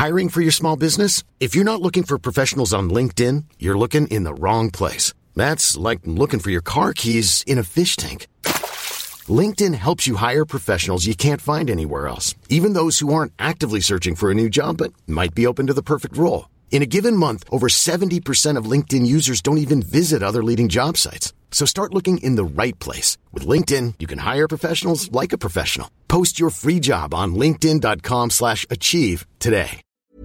Hiring for your small business? If you're not looking for professionals on LinkedIn, you're looking in the wrong place. That's like looking for your car keys in a fish tank. LinkedIn helps you hire professionals you can't find anywhere else, even those who aren't actively searching for a new job but might be open to the perfect role. In a given month, over 70% of LinkedIn users don't even visit other leading job sites. So start looking in the right place. With LinkedIn, you can hire professionals like a professional. Post your free job on linkedin.com/achieve today.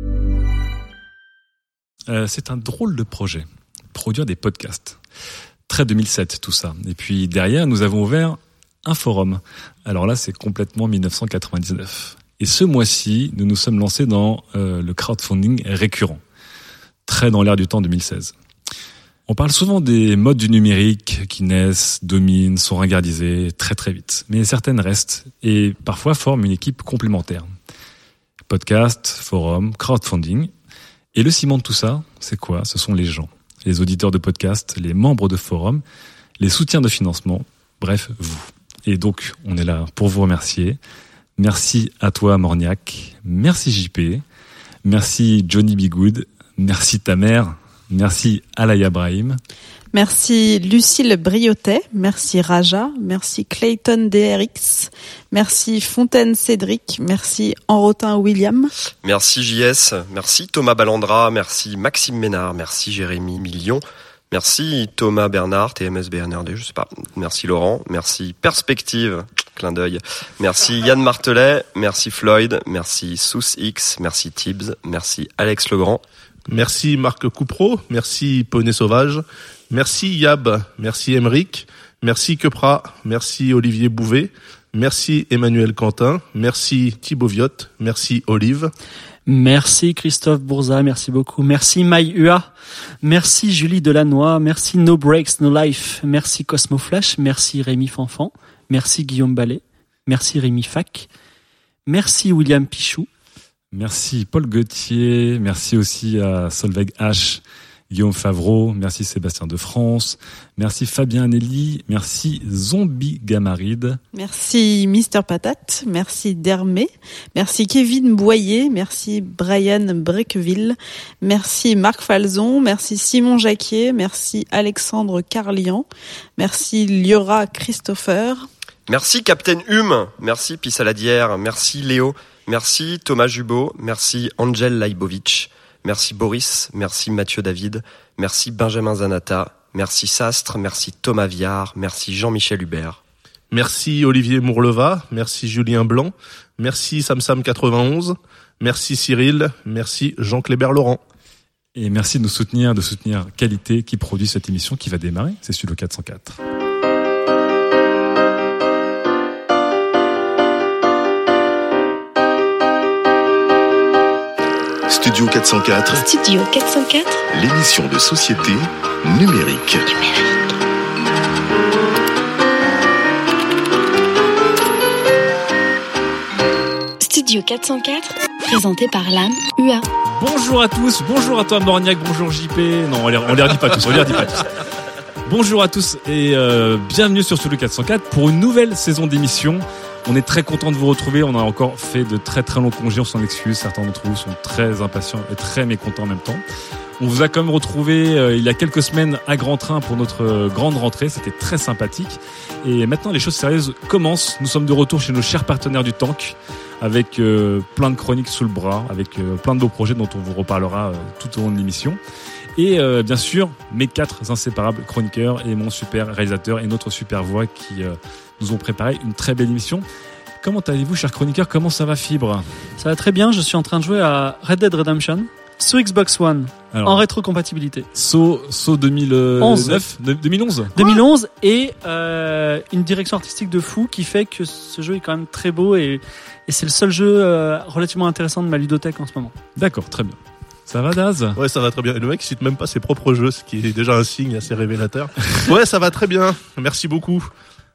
C'est un drôle de projet, produire des podcasts. Très 2007 tout ça. Et puis derrière, nous avons ouvert un forum. Alors là, c'est complètement 1999. Et ce mois-ci, nous nous sommes lancés dans le crowdfunding récurrent. Très dans l'air du temps 2016. On parle souvent des modes du numérique qui naissent, dominent, sont ringardisés très très vite. Mais certaines restent et parfois forment une équipe complémentaire. Podcast, forum, crowdfunding. Et le ciment de tout ça, c'est quoi ? Ce sont les gens. Les auditeurs de podcast, les membres de forum, les soutiens de financement, bref, vous. Et donc, on est là pour vous remercier. Merci à toi, Morniac. Merci, JP. Merci, Johnny B. Good. Merci, ta mère. Merci, Alaya Brahim. Merci, Lucille Briotet. Merci, Raja. Merci, Clayton DRX. Merci, Fontaine Cédric. Merci, Enrotin William. Merci, JS. Merci, Thomas Ballandra. Merci, Maxime Ménard. Merci, Jérémy Million. Merci Thomas Bernard, TMS BNRD, je sais pas. Merci Laurent, merci Perspective, clin d'œil. Merci Yann Martelet, merci Floyd, merci Sous X, merci Tibbs, merci Alex Legrand. Merci Marc Coupro, merci Poney Sauvage, merci Yab, merci Emeric, merci Quepra, merci Olivier Bouvet, merci Emmanuel Quentin, merci Thibaut Viotte, merci Olive. Merci Christophe Bourza, merci beaucoup. Merci Maï Ua, merci Julie Delannoy, merci No Breaks No Life, merci Cosmo Flash, merci Rémi Fanfan, merci Guillaume Ballet, merci Rémi Fac, merci William Pichou. Merci Paul Gauthier, merci aussi à Solveig H, Guillaume Favreau, merci Sébastien de France, merci Fabien Nelly, merci Zombie Gamaride. Merci Mister Patate, merci Dermé, merci Kevin Boyer, merci Brian Brequeville, merci Marc Falzon, merci Simon Jacquier, merci Alexandre Carlian, merci Liora Christopher. Merci Captain Hume, merci Pissaladière, merci Léo, merci Thomas Jubot, merci Angel Laibovic. Merci Boris, merci Mathieu David, merci Benjamin Zanata, merci Sastre, merci Thomas Viard, merci Jean-Michel Hubert. Merci Olivier Mourleva, merci Julien Blanc, merci Samsam91, merci Cyril, merci Jean-Clébert Laurent. Et merci de nous soutenir, Qualité qui produit cette émission qui va démarrer, c'est Studio 404. Studio 404. Studio 404. L'émission de société numérique. Studio 404, présenté par l'âme UA. Bonjour à tous, bonjour à toi Morniac, bonjour JP. Non, on les redit pas tous, Bonjour à tous et bienvenue sur Studio 404 pour une nouvelle saison d'émission. On est très content de vous retrouver. On a encore fait de très très longs congés, on s'en excuse. Certains d'entre vous sont très impatients et très mécontents en même temps. On vous a quand même retrouvé il y a quelques semaines à Grand Train pour notre grande rentrée. C'était très sympathique. Et maintenant, les choses sérieuses commencent. Nous sommes de retour chez nos chers partenaires du Tank avec plein de chroniques sous le bras, avec plein de beaux projets dont on vous reparlera tout au long de l'émission. Et bien sûr, mes 4 inséparables chroniqueurs et mon super réalisateur et notre super voix qui nous ont préparé une très belle émission. Comment allez-vous, chers chroniqueurs ? Comment ça va, Fibre ? Ça va très bien, je suis en train de jouer à Red Dead Redemption sur Xbox One. Alors, en rétrocompatibilité. So 2009 2011 et une direction artistique de fou qui fait que ce jeu est quand même très beau et c'est le seul jeu relativement intéressant de ma ludothèque en ce moment. D'accord, très bien. Ça va, Daz ? Ouais, ça va très bien. Et le mec, il cite même pas ses propres jeux, ce qui est déjà un signe assez révélateur. Ouais, ça va très bien. Merci beaucoup.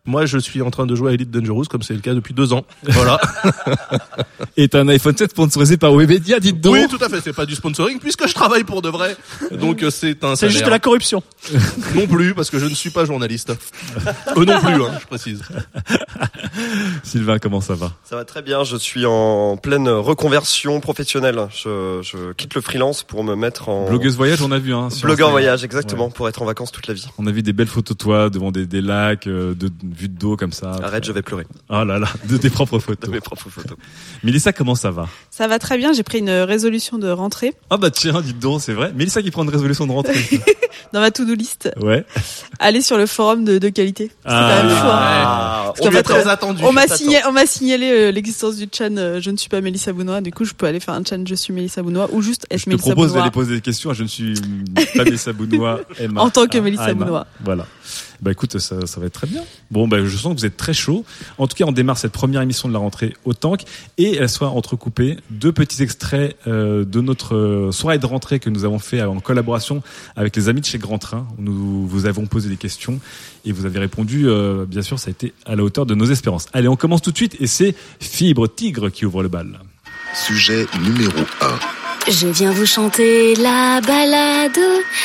Moi, je suis en train de jouer à Elite Dangerous, comme c'est le cas depuis 2 ans. Voilà. Et t'as un iPhone 7 sponsorisé par Webedia, dites donc. Oui, tout à fait. C'est pas du sponsoring, puisque je travaille pour de vrai. Donc, c'est un C'est juste salaire. de la corruption. Non plus, parce que je ne suis pas journaliste. Eux non plus, je précise. Sylvain, comment ça va? Ça va très bien, je suis en pleine reconversion professionnelle. Je quitte le freelance pour me mettre en... Blogueuse voyage, on a vu, hein. Sur Blogueur Instagram. voyage, exactement, pour être en vacances toute la vie. On a vu des belles photos de toi devant des lacs, vue de dos comme ça. Arrête, je vais pleurer. Oh là là, de tes propres De photos. mes propres photos. Mélissa, comment ça va? Ça va très bien, j'ai pris une résolution de rentrée Ah bah tiens, dites donc, c'est vrai. Mélissa qui prend une résolution de rentrée. dans ma to-do list. Ouais. Aller sur le forum de qualité. C'est quand même fou, hein. Ah, qu'en On est fait, très attendu. On m'a signalé l'existence du Chan Je ne suis pas Mélissa Bounois. Du coup, je peux aller faire un Chan Je suis Mélissa Bounois ou juste Je être te Mélissa propose Bounois d'aller poser des questions. Je ne suis pas Mélissa Bounois. en tant que Mélissa Bounois. Voilà. Bah écoute, ça va être très bien. Bon, bah je sens que vous êtes très chaud. En tout cas, on démarre cette première émission de la rentrée au Tank et elle soit entrecoupée 2 petits extraits de notre soirée de rentrée que nous avons fait en collaboration avec les amis de chez Grand Train. Nous vous avons posé des questions et vous avez répondu. Bien sûr, ça a été à la hauteur de nos espérances. Allez, on commence tout de suite et c'est Fibre Tigre qui ouvre le bal. Sujet numéro 1. Je viens vous chanter la balade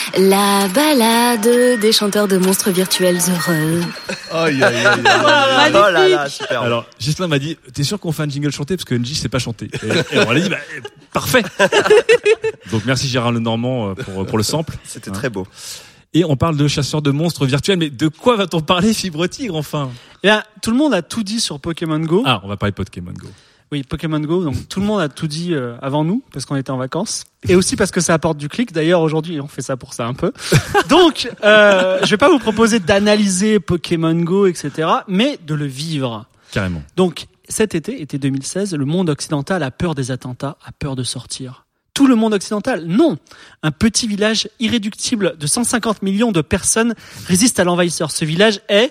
des chanteurs de monstres virtuels heureux. Aïe, aïe, aïe, aïe. Oh là là, super. Alors, Ghislain m'a dit, t'es sûr qu'on fait un jingle chanté parce que NJ sait pas chanter. Et on l'a dit, parfait. Donc merci Gérard Lenormand pour le sample. C'était très beau. Et on parle de chasseurs de monstres virtuels, mais de quoi va-t-on parler, Fibre Tigre, enfin? Et là, tout le monde a tout dit sur Pokémon Go. Ah, on va parler de Pokémon Go. Oui, Pokémon Go. Donc tout le monde a tout dit avant nous parce qu'on était en vacances et aussi parce que ça apporte du clic. D'ailleurs, aujourd'hui, on fait ça pour ça un peu. Donc, je vais pas vous proposer d'analyser Pokémon Go, etc., mais de le vivre. Carrément. Donc, cet été 2016, le monde occidental a peur des attentats, a peur de sortir. Tout le monde occidental? Non. Un petit village irréductible de 150 millions de personnes résiste à l'envahisseur. Ce village est...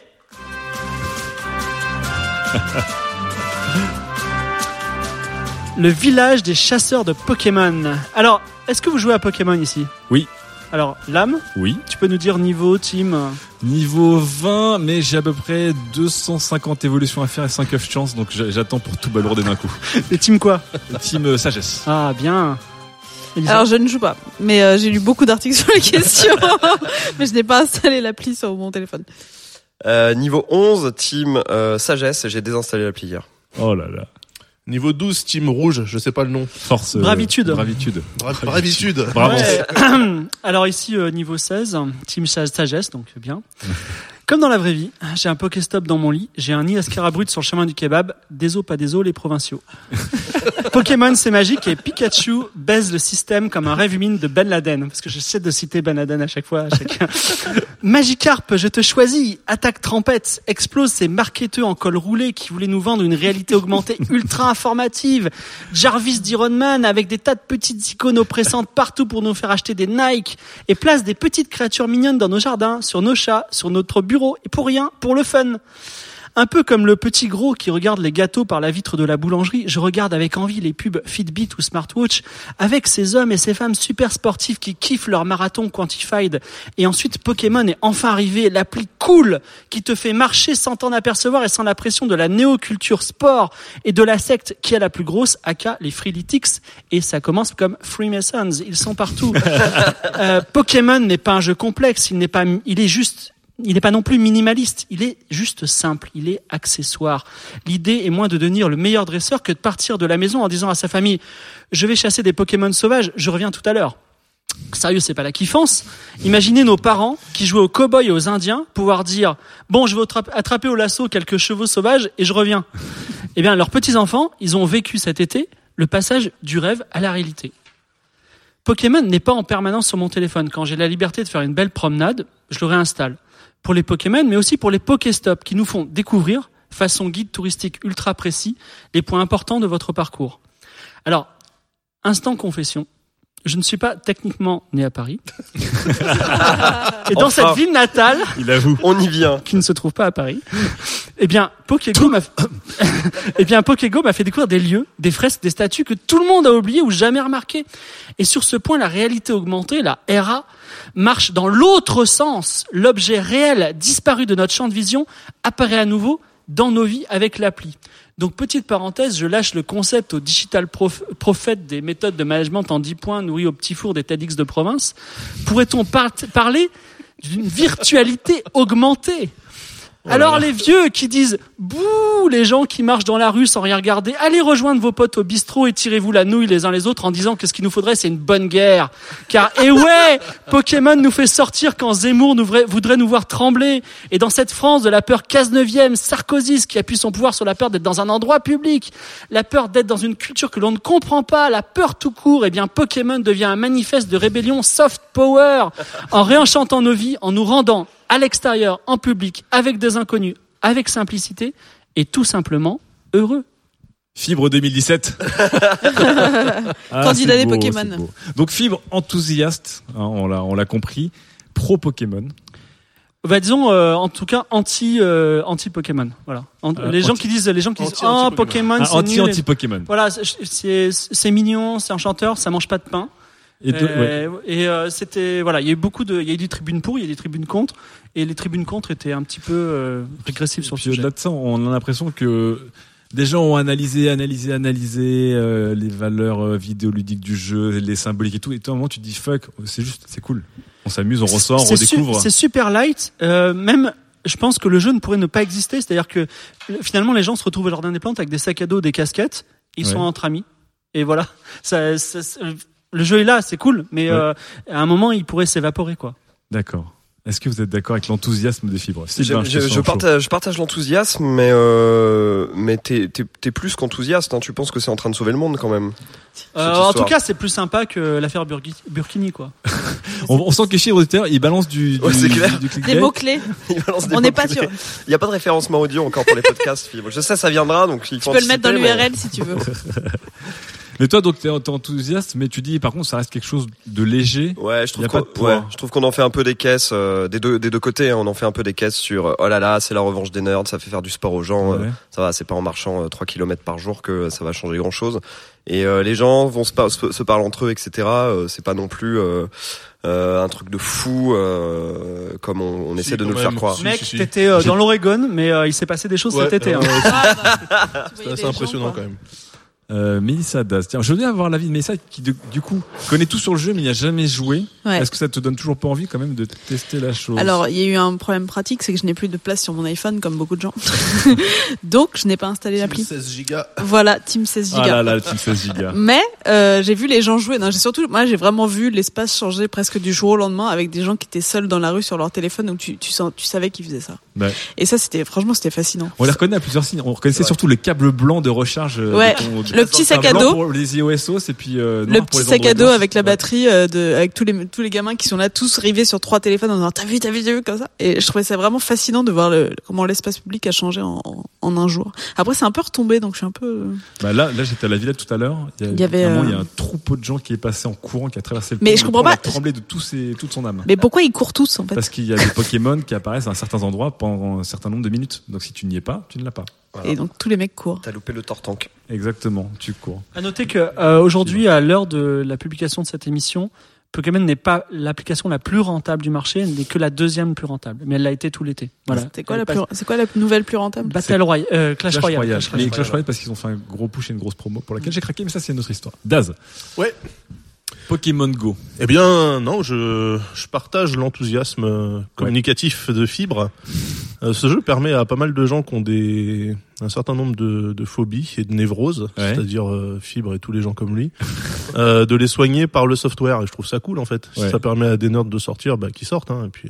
le village des chasseurs de Pokémon. Alors, est-ce que vous jouez à Pokémon ici? Oui. Alors, Lame, Oui. tu peux nous dire niveau, team? Niveau 20, mais j'ai à peu près 250 évolutions à faire et 5 œufs chance, donc j'attends pour tout balourder d'un coup. Et team quoi? Team Sagesse. Ah, bien. Elisa? Alors, je ne joue pas, mais j'ai lu beaucoup d'articles sur la question, mais je n'ai pas installé l'appli sur mon téléphone. Niveau 11, team Sagesse, j'ai désinstallé l'appli hier. Oh là là. Niveau 12, team rouge, je sais pas le nom. Force. Bravitude. Bravitude. Bravitude. Bravo. Ouais. Alors ici, niveau 16, team sagesse, donc bien. Comme dans la vraie vie, j'ai un Pokéstop dans mon lit, j'ai un nid à Scarabrut sur le chemin du kebab, des os pas des os les provinciaux. Pokémon c'est magique et Pikachu baise le système comme un rêve humide de Ben Laden, parce que j'essaie de citer Ben Laden à chaque fois. Magikarp, je te choisis, attaque trempette, explose ces marketeux en col roulé qui voulaient nous vendre une réalité augmentée ultra informative. Jarvis d'Iron Man avec des tas de petites icônes oppressantes partout pour nous faire acheter des Nike et place des petites créatures mignonnes dans nos jardins, sur nos chats, sur notre bureau et pour rien, pour le fun. Un peu comme le petit gros qui regarde les gâteaux par la vitre de la boulangerie, je regarde avec envie les pubs Fitbit ou Smartwatch avec ces hommes et ces femmes super sportifs qui kiffent leur marathon quantified. Et ensuite, Pokémon est enfin arrivé, l'appli cool qui te fait marcher sans t'en apercevoir et sans la pression de la néoculture sport et de la secte qui est la plus grosse, aka les Freeletics. Et ça commence comme Freemasons, ils sont partout. Pokémon n'est pas un jeu complexe, il n'est pas non plus minimaliste, il est juste simple, il est accessoire. L'idée est moins de devenir le meilleur dresseur que de partir de la maison en disant à sa famille « Je vais chasser des Pokémon sauvages, je reviens tout à l'heure ». Sérieux, c'est pas la kiffance. Imaginez nos parents qui jouaient aux cow-boys et aux indiens pouvoir dire « Bon, je vais attraper au lasso quelques chevaux sauvages et je reviens ». Eh bien, leurs petits-enfants, ils ont vécu cet été le passage du rêve à la réalité. Pokémon n'est pas en permanence sur mon téléphone. Quand j'ai la liberté de faire une belle promenade, je le réinstalle. Pour les Pokémon, mais aussi pour les Pokéstops qui nous font découvrir, façon guide touristique ultra précis, les points importants de votre parcours. Alors, instant confession, je ne suis pas techniquement né à Paris. Et dans cette ville natale, Il avoue. On y vient. qui ne se trouve pas à Paris, eh bien, Pokégo m'a fait découvrir des lieux, des fresques, des statues que tout le monde a oubliées ou jamais remarquées. Et sur ce point, la réalité augmentée, la RA, marche dans l'autre sens. L'objet réel disparu de notre champ de vision apparaît à nouveau dans nos vies avec l'appli. Donc, petite parenthèse, je lâche le concept au digital prophète des méthodes de management en 10 points nourries au petit four des TEDx de province. Pourrait-on parler d'une virtualité augmentée? Alors les vieux qui disent bouh, les gens qui marchent dans la rue sans rien regarder, allez rejoindre vos potes au bistrot et tirez-vous la nouille les uns les autres en disant que ce qu'il nous faudrait c'est une bonne guerre. Car ouais, Pokémon nous fait sortir quand Zemmour voudrait nous voir trembler. Et dans cette France de la peur cazeneuvième, Sarkozy qui appuie son pouvoir sur la peur d'être dans un endroit public, la peur d'être dans une culture que l'on ne comprend pas, la peur tout court, eh bien Pokémon devient un manifeste de rébellion soft power en réenchantant nos vies, en nous rendant à l'extérieur, en public, avec des inconnus, avec simplicité, et tout simplement heureux. Fibre 2017. Candidat c'est des beau, Pokémon. c'est beau. Donc Fibre enthousiaste, hein, on l'a compris, pro Pokémon. Bah disons en tout cas anti Pokémon. Voilà. Les gens qui disent Pokémon c'est nul. Anti Pokémon. Voilà, c'est mignon, c'est enchanteur, ça mange pas de pain. C'était voilà, il y a eu des tribunes pour, il y a des tribunes contre, et les tribunes contre étaient un petit peu régressives sur le sujet. Au-delà de ça, on a l'impression que des gens ont analysé les valeurs vidéoludiques du jeu, les symboliques et tout, et à un moment tu te dis fuck, c'est cool, on s'amuse, on ressort, on redécouvre. C'est super light, même. Je pense que le jeu ne pourrait ne pas exister, c'est-à-dire que finalement les gens se retrouvent au jardin des plantes avec des sacs à dos, des casquettes, ils sont entre amis, et voilà. Le jeu est là, c'est cool, mais à un moment, il pourrait s'évaporer, quoi. D'accord. Est-ce que vous êtes d'accord avec l'enthousiasme des fibres? Je partage l'enthousiasme, mais t'es plus qu'enthousiaste. Hein. Tu penses que c'est en train de sauver le monde quand même. En tout cas, c'est plus sympa que l'affaire Burkini, quoi. On sent que chez les auditeurs, ils balancent du des mots-clés. On n'est pas sûr. Il n'y a pas de référencement audio encore pour les podcasts, Fibre. Je sais, ça viendra, donc il faut tu peux le mettre dans l'URL si tu veux. Mais toi, donc, t'es enthousiaste, mais tu dis, par contre, ça reste quelque chose de léger. Ouais, je trouve qu'on en fait un peu des caisses, des deux côtés, hein, on en fait un peu des caisses sur, oh là là, c'est la revanche des nerds, ça fait faire du sport aux gens, ça va, c'est pas en marchant 3 km par jour que ça va changer grand chose. Et, les gens vont se parler entre eux, etc., c'est pas non plus, un truc de fou, comme on essaie de nous le faire croire. Mec, t'étais dans l'Oregon, mais il s'est passé des choses cet été. C'était assez impressionnant quand même. Mélissa Daz. Tiens, je veux bien avoir l'avis de Mélissa qui, du coup, connaît tout sur le jeu mais n'y a jamais joué. Ouais. Est-ce que ça te donne toujours pas envie quand même de tester la chose? Alors, il y a eu un problème pratique, c'est que je n'ai plus de place sur mon iPhone comme beaucoup de gens. Donc, je n'ai pas installé l'appli. 16 gigas. Voilà, Team 16 gigas. Ah là là, Team 16 gigas. Mais j'ai vu les gens jouer. Non, j'ai vraiment vu l'espace changer presque du jour au lendemain avec des gens qui étaient seuls dans la rue sur leur téléphone, donc tu savais qu'ils faisaient ça. Ouais. Et ça, c'était fascinant. On les reconnaît à plusieurs signes. On reconnaissait surtout le câble blanc de recharge. Le petit sac à dos pour les iOSOS et puis le petit sac à dos avec la batterie avec tous les gamins qui sont là tous rivés sur 3 téléphones en disant t'as vu comme ça. Et je trouvais ça vraiment fascinant de voir comment l'espace public a changé en un jour. Après c'est un peu retombé, donc je suis un peu là j'étais à la Villette tout à l'heure, il y a un troupeau de gens qui est passé en courant, qui a traversé le pont. Mais je comprends pas, tremblé de toute son âme. Mais pourquoi ils courent tous en fait? Parce qu'il y a des Pokémon qui apparaissent à certains endroits pendant un certain nombre de minutes. Donc si tu n'y es pas, tu ne l'as pas. Voilà. Et donc tous les mecs courent. T'as loupé le tortank. Exactement, tu cours. À noter que aujourd'hui, à l'heure de la publication de cette émission, Pokémon n'est pas l'application la plus rentable du marché, elle n'est que la deuxième plus rentable, mais elle l'a été tout l'été. Voilà. C'est quoi la nouvelle plus rentable? Battle Royale, Clash Royale. Clash Royale parce qu'ils ont fait un gros push et une grosse promo pour laquelle j'ai craqué, mais ça c'est une autre histoire. Daz. Ouais. Pokémon Go. Eh bien, non, je partage l'enthousiasme communicatif de Fibre. Ce jeu permet à pas mal de gens qui ont un certain nombre de phobies et de névroses, c'est-à-dire Fibre et tous les gens comme lui, de les soigner par le software. Et je trouve ça cool, en fait. Si ça permet à des nerds de sortir, qu'ils sortent, hein, et puis...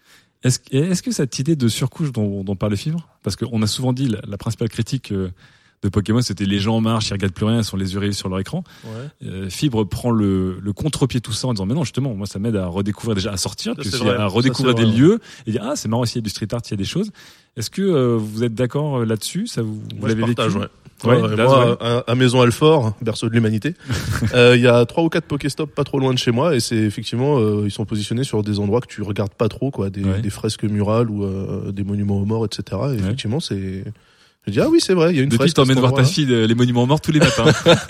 Est-ce que cette idée de surcouche dont parle Fibre, parce qu'on a souvent dit la principale critique de Pokémon, c'était les gens en marche, ils regardent plus rien, ils sont les yeux rivés sur leur écran. Fibre prend le contre-pied tout ça en disant mais non, justement, moi ça m'aide à redécouvrir, déjà à sortir, puis aussi à redécouvrir des lieux et dire c'est marrant, il y a du street art, il y a des choses. Est-ce que vous êtes d'accord là-dessus? Ça vous l'avez vécu? Moi, à Maison Alfort, berceau de l'humanité, il y a 3 ou 4 Pokéstop pas trop loin de chez moi, et c'est effectivement, ils sont positionnés sur des endroits que tu regardes pas trop, quoi, des fresques murales ou des monuments aux morts, etc. Et effectivement, c'est. Je dis c'est vrai, il y a une fresque. Depuis, t'emmènes voir ta fille les monuments aux morts tous les matins.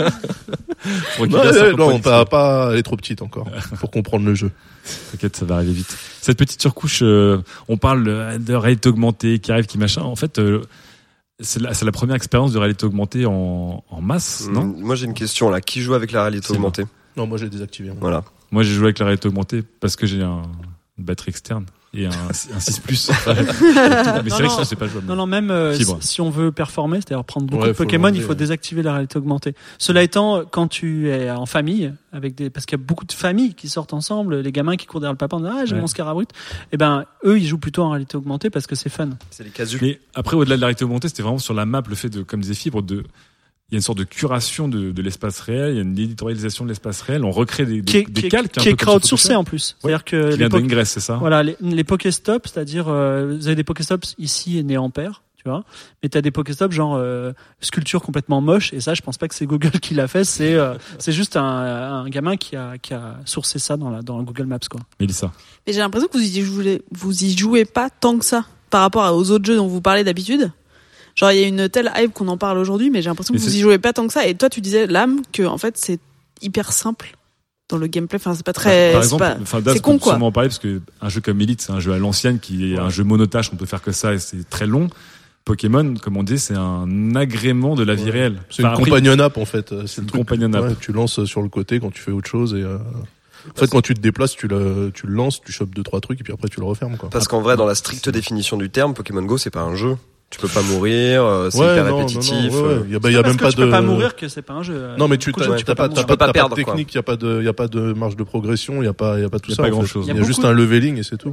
Non, pas, elle est trop petite encore pour comprendre le jeu. T'inquiète, ça va arriver vite. Cette petite surcouche, on parle de réalité augmentée qui arrive, qui machin. En fait. C'est la première expérience de réalité augmentée en masse, non? Moi j'ai une question là. Qui joue avec la réalité augmentée? Non, moi j'ai désactivé. Voilà. Moi j'ai joué avec la réalité augmentée parce que j'ai une batterie externe et un 6+. Mais c'est vrai que ça c'est pas jouable. Non, même si on veut performer, c'est-à-dire prendre beaucoup de Pokémon, il faut désactiver la réalité augmentée. Cela étant, quand tu es en famille, parce qu'il y a beaucoup de familles qui sortent ensemble, les gamins qui courent derrière le papa en disant j'ai mon Scarabrut, et ben eux ils jouent plutôt en réalité augmentée parce que c'est fun. C'est les casus. Mais après, au-delà de la réalité augmentée, c'était vraiment sur la map le fait de, comme disait Fibre, il y a une sorte de curation de l'espace réel, il y a une éditorialisation de l'espace réel, on recrée des calques. Qui est crowdsourcé en plus. C'est-à-dire que qui vient d'Ingress, c'est ça? Voilà, les Pokéstops, c'est-à-dire, vous avez des Pokéstops ici et né Ampère, tu vois. Mais t'as des Pokéstops genre, sculpture complètement moche, et ça, je pense pas que c'est Google qui l'a fait, c'est juste un gamin qui a sourcé ça dans Google Maps, quoi. Mélissa. Mais j'ai l'impression que vous y jouez pas tant que ça, par rapport aux autres jeux dont vous parlez d'habitude. Genre, il y a une telle hype qu'on en parle aujourd'hui, mais j'ai l'impression que vous y jouez pas tant que ça. Et toi, tu disais, Lame, que, en fait, c'est hyper simple dans le gameplay. Enfin, c'est pas très, par exemple, c'est con, quoi. On en parler parce que un jeu comme Elite, c'est un jeu à l'ancienne qui est un jeu monotâche, on peut faire que ça et c'est très long. Pokémon, comme on dit, c'est un agrément de la vie réelle. C'est une companion app, en fait. C'est le truc. Companion app. Tu lances sur le côté quand tu fais autre chose et, en fait, quand tu te déplaces, tu le lances, tu chopes 2-3 trucs et puis après tu le refermes, quoi. Parce qu'en vrai, dans la stricte définition du terme, Pokémon Go, c'est pas un jeu. Tu peux pas mourir, c'est hyper répétitif. Il y a même pas de. Tu peux pas mourir que c'est pas un jeu. Non, mais tu t'as pas perdre, de technique, il y a pas de marge de progression, il y a pas tout ça. Pas grand chose. Il y a juste un leveling et c'est tout.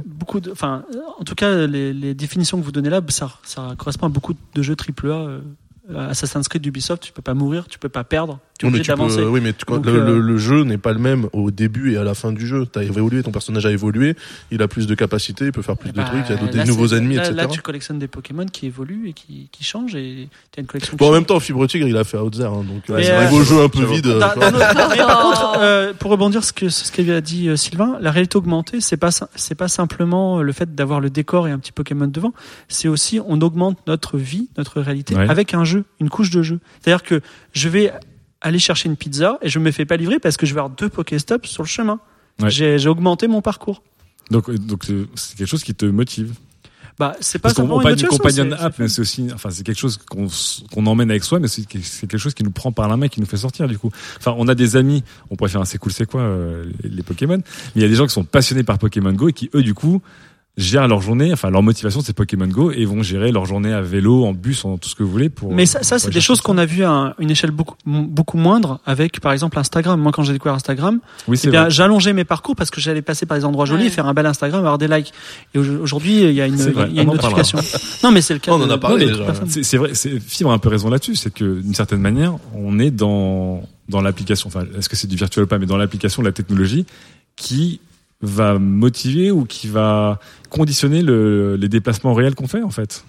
En tout cas, les définitions que vous donnez là, ça correspond à beaucoup de jeux AAA. Assassin's Creed d'Ubisoft, tu peux pas mourir, tu peux pas perdre, tu es obligé d'avancer. Oui, mais le jeu n'est pas le même au début et à la fin du jeu. T'as évolué, ton personnage a évolué, il a plus de capacités, il peut faire plus de trucs, il y a des nouveaux ennemis, etc. Là, tu collectionnes des Pokémon qui évoluent et qui changent et t'as une collection. En même temps, Fibre Tigre, il a fait Outzer, donc ça arrive au jeu un peu vide. Mais par contre, pour rebondir ce qu'a dit Sylvain, la réalité augmentée, c'est pas simplement le fait d'avoir le décor et un petit Pokémon devant, c'est aussi on augmente notre vie, notre réalité avec un jeu, une couche de jeu. C'est-à-dire que je vais aller chercher une pizza et je me fais pas livrer parce que je vais avoir 2 Pokéstops sur le chemin. J'ai augmenté mon parcours. Donc c'est quelque chose qui te motive. C'est pas on parle d'une companion app, mais c'est aussi, c'est quelque chose qu'on emmène avec soi, mais c'est quelque chose qui nous prend par la main, qui nous fait sortir, du coup. On a des amis, on pourrait faire un c'est cool, c'est quoi, les Pokémon, mais il y a des gens qui sont passionnés par Pokémon Go et qui, eux, du coup, gèrent leur journée, leur motivation c'est Pokémon Go et vont gérer leur journée à vélo, en bus, en tout ce que vous voulez Mais ça c'est des choses qu'on a vues à une échelle beaucoup moindre avec par exemple Instagram. Moi quand j'ai découvert Instagram, j'allongeais mes parcours parce que j'allais passer par des endroits jolis et faire un bel Instagram, avoir des likes. Et aujourd'hui, il y a une notification. Non mais c'est le cas. On en a parlé déjà. C'est vrai, Fibre a un peu raison là-dessus, c'est que d'une certaine manière, on est dans l'application, est-ce que c'est du virtuel ou pas, mais dans l'application de la technologie qui va motiver ou qui va conditionner les déplacements réels qu'on fait, en fait.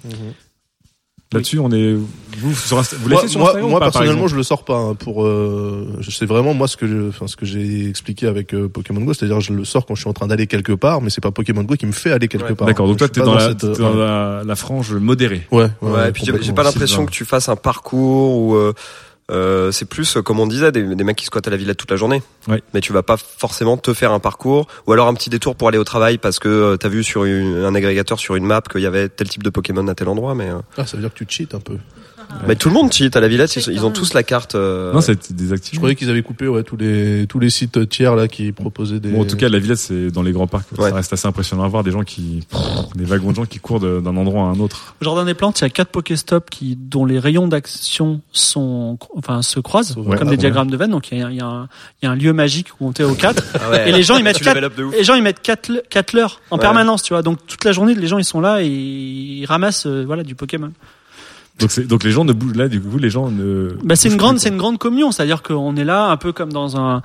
Là-dessus, on est. Vous laissez sur Instagram moi ou pas, personnellement, je le sors pas. C'est vraiment moi ce que j'ai expliqué avec Pokémon Go, c'est-à-dire je le sors quand je suis en train d'aller quelque part, mais c'est pas Pokémon Go qui me fait aller quelque part. D'accord. Donc toi, t'es dans la frange modérée. Ouais. Et puis j'ai pas l'impression que tu fasses un parcours ou. C'est plus, comme on disait, des mecs qui squattent à la Villette toute la journée. Mais tu vas pas forcément te faire un parcours ou alors un petit détour pour aller au travail parce que t'as vu sur un agrégateur sur une map qu'il y avait tel type de Pokémon à tel endroit. Mais ça veut dire que tu cheats un peu. Mais tout le monde cheat à la Villette, ils ont tous la carte. Non, c'est désactivé. Je croyais qu'ils avaient coupé tous les sites tiers là qui proposaient des. Bon, en tout cas, la Villette, c'est dans les grands parcs. Ça reste assez impressionnant à voir des wagons de gens qui courent d'un endroit à un autre. Au Jardin des Plantes, il y a 4 Pokéstops dont les rayons d'action se croisent comme des diagrammes de Venn. Donc il y a un lieu magique où on est aux 4 et les gens ils mettent 4 leurres en permanence, tu vois. Donc toute la journée, les gens ils sont là et ils ramassent du Pokémon. Donc les gens ne bougent là, du coup, les gens ne. Bah, c'est une grande communion. C'est-à-dire qu'on est là, un peu comme dans un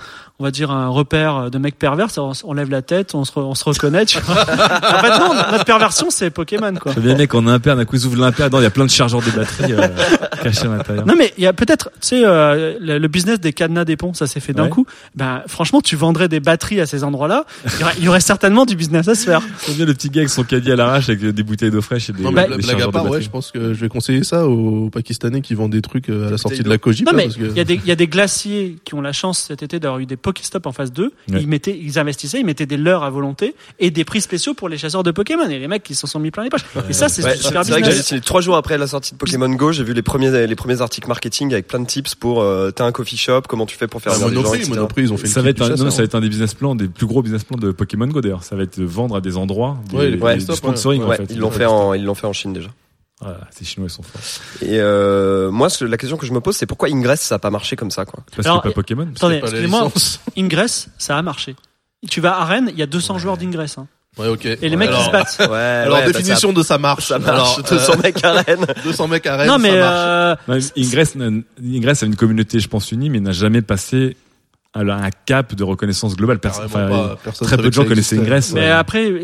repère de mecs pervers. On lève la tête, on se reconnaît, tu vois. En fait, non, notre perversion, c'est Pokémon, quoi. C'est bien, mec, on a un père, d'un coup, ils ouvrent l'impère, il y a plein de chargeurs de batterie, cachés à l'intérieur. Non, mais il y a peut-être, tu sais, le business des cadenas des ponts, ça s'est fait d'un coup. Ben, franchement, tu vendrais des batteries à ces endroits-là. Il y aurait certainement du business à se faire. C'est bien le petit gars avec son caddie à l'arrache avec des bouteilles d'eau fraîche et des, blague à chargeurs de part, batterie. je pense que je vais conseiller ça aux Pakistanais qui vendent des trucs à la sortie de la Kojima. Non, mais parce que... il y a des glaciers qui ont la chance cet été d'avoir eu des Pokéstop en phase 2. Ouais. Ils investissaient, ils mettaient des leurres à volonté et des prix spéciaux pour les chasseurs de Pokémon. Et les mecs qui s'en sont mis plein les poches. Ouais. Et ça, c'est super business. C'est vrai que j'ai signé 3 jours après la sortie de Pokémon Go, j'ai vu les premiers articles marketing avec plein de tips pour t'as un coffee shop, comment tu fais pour faire venir des gens, etc. Monoprix, ils ont fait ça va être un des business plans, des plus gros business plans de Pokémon Go d'ailleurs. Ça va être de vendre à des endroits, du sponsoring en fait. Ils l'ont fait en Chine déjà. Voilà, ces Chinois ils sont forts. Et moi, la question que je me pose, c'est pourquoi Ingress ça a pas marché comme ça, quoi. Parce que pas Pokémon. Attendez, excusez-moi, Ingress, ça a marché. Tu vas à Rennes, il y a 200 joueurs d'Ingress. Hein. Ouais, ok. Et les mecs ils se battent. Définition de ça marche. Ça marche. Alors, 200 mecs à Rennes. 200 mecs à Rennes. Non, mais ça marche. Ingress a une communauté, je pense, unie, mais n'a jamais passé un cap de reconnaissance globale. Très peu de gens connaissaient Ingress. Mais après,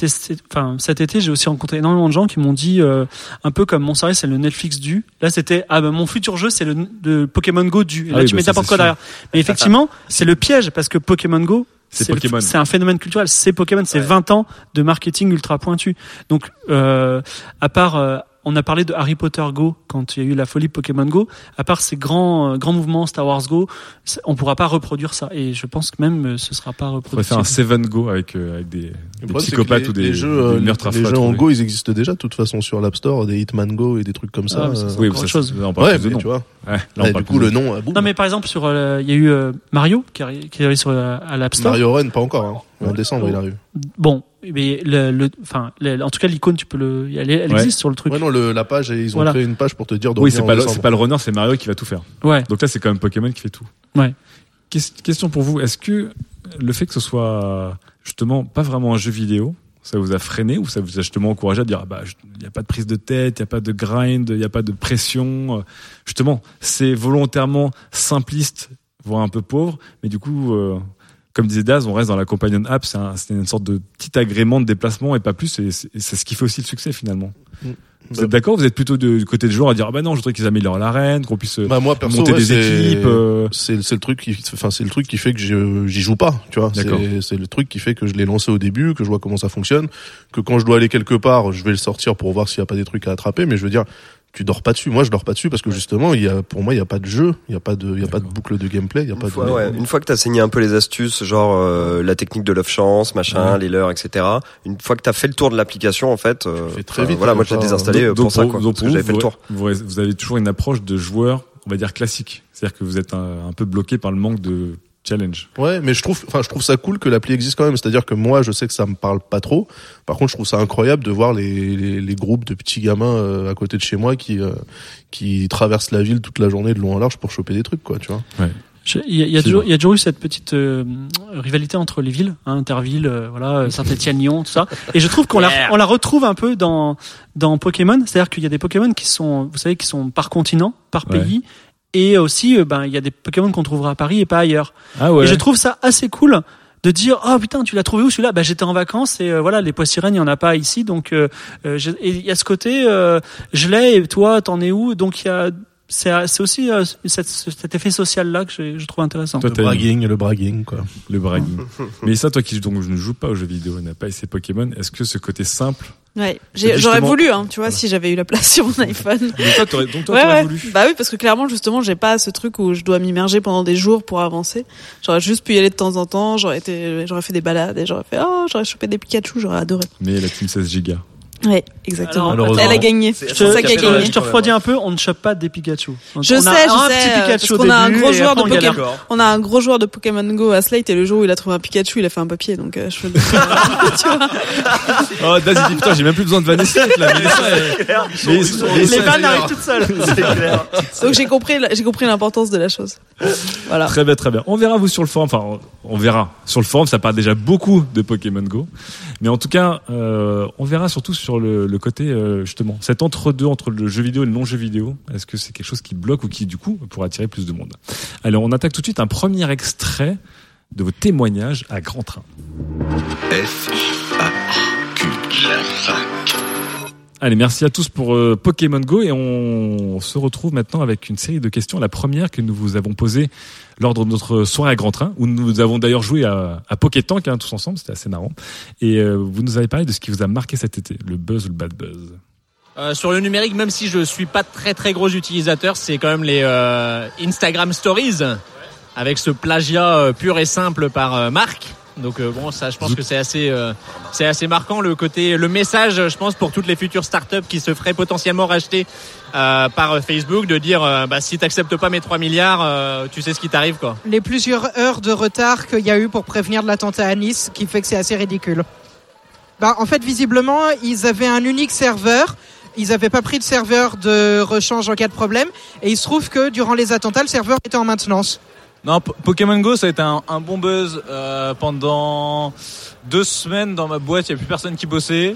cet été, j'ai aussi rencontré énormément de gens qui m'ont dit, un peu comme mon service, c'est le Netflix du. Là, c'était, mon futur jeu, c'est le Pokémon Go du. Et là, tu mets n'importe quoi derrière. Mais effectivement, c'est le piège parce que Pokémon Go, c'est un phénomène culturel. C'est Pokémon, c'est 20 ans de marketing ultra pointu. Donc, à part, on a parlé de Harry Potter Go quand il y a eu la folie Pokémon Go. À part ces grands mouvements Star Wars Go, on pourra pas reproduire ça. Et je pense que même ce sera pas reproduit. On va faire un Seven Go avec des psychopathes ou des meurtres à Les jeux en Go, ils existent déjà de toute façon sur l'App Store, des Hitman Go et des trucs comme ça. Oui, c'est autre chose. On parle de nom. Tu vois. Du coup, le nom. Non, mais par exemple sur, il y a eu Mario qui arrive sur à l'App Store. Mario Run, pas encore. Hein. En décembre, il arrive. Bon, mais en tout cas l'icône, tu peux elle existe sur le truc. Ouais, non, la page, ils ont créé une page pour te dire. Oui, c'est pas le runner, c'est Mario qui va tout faire. Ouais. Donc là, c'est quand même Pokémon qui fait tout. Ouais. Question pour vous, est-ce que le fait que ce soit justement pas vraiment un jeu vidéo, ça vous a freiné ou ça vous a justement encouragé à dire il y a pas de prise de tête, il y a pas de grind, il y a pas de pression, justement, c'est volontairement simpliste, voire un peu pauvre, mais du coup comme disait Daz, on reste dans la companion app, c'est une sorte de petit agrément de déplacement et pas plus, et c'est ce qui fait aussi le succès finalement. Vous êtes d'accord? Vous êtes plutôt du côté des joueurs à dire non, je voudrais qu'ils améliorent l'arène, qu'on puisse moi, perso, monter des équipes. C'est le truc qui fait que j'y joue pas, tu vois. C'est le truc qui fait que je l'ai lancé au début, que je vois comment ça fonctionne, que quand je dois aller quelque part, je vais le sortir pour voir s'il y a pas des trucs à attraper, mais je veux dire, tu dors pas dessus. Moi, je dors pas dessus parce que justement, pour moi, il y a pas de jeu, il y a pas de boucle de gameplay, il y a pas de. Une fois que t'as saigné un peu les astuces, genre la technique de l'off chance, machin, les leurres, etc. Une fois que t'as fait le tour de l'application, en fait, très vite. Voilà, moi, je l'ai désinstallé pour ça, quoi. Donc parce que j'avais fait le tour. Vous avez toujours une approche de joueur, on va dire classique. C'est-à-dire que vous êtes un peu bloqué par le manque de challenge. Ouais, mais je trouve ça cool que l'appli existe quand même. C'est-à-dire que moi, je sais que ça me parle pas trop. Par contre, je trouve ça incroyable de voir les groupes de petits gamins à côté de chez moi qui traversent la ville toute la journée de long en large pour choper des trucs, quoi, tu vois. Ouais. Il y a toujours eu cette petite rivalité entre les villes, Interville, Saint-Étienne-Lyon, tout ça. Et je trouve qu'on la retrouve un peu dans Pokémon. C'est-à-dire qu'il y a des Pokémon qui sont par continent, par pays. Et aussi, il y a des Pokémon qu'on trouvera à Paris et pas ailleurs. Ah ouais. Et je trouve ça assez cool de dire, oh putain, tu l'as trouvé où celui-là? J'étais en vacances et les pois sirènes, il y en a pas ici, donc et il y a ce côté, je l'ai et toi, t'en es où? Donc c'est aussi cet effet social là que je trouve intéressant. Le bragging quoi. Le bragging. Mais ça, toi qui donc je ne joue pas aux jeux vidéo, n'a pas essayé Pokémon, est-ce que ce côté simple? Ouais, j'aurais voulu, tu vois, si j'avais eu la place sur mon iPhone. Mais toi, t'aurais voulu. Bah oui, parce que clairement, justement, j'ai pas ce truc où je dois m'immerger pendant des jours pour avancer. J'aurais juste pu y aller de temps en temps, j'aurais fait des balades et j'aurais chopé des Pikachu, j'aurais adoré. Mais la team 16 gigas. Ouais, exactement. Alors, elle a gagné. C'est ça qui a gagné. Je te refroidis un peu, on ne chope pas des Pikachu. Je sais, parce qu'on a un gros joueur de Pokémon. On a un gros joueur de Pokémon Go à Slate et le jour où il a trouvé un Pikachu, il a fait un papier, donc je peux tu vois. Oh, Daz, il dit putain, j'ai même plus besoin de Vanessa, là. Les vannes arrivent toutes seules. C'est clair. Donc j'ai compris l'importance de la chose. Voilà. Très bien, très bien. On verra vous sur le forum, on verra. Sur le forum, ça parle déjà beaucoup de Pokémon Go. Mais en tout cas, on verra surtout sur le côté, justement, cet entre-deux entre le jeu vidéo et le non-jeu vidéo. Est-ce que c'est quelque chose qui bloque ou qui, du coup, pourrait attirer plus de monde? Alors, on attaque tout de suite un premier extrait de vos témoignages à grand train. Allez, merci à tous pour Pokémon Go et on se retrouve maintenant avec une série de questions. La première que nous vous avons posée lors de notre soirée à Grand Train, où nous avons d'ailleurs joué à Pokétank tous ensemble, c'était assez marrant. Et vous nous avez parlé de ce qui vous a marqué cet été, le buzz ou le bad buzz. Sur le numérique, même si je suis pas très très gros utilisateur, c'est quand même les Instagram Stories, avec ce plagiat pur et simple par Marc. Donc bon, ça, je pense que c'est assez marquant le message, je pense, pour toutes les futures startups qui se feraient potentiellement racheter par Facebook, de dire si t'acceptes pas mes 3 milliards, tu sais ce qui t'arrive, quoi. Les plusieurs heures de retard qu'il y a eu pour prévenir de l'attentat à Nice, qui fait que c'est assez ridicule. En fait, visiblement, ils avaient un unique serveur. Ils n'avaient pas pris de serveur de rechange en cas de problème, et il se trouve que durant les attentats, le serveur était en maintenance. Non, Pokémon Go, ça a été un bon buzz pendant 2 semaines dans ma boîte. Il n'y a plus personne qui bossait.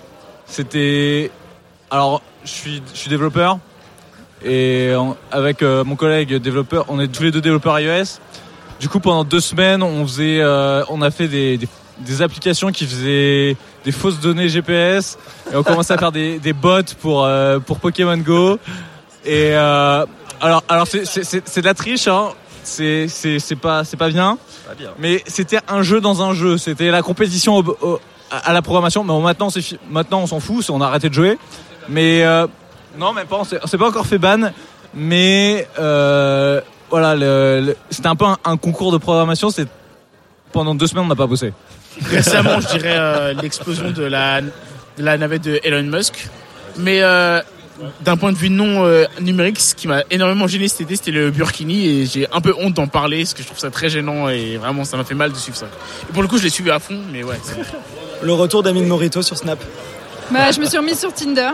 Alors, je suis développeur et avec mon collègue développeur, on est tous les deux développeurs iOS. Du coup, pendant 2 semaines, on a fait des applications qui faisaient des fausses données GPS et on commençait à faire des bots pour Pokémon Go. Et alors c'est de la triche, hein. C'est pas bien, mais c'était un jeu dans un jeu. C'était la compétition à la programmation. Mais maintenant on s'en fout, on a arrêté de jouer. Mais non, même pas. On s'est pas encore fait ban. Mais voilà, c'était un peu un concours de programmation. Pendant 2 semaines on n'a pas bossé. Récemment, je dirais l'explosion de la navette de Elon Musk. Mais d'un point de vue non numérique, ce qui m'a énormément gêné cet été, c'était le Burkini, et j'ai un peu honte d'en parler parce que je trouve ça très gênant et vraiment ça m'a fait mal de suivre ça. Et pour le coup, je l'ai suivi à fond, mais ouais. Le retour d'Amine Morito sur Snap. Je me suis remise sur Tinder.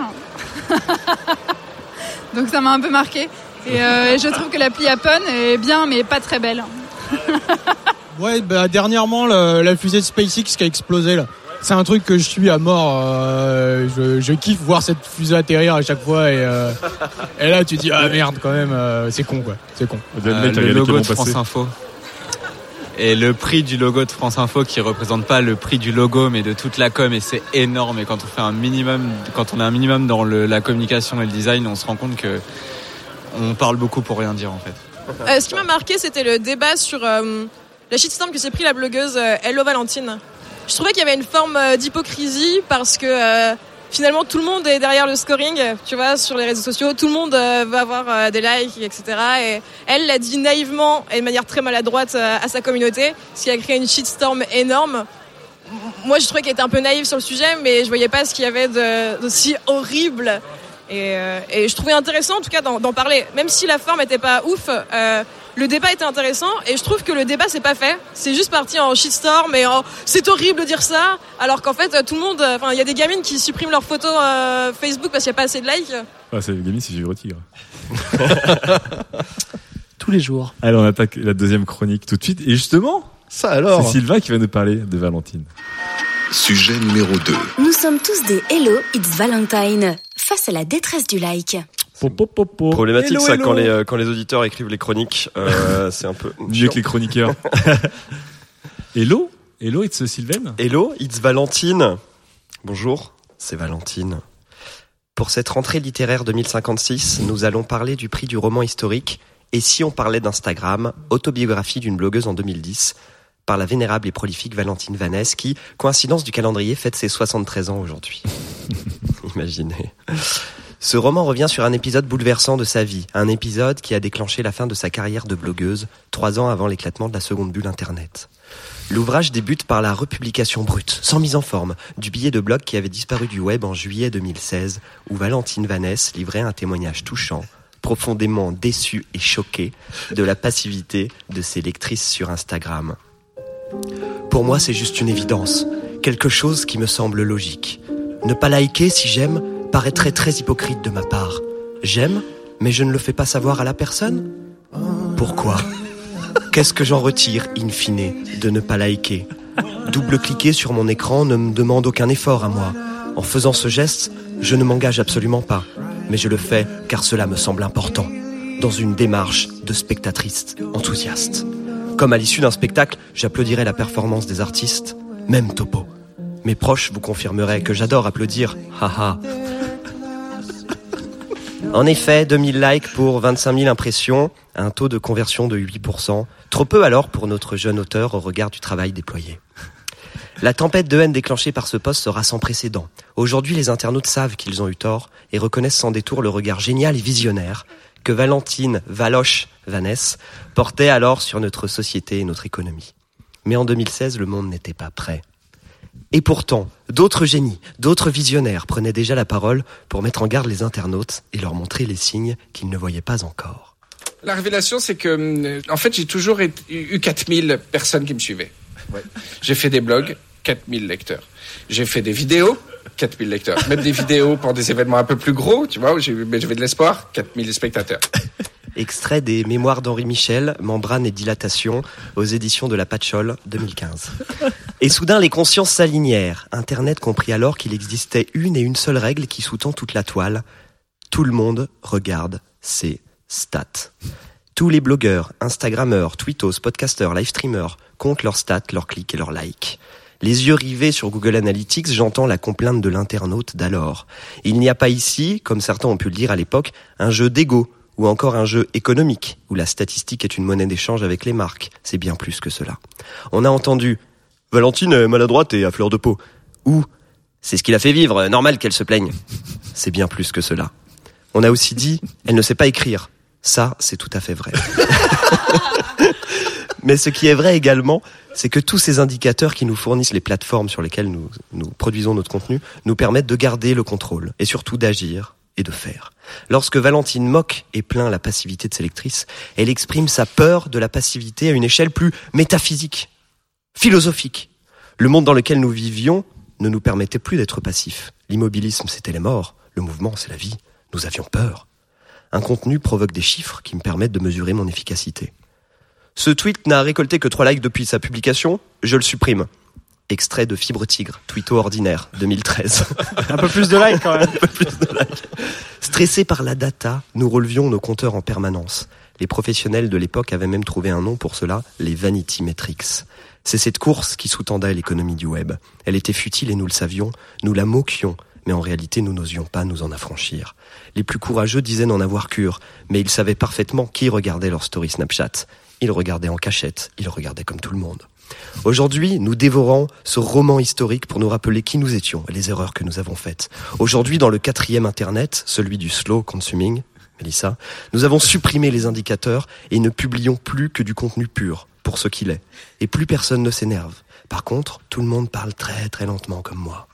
Donc ça m'a un peu marqué. Et je trouve que l'appli Happen est bien, mais pas très belle. Ouais, dernièrement, la fusée de SpaceX qui a explosé là. C'est un truc que je suis à mort. Je kiffe voir cette fusée atterrir à chaque fois et là tu te dis merde quand même, c'est con quoi, c'est con. Le logo de France Info et le prix du logo de France Info qui représente pas le prix du logo mais de toute la com, et c'est énorme. Et quand on fait un minimum dans la communication et le design, on se rend compte que on parle beaucoup pour rien dire en fait. Ce qui m'a marqué, c'était le débat sur la shitstorm que s'est pris la blogueuse Hello Valentine. Je trouvais qu'il y avait une forme d'hypocrisie parce que finalement tout le monde est derrière le scoring, tu vois, sur les réseaux sociaux. Tout le monde veut avoir des likes, etc. Et elle l'a dit naïvement et de manière très maladroite à sa communauté, ce qui a créé une shitstorm énorme. Moi, je trouvais qu'elle était un peu naïve sur le sujet, mais je voyais pas ce qu'il y avait d'aussi horrible. Et je trouvais intéressant, en tout cas, d'en parler. Même si la forme était pas ouf, le débat était intéressant, et je trouve que le débat c'est pas fait. C'est juste parti en shitstorm et c'est horrible de dire ça, alors qu'en fait tout le monde, il y a des gamines qui suppriment leurs photos Facebook parce qu'il n'y a pas assez de likes. C'est les gamines, c'est Vivre Tigre. Tous les jours. Allez, on attaque la deuxième chronique tout de suite. Et justement, ça alors, c'est Sylvain qui va nous parler de Valentine. Sujet numéro 2. Nous sommes tous des Hello, it's Valentine. Face à la détresse du like. Problématique hello, ça hello. Quand les auditeurs écrivent les chroniques, c'est un peu mieux que les chroniqueurs. Hello, it's Sylvain. Hello, it's Valentine. Bonjour, c'est Valentine. Pour cette rentrée littéraire 2056, nous allons parler du prix du roman historique Et si on parlait d'Instagram, autobiographie d'une blogueuse en 2010 par la vénérable et prolifique Valentine Vanesse qui, coïncidence du calendrier, fête ses 73 ans aujourd'hui. Imaginez. Ce roman revient sur un épisode bouleversant de sa vie, un épisode qui a déclenché la fin de sa carrière de blogueuse, 3 ans avant l'éclatement de la seconde bulle Internet. L'ouvrage débute par la republication brute, sans mise en forme, du billet de blog qui avait disparu du web en juillet 2016, où Valentine Vanesse livrait un témoignage touchant, profondément déçue et choquée de la passivité de ses lectrices sur Instagram. Pour moi, c'est juste une évidence, quelque chose qui me semble logique. Ne pas liker si j'aime paraîtrait très hypocrite de ma part. J'aime, mais je ne le fais pas savoir à la personne ? Pourquoi ? Qu'est-ce que j'en retire, in fine, de ne pas liker ? Double-cliquer sur mon écran ne me demande aucun effort à moi. En faisant ce geste, Je ne m'engage absolument pas, mais je le fais car cela me semble important, dans une démarche de spectatrice enthousiaste. Comme à l'issue d'un spectacle, j'applaudirai la performance des artistes, même topo. Mes proches vous confirmeraient que j'adore applaudir, haha. En effet, 2000 likes pour 25 000 impressions, un taux de conversion de 8%, trop peu alors pour notre jeune auteur au regard du travail déployé. La tempête de haine déclenchée par ce post sera sans précédent. Aujourd'hui, les internautes savent qu'ils ont eu tort et reconnaissent sans détour le regard génial et visionnaire que Valentine Valoche-Vanesse portait alors sur notre société et notre économie. Mais en 2016, le monde n'était pas prêt. Et pourtant, d'autres génies, d'autres visionnaires prenaient déjà la parole pour mettre en garde les internautes et leur montrer les signes qu'ils ne voyaient pas encore. La révélation, c'est que, en fait, j'ai toujours eu 4000 personnes qui me suivaient. Ouais. J'ai fait des blogs, 4000 lecteurs. J'ai fait des vidéos, 4000 lecteurs. Même des vidéos pour des événements un peu plus gros, tu vois, où j'avais de l'espoir, 4000 spectateurs. Extrait des Mémoires d'Henri Michel, Membrane et dilatation, aux éditions de la Patchole, 2015. Et soudain, les consciences s'alignèrent. Internet comprit alors qu'il existait une et une seule règle qui sous-tend toute la toile. Tout le monde regarde ses stats. Tous les blogueurs, Instagrammeurs, tweetos, podcasteurs, livestreamers comptent leurs stats, leurs clics et leurs likes. Les yeux rivés sur Google Analytics, j'entends la complainte de l'internaute d'alors. Il n'y a pas ici, comme certains ont pu le dire à l'époque, un jeu d'ego ou encore un jeu économique où la statistique est une monnaie d'échange avec les marques. C'est bien plus que cela. On a entendu « Valentine est maladroite et à fleur de peau » ou « C'est ce qui la fait vivre, normal qu'elle se plaigne ». C'est bien plus que cela. On a aussi dit « Elle ne sait pas écrire ». Ça, c'est tout à fait vrai. Mais ce qui est vrai également, c'est que tous ces indicateurs qui nous fournissent les plateformes sur lesquelles nous produisons notre contenu nous permettent de garder le contrôle et surtout d'agir et de faire. Lorsque Valentine moque et plaint la passivité de ses lectrices, elle exprime sa peur de la passivité à une échelle plus métaphysique, philosophique. Le monde dans lequel nous vivions ne nous permettait plus d'être passifs. L'immobilisme, c'était les morts. Le mouvement, c'est la vie. Nous avions peur. Un contenu provoque des chiffres qui me permettent de mesurer mon efficacité. Ce tweet n'a récolté que 3 likes depuis sa publication, je le supprime. Extrait de Fibre Tigre, tweeto ordinaire, 2013. Un peu plus de likes quand même. Un peu plus de likes. Stressés par la data, nous relevions nos compteurs en permanence. Les professionnels de l'époque avaient même trouvé un nom pour cela, les Vanity Metrics. C'est cette course qui sous-tendait l'économie du web. Elle était futile et nous le savions, nous la moquions, mais en réalité nous n'osions pas nous en affranchir. Les plus courageux disaient n'en avoir cure, mais ils savaient parfaitement qui regardait leur story Snapchat. Ils regardaient en cachette, ils regardaient comme tout le monde. Aujourd'hui, nous dévorons ce roman historique pour nous rappeler qui nous étions et les erreurs que nous avons faites. Aujourd'hui, dans le 4e Internet, celui du slow consuming, Mélissa, nous avons supprimé les indicateurs et ne publions plus que du contenu pur, pour ce qu'il est. Et plus personne ne s'énerve. Par contre, tout le monde parle très très lentement comme moi.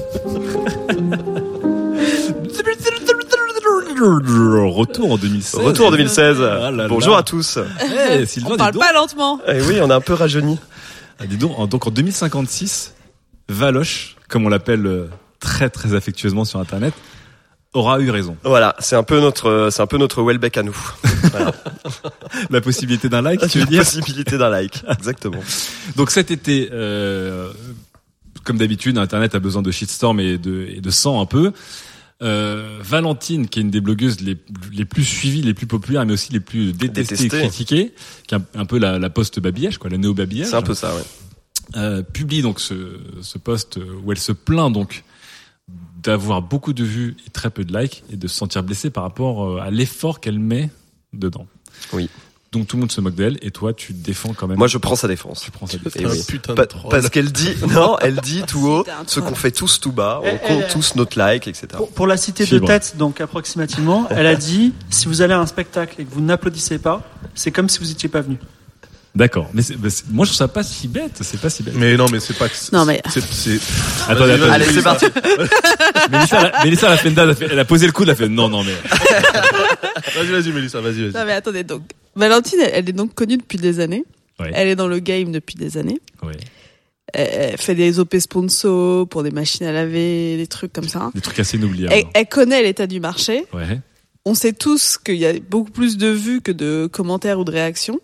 Retour en 2016. Retour en 2016. Ah là Bonjour là. à tous. Hey, Sylvain, On parle pas lentement. Eh oui, on a un peu rajeuni. Ah, dis donc en 2056, Valoche, comme on l'appelle très très affectueusement sur Internet, aura eu raison. Voilà, c'est un peu notre Welbeck à nous. Voilà. La possibilité d'un like, tu veux dire? La possibilité d'un like, exactement. Donc cet été, comme d'habitude, Internet a besoin de shitstorm et de sang un peu. Valentine, qui est une des blogueuses les plus suivies, les plus populaires, mais aussi les plus détestées et critiquées, qui est un peu la post-babillage, quoi, la néo-babillage. C'est un peu ça, ouais. Publie donc ce post où elle se plaint donc d'avoir beaucoup de vues et très peu de likes et de se sentir blessée par rapport à l'effort qu'elle met dedans. Oui. Donc tout le monde se moque d'elle et toi tu défends quand même. Moi je prends sa défense. Tu prends sa défense. Et oui. Putain de troll. Parce qu'elle dit, non, elle dit tout haut, ce qu'on fait tous tout bas, on compte tous notre like, etc. Pour la citer de tête, donc approximativement, elle a dit, si vous allez à un spectacle et que vous n'applaudissez pas, c'est comme si vous n'étiez pas venu. D'accord, mais moi je trouve ça pas si bête, c'est pas si bête. Mais non, mais c'est pas que non mais attendez, allez, c'est parti. Mélissa elle a fait une date, elle a posé le coude, elle a fait non mais vas-y Mélissa, vas-y. Non mais attendez, donc Valentine elle est donc connue depuis des années. Ouais. Elle est dans le game depuis des années. Ouais. Elle fait des OP sponsors pour des machines à laver, des trucs comme ça. Des trucs assez inoubliables. Elle connaît l'état du marché. Ouais. On sait tous qu'il y a beaucoup plus de vues que de commentaires ou de réactions.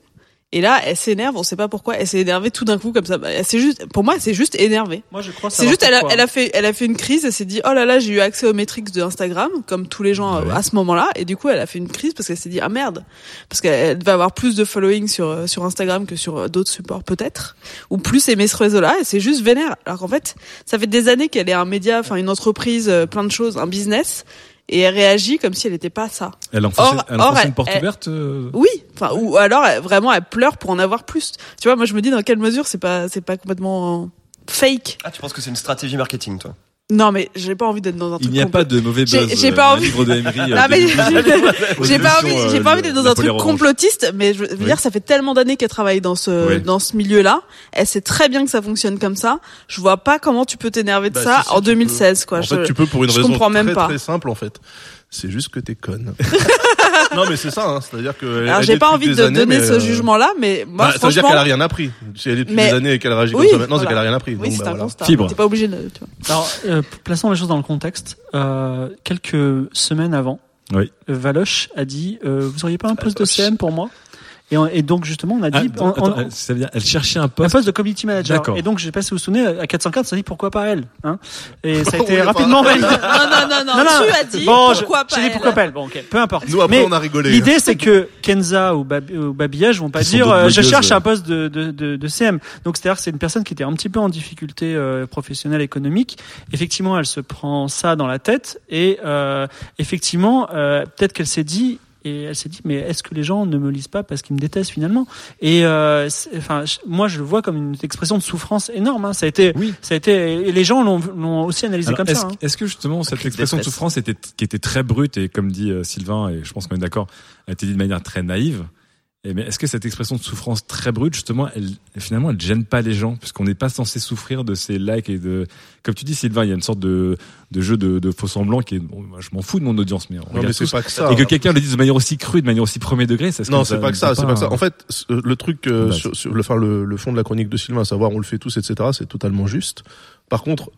Et là, elle s'énerve, on sait pas pourquoi, elle s'est énervée tout d'un coup comme ça. Pour moi, elle s'est juste énervée. Moi, je crois. C'est juste, elle a fait une crise, elle s'est dit, oh là là, j'ai eu accès aux métriques de Instagram, comme tous les gens à ce moment-là, et du coup, elle a fait une crise parce qu'elle s'est dit, ah merde, parce qu'elle devait avoir plus de following sur Instagram que sur d'autres supports peut-être, ou plus aimer ce réseau-là, et c'est juste vénère. Alors qu'en fait, ça fait des années qu'elle est un média, enfin une entreprise, plein de choses, un business. Et elle réagit comme si elle n'était pas ça. Elle enfonce une porte ouverte. Oui, enfin ou alors vraiment elle pleure pour en avoir plus. Tu vois, moi je me dis dans quelle mesure c'est pas complètement fake. Ah, tu penses que c'est une stratégie marketing, toi? Non, mais j'ai pas envie d'être dans un truc. Il n'y a pas de mauvais buzz. J'ai pas envie. Livre de Emery. Non, mais j'ai pas envie d'être dans un truc complotiste, mais je veux dire, ça fait tellement d'années qu'elle travaille dans ce milieu-là. Elle sait très bien que ça fonctionne comme ça. Je vois pas comment tu peux t'énerver de ça en 2016, quoi. En fait, tu peux pour une raison très simple, en fait. C'est juste que t'es conne. Non, mais c'est ça, hein. C'est-à-dire que. Alors, j'ai pas envie de donner ce jugement-là, mais moi, ça veut dire qu'elle a rien appris. Si elle est depuis des années et qu'elle réagit comme ça maintenant, c'est qu'elle a rien appris. Oui, c'est un constat. Fibre. T'es pas obligé de, tu vois. Alors, plaçons les choses dans le contexte. Quelques semaines avant, Valoche a dit, vous auriez pas un poste de CM pour moi? Et donc justement on a dit ça veut dire elle cherchait un poste de community manager. D'accord. Et donc je sais pas si vous vous souvenez, à 404 on s'est dit pourquoi pas elle, hein. Et ça a été rapidement validé. Non, tu as dit pourquoi pas elle. J'ai dit pourquoi pas elle. Bon, OK, peu importe. Nous après on a rigolé. L'idée c'est que Kenza ou Babillage vont pas dire je cherche un poste de CM. Donc c'est-à-dire que c'est une personne qui était un petit peu en difficulté professionnelle économique. Effectivement, elle se prend ça dans la tête et effectivement peut-être qu'elle s'est dit mais est-ce que les gens ne me lisent pas parce qu'ils me détestent finalement? Et moi je le vois comme une expression de souffrance énorme, hein. Ça a été et les gens l'ont aussi analysé comme ça. Est-ce que justement cette expression de souffrance qui était très brute et comme dit Sylvain, et je pense qu'on est d'accord, a été dit de manière très naïve. Mais est-ce que cette expression de souffrance très brute, justement, elle gêne pas les gens, puisqu'on n'est pas censé souffrir de ces likes et comme tu dis, Sylvain, il y a une sorte de jeu de faux semblant qui est, moi, je m'en fous de mon audience, mais c'est pas que ça. Et que quelqu'un le dise de manière aussi crue, de manière aussi premier degré, c'est pas que ça. En fait, le truc, sur le fond de la chronique de Sylvain, à savoir, on le fait tous, etc., c'est totalement juste. Par contre,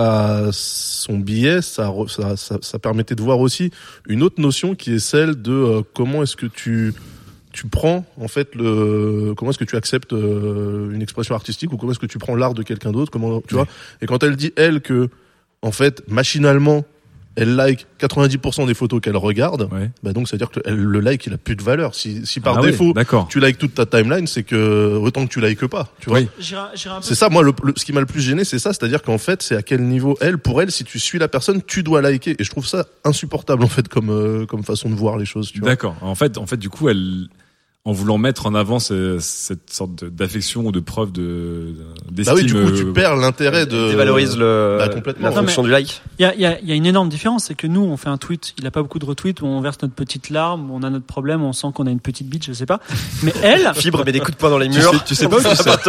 son billet, ça permettait de voir aussi une autre notion qui est celle de comment est-ce que tu prends en fait comment est-ce que tu acceptes une expression artistique ou comment est-ce que tu prends l'art de quelqu'un d'autre, comment tu vois. Et quand elle dit que en fait machinalement elle like 90% des photos qu'elle regarde, bah donc ça veut dire que le like il a plus de valeur. Si par défaut tu likes toute ta timeline, c'est que autant que tu likes pas, tu vois. C'est ça, moi ce qui m'a le plus gêné, c'est ça, c'est-à-dire qu'en fait c'est à quel niveau pour elle si tu suis la personne tu dois liker, et je trouve ça insupportable en fait comme façon de voir les choses, tu vois. D'accord. En fait du coup en voulant mettre en avant cette sorte d'affection ou de preuve d'estime. Ah oui, du coup, tu perds l'intérêt dévalorise la fonction du like. Il y a une énorme différence, c'est que nous, on fait un tweet, il a pas beaucoup de retweets, où on verse notre petite larme, où on a notre problème, on sent qu'on a une petite bite, je sais pas. Mais elle. Fibre met des coups de poing dans les murs. Tu sais pas où tu sais.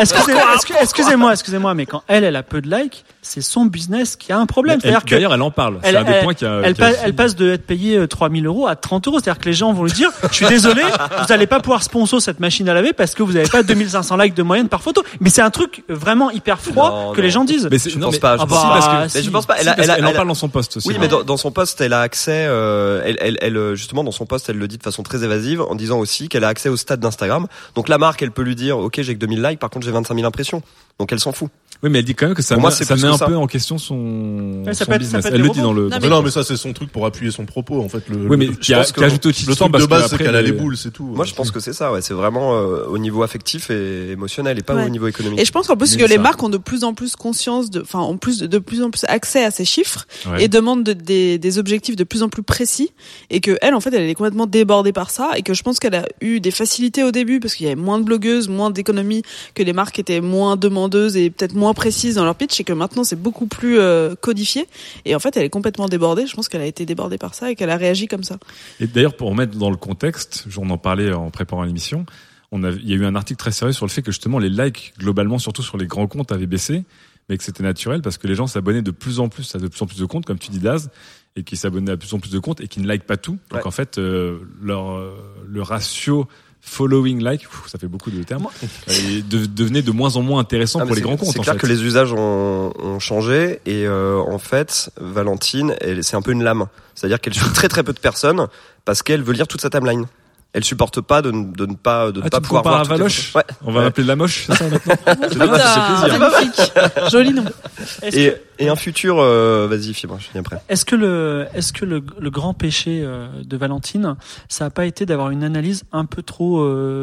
Excusez-moi, mais quand elle a peu de likes, c'est son business qui a un problème. D'ailleurs, elle en parle. C'est un des points elle passe de être payée 3 000 € à 30 €. C'est-à-dire que les gens vont lui dire, je suis désolé, vous allez pas pouvoir sponsor cette machine à laver parce que vous avez pas 2500 likes de moyenne par photo. Mais c'est un truc vraiment hyper froid que les gens disent. Mais je pense pas. Je pense pas. Elle en parle dans son post aussi. Oui, mais dans son post, elle a accès. Elle justement dans son post, elle le dit de façon très évasive en disant aussi qu'elle a accès au stade d'Instagram. Donc la marque, elle peut lui dire, ok, j'ai que 2000 likes, par contre j'ai 25 000 impressions. Donc elle s'en fout. Oui, mais elle dit quand même que ça met un peu en question son business. Elle le dit dans le. Non, mais ça c'est son truc pour appuyer son propos en fait. Oui, mais qui ajoute au-dessus le truc de base, c'est qu'elle a les boules, c'est tout. Moi, je pense que c'est ça. Ouais, c'est vraiment au niveau affectif et émotionnel et pas au niveau économique. Et je pense qu'en plus que les marques ont de plus en plus conscience ont de plus en plus accès à ces chiffres et demandent des objectifs de plus en plus précis, et que elle en fait elle est complètement débordée par ça, et que je pense qu'elle a eu des facilités au début parce qu'il y avait moins de blogueuses, moins d'économies, que les marques étaient moins demandeuses et peut-être moins précises dans leur pitch, et que maintenant c'est beaucoup plus codifié, et en fait elle est complètement débordée. Je pense qu'elle a été débordée par ça et qu'elle a réagi comme ça. Et d'ailleurs, pour remettre dans le contexte, on en parlait en préparant l'émission, il y a eu un article très sérieux sur le fait que justement les likes globalement, surtout sur les grands comptes, avaient baissé, mais que c'était naturel parce que les gens s'abonnaient de plus en plus à de plus en plus de comptes, comme tu dis Daz, et qui s'abonnaient à de plus en plus de comptes et qui ne likent pas tout. Donc en fait le ratio following like, ça fait beaucoup de termes, devenait de moins en moins intéressant pour les grands comptes. C'est clair que les usages ont changé, et en fait Valentine, c'est un peu une lame, c'est-à-dire qu'elle suit très très peu de personnes parce qu'elle veut lire toute sa timeline. Elle supporte pas de ne pas pouvoir voir à Valoche. Ouais. On va l'appeler la moche, c'est ça maintenant. C'est bien, ça fait plaisir. Magnifique. Joli nom. Et un futur, vas-y Fibre, je viens après. Est-ce que le grand péché de Valentine, ça a pas été d'avoir une analyse un peu trop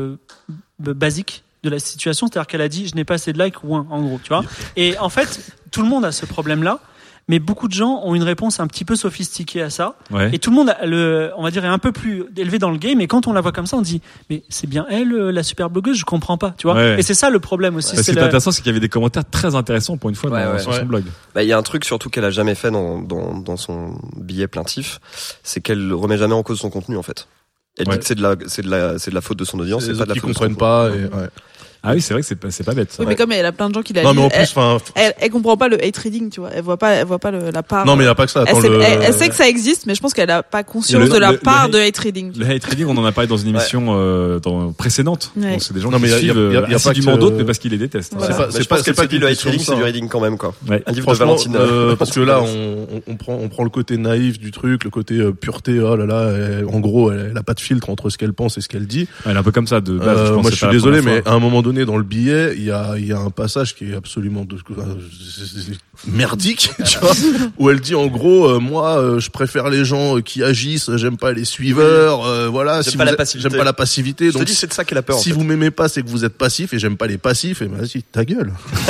basique de la situation, c'est-à-dire qu'elle a dit je n'ai pas assez de likes ou en gros, tu vois. Et en fait, tout le monde a ce problème-là. Mais beaucoup de gens ont une réponse un petit peu sophistiquée à ça. Ouais. Et tout le monde, on va dire, est un peu plus élevé dans le game. Et quand on la voit comme ça, on dit, mais c'est bien elle, la super blogueuse, je comprends pas, tu vois. Ouais. Et c'est ça le problème aussi. Ce qui est intéressant, c'est qu'il y avait des commentaires très intéressants pour une fois sur son blog. Il y a un truc surtout qu'elle a jamais fait dans son billet plaintif, c'est qu'elle remet jamais en cause son contenu, en fait. Elle dit que c'est de la faute de son audience, c'est pas de la faute de son comprennent pas. Ah oui, c'est vrai que c'est pas bête. Ça. Oui, mais comme elle a plein de gens qui la lisent, mais en plus, elle comprend pas le hate reading, tu vois. Elle voit pas la part. Non, mais il y a pas que ça. Elle sait que ça existe, mais je pense qu'elle a pas conscience de la part de hate reading. Le hate reading, on en a parlé dans une émission précédente. Ouais. Donc c'est des gens qui suivent assidûment d'autres, mais parce qu'ils les détestent. Voilà. C'est pas que le hate reading, c'est du reading quand même, quoi. Ouais. Un livre de Valentine. Parce que là, on prend le côté naïf du truc, le côté pureté. Oh là là, en gros, elle a pas de filtre entre ce qu'elle pense et ce qu'elle dit. Elle est un peu comme ça de base. Moi, je suis désolé, mais à un moment donné, dans le billet, il y a un passage qui est absolument merdique, tu vois, où elle dit en gros, moi, je préfère les gens qui agissent, j'aime pas les suiveurs, voilà. J'aime pas la passivité. Donc, je te dis, c'est de ça qu'elle a peur. Si vous m'aimez pas, c'est que vous êtes passif, et j'aime pas les passifs, et vas-y, ta gueule.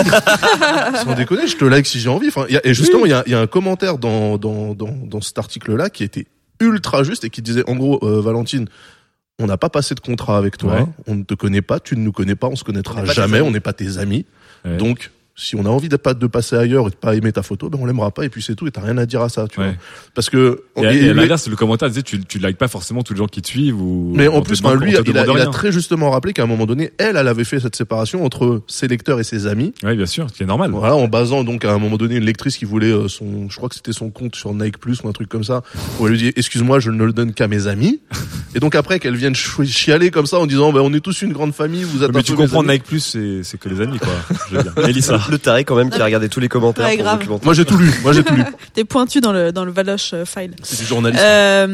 Sans déconner, je te like si j'ai envie. Enfin, et justement, il y a un commentaire dans cet article-là qui était ultra juste et qui disait en gros, Valentine, on n'a pas passé de contrat avec toi, on ne te connaît pas, tu ne nous connais pas, on se connaîtra jamais, on n'est pas tes amis. Ouais. Donc, si on a envie de passer ailleurs et de pas aimer ta photo, ben on l'aimera pas et puis c'est tout et t'as rien à dire à ça, tu vois. Parce que et à l'inverse, le commentaire disait tu likes pas forcément tous les gens qui te suivent ou. Mais en plus, lui, il a très justement rappelé qu'à un moment donné, elle avait fait cette séparation entre ses lecteurs et ses amis. Oui, bien sûr, ce qui est normal. Voilà, en basant donc à un moment donné une lectrice qui voulait je crois que c'était son compte sur Nike Plus ou un truc comme ça, où elle lui dit excuse-moi, je ne le donne qu'à mes amis. Et donc après qu'elle vienne chialer comme ça en disant on est tous une grande famille, vous êtes. Mais tu comprends, Nike Plus c'est que les amis quoi. Je veux dire. Mélissa. Le taré quand même qui a regardé tous les commentaires. Ouais, grave. Moi j'ai tout lu. T'es pointu dans le Valoche file. C'est du journalisme.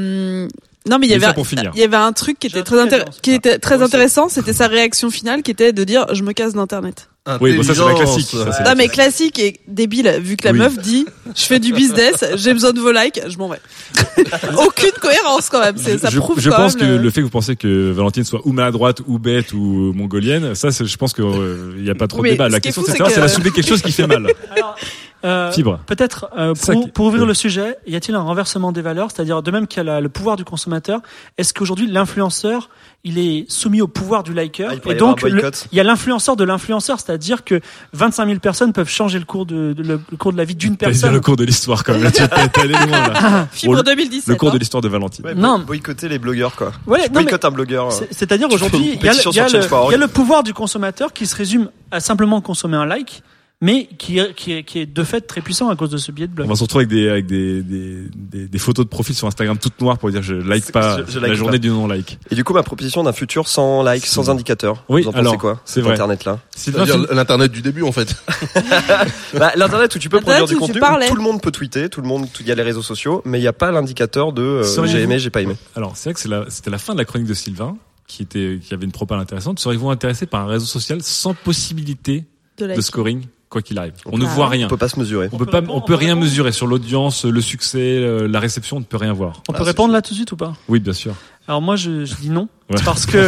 Non mais il y avait un truc qui était très intéressant, c'était sa réaction finale qui était de dire je me casse d'internet. Oui, bon, ça c'est la classique. Non mais classique et débile vu que la meuf dit je fais du business, j'ai besoin de vos likes, je m'en vais. Aucune cohérence quand même, ça prouve je quand pense même que le fait que vous pensez que Valentine soit ou maladroite ou bête ou mongolienne, ça je pense que il y a pas trop de débat. La question c'est elle a soulevé quelque chose qui fait mal. Alors, Fibre. Peut-être pour ouvrir le sujet, y a-t-il un renversement des valeurs, c'est-à-dire de même qu'il y a le pouvoir du consommateur, est-ce qu'aujourd'hui l'influenceur il est soumis au pouvoir du liker et donc il y a l'influenceur de l'influenceur, c'est-à-dire que 25 000 personnes peuvent changer le cours de la vie d'une personne. C'est le cours de l'histoire quand même. Là, tu es allé loin là. Fibre 2017. Le cours de l'histoire de Valentine. Ouais, non, boycotter les blogueurs quoi. Ouais, boycotte un blogueur. C'est-à-dire aujourd'hui il y a le pouvoir du consommateur qui se résume à simplement consommer un like. Mais qui est de fait très puissant à cause de ce biais de blog. On va se retrouver avec des photos de profil sur Instagram toutes noires pour dire je like pas la journée du non-like. Et du coup, ma proposition d'un futur sans like, sans indicateur. Oui, vous en pensez quoi? C'est vrai. Internet là. C'est-à-dire l'internet du début en fait. L'internet où tu peux produire du contenu, où tout le monde peut tweeter, il y a les réseaux sociaux, mais il n'y a pas l'indicateur de j'ai aimé, j'ai pas aimé. Alors c'est vrai que c'était la fin de la chronique de Sylvain qui avait une propale intéressante. Seriez-vous intéressé par un réseau social sans possibilité de scoring? Quoi qu'il arrive, on ne voit rien. On peut pas se mesurer. On peut rien mesurer sur l'audience, le succès, la réception. On ne peut rien voir. On peut répondre là tout de suite ou pas? Oui, bien sûr. Alors moi je dis non parce que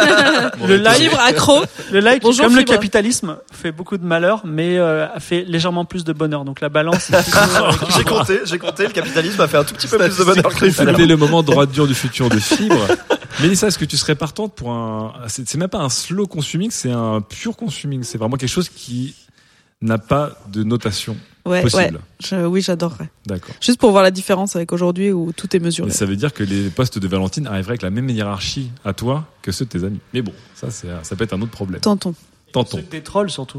le like Bonjour, comme le capitalisme fait beaucoup de malheur mais a fait légèrement plus de bonheur, donc la balance j'ai compté le capitalisme a fait un tout petit peu plus de bonheur. C'était le moment droit dur du futur de Fibre. Mélissa, est-ce que tu serais partante pour c'est même pas un slow consuming, c'est un pure consuming, c'est vraiment quelque chose qui n'a pas de notation possible. Oui, j'adorerais. D'accord. Juste pour voir la différence avec aujourd'hui où tout est mesuré. Et ça veut dire que les posts de Valentine arriveraient avec la même hiérarchie à toi que ceux de tes amis. Mais bon, ça peut être un autre problème. Tentons. Des trolls surtout.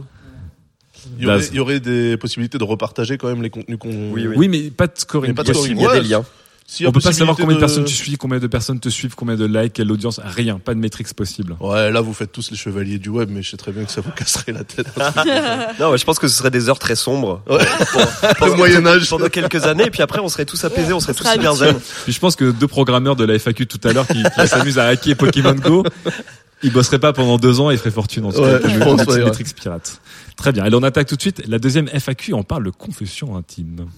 Il y aurait des possibilités de repartager quand même les contenus qu'on. Oui, mais pas de scoring. Il y a des liens. On peut pas savoir combien de personnes tu suis, combien de personnes te suivent, combien de likes, quelle audience, rien, pas de métriques possible. Ouais, là vous faites tous les chevaliers du web, mais je sais très bien que ça vous casserait la tête. Non, mais je pense que ce serait des heures très sombres. Ouais. Le Moyen-Âge. Pendant quelques années, et puis après on serait tous apaisés, on serait tous bien zen. Puis je pense que 2 programmeurs de la FAQ tout à l'heure qui s'amusent à hacker Pokémon Go, ils bosseraient pas pendant 2 ans et ils feraient fortune en ce cas. Je pense, ouais. Métriques pirates. Très bien. Et là, on attaque tout de suite la deuxième FAQ. On parle de confession intime.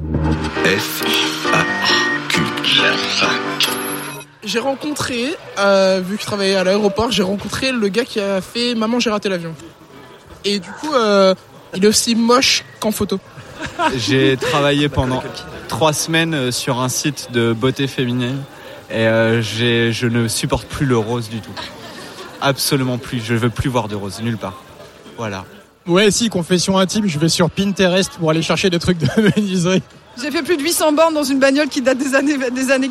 J'ai rencontré, vu que je travaillais à l'aéroport, j'ai rencontré le gars qui a fait Maman, j'ai raté l'avion. Et du coup, il est aussi moche qu'en photo. J'ai travaillé pendant 3 semaines sur un site de beauté féminine et je ne supporte plus le rose du tout. Absolument plus. Je veux plus voir de rose nulle part. Voilà. Ouais, si, confession intime, je vais sur Pinterest pour aller chercher des trucs de menuiserie. J'ai fait plus de 800 bornes dans une bagnole qui date des années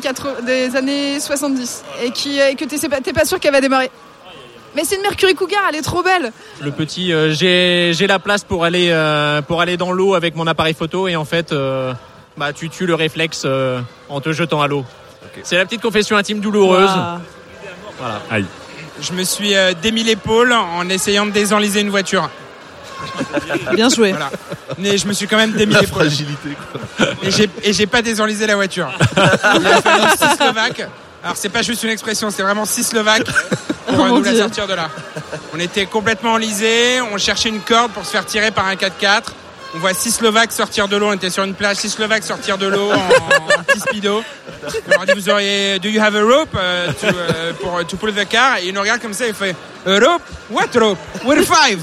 70 et que t'es pas sûr qu'elle va démarrer. Mais c'est une Mercury Cougar, elle est trop belle. Le petit, j'ai la place pour aller dans l'eau avec mon appareil photo et en fait, tu tues le réflexe en te jetant à l'eau. Okay. C'est la petite confession intime douloureuse. Wow. Voilà. Aïe. Je me suis démis l'épaule en essayant de désenliser une voiture. Bien joué. Voilà. Mais je me suis quand même démis l'épaule. Fragilité, quoi. Et j'ai pas désenlisé la voiture. Il a fallu 6 Slovaques. Alors c'est pas juste une expression, c'est vraiment 6 Slovaques pour nous la sortir de là. On était complètement enlisés, on cherchait une corde pour se faire tirer par un 4x4. On voit 6 Slovaques sortir de l'eau, on était sur une plage, 6 Slovaques sortir de l'eau en petit speedo. On leur dit, vous auriez, do you have a rope to pull the car? Et il nous regarde comme ça, il fait, a rope? What rope? We're 5!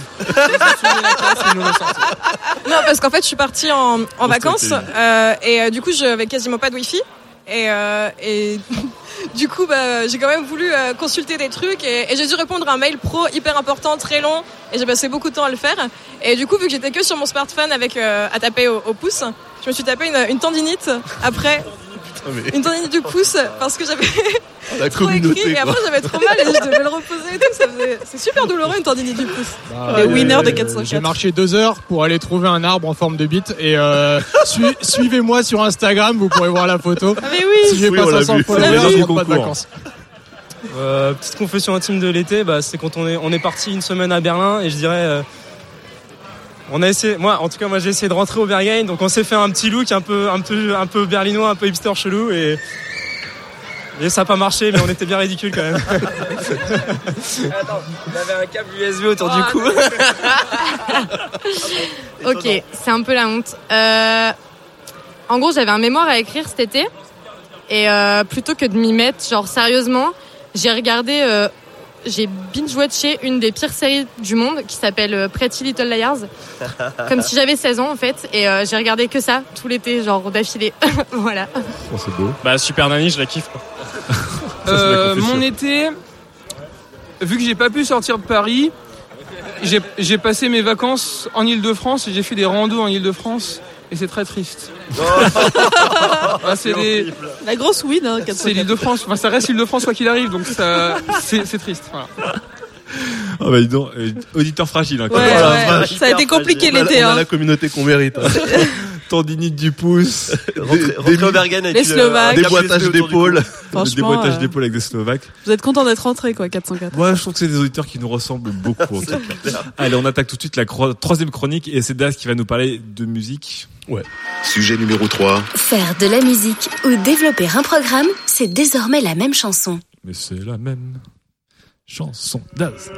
Non, parce qu'en fait, je suis partie en vacances, et du coup, j'avais quasiment pas de wifi. Et du coup, j'ai quand même voulu consulter des trucs et j'ai dû répondre à un mail pro hyper important, très long, et j'ai passé beaucoup de temps à le faire. Et du coup, vu que j'étais que sur mon smartphone avec à taper au pouce, je me suis tapé une tendinite après. Une tendinite du pouce parce que j'avais trop écrit et après j'avais trop mal et je devais le reposer et tout. C'est super douloureux une tendinite du pouce. Les winners de 404. J'ai marché 2 heures pour aller trouver un arbre en forme de bite et suivez-moi sur Instagram, vous pourrez voir la photo. Ah mais oui. Si j'ai pas 500 followers, je rentre pas de vacances. Petite confession intime de l'été, c'est quand on est parti une semaine à Berlin et je dirais on a essayé, moi j'ai essayé de rentrer au Berghain, donc on s'est fait un petit look un peu berlinois, un peu hipster chelou et ça n'a pas marché, mais on était bien ridicule quand même. Attends, on avait un câble USB autour du cou. Ok, c'est un peu la honte. En gros, j'avais un mémoire à écrire cet été et plutôt que de m'y mettre, genre sérieusement, j'ai binge-watché une des pires séries du monde qui s'appelle Pretty Little Liars. Comme si j'avais 16 ans en fait. Et j'ai regardé que ça tout l'été, genre d'affilée. Voilà. Oh, c'est beau. Super Nanny, je la kiffe. Mon été, vu que j'ai pas pu sortir de Paris, j'ai passé mes vacances en Île-de-France et j'ai fait des randos en Île-de-France. Et c'est très triste. La grosse win, hein, 404. C'est l'Île-de-France. Enfin, ça reste l'Île-de-France quoi qu'il arrive, donc c'est triste. Voilà. Oh dis donc, auditeur fragile. Hein, ouais. Ça a été compliqué l'été. On a la communauté qu'on mérite. Hein. Tendinite du pouce. Rentrer au Berghain avec les Slovaques. Déboîtage d'épaule. Déboîtage d'épaule avec des Slovaques. Vous êtes content d'être rentré, quoi, 404. Ouais, je trouve que c'est des auditeurs qui nous ressemblent beaucoup. En tout cas. Allez, on attaque tout de suite la troisième chronique et c'est Daz qui va nous parler de musique. Ouais. Sujet numéro 3. Faire de la musique ou développer un programme, c'est désormais la même chanson. Mais c'est la même chanson. Daz.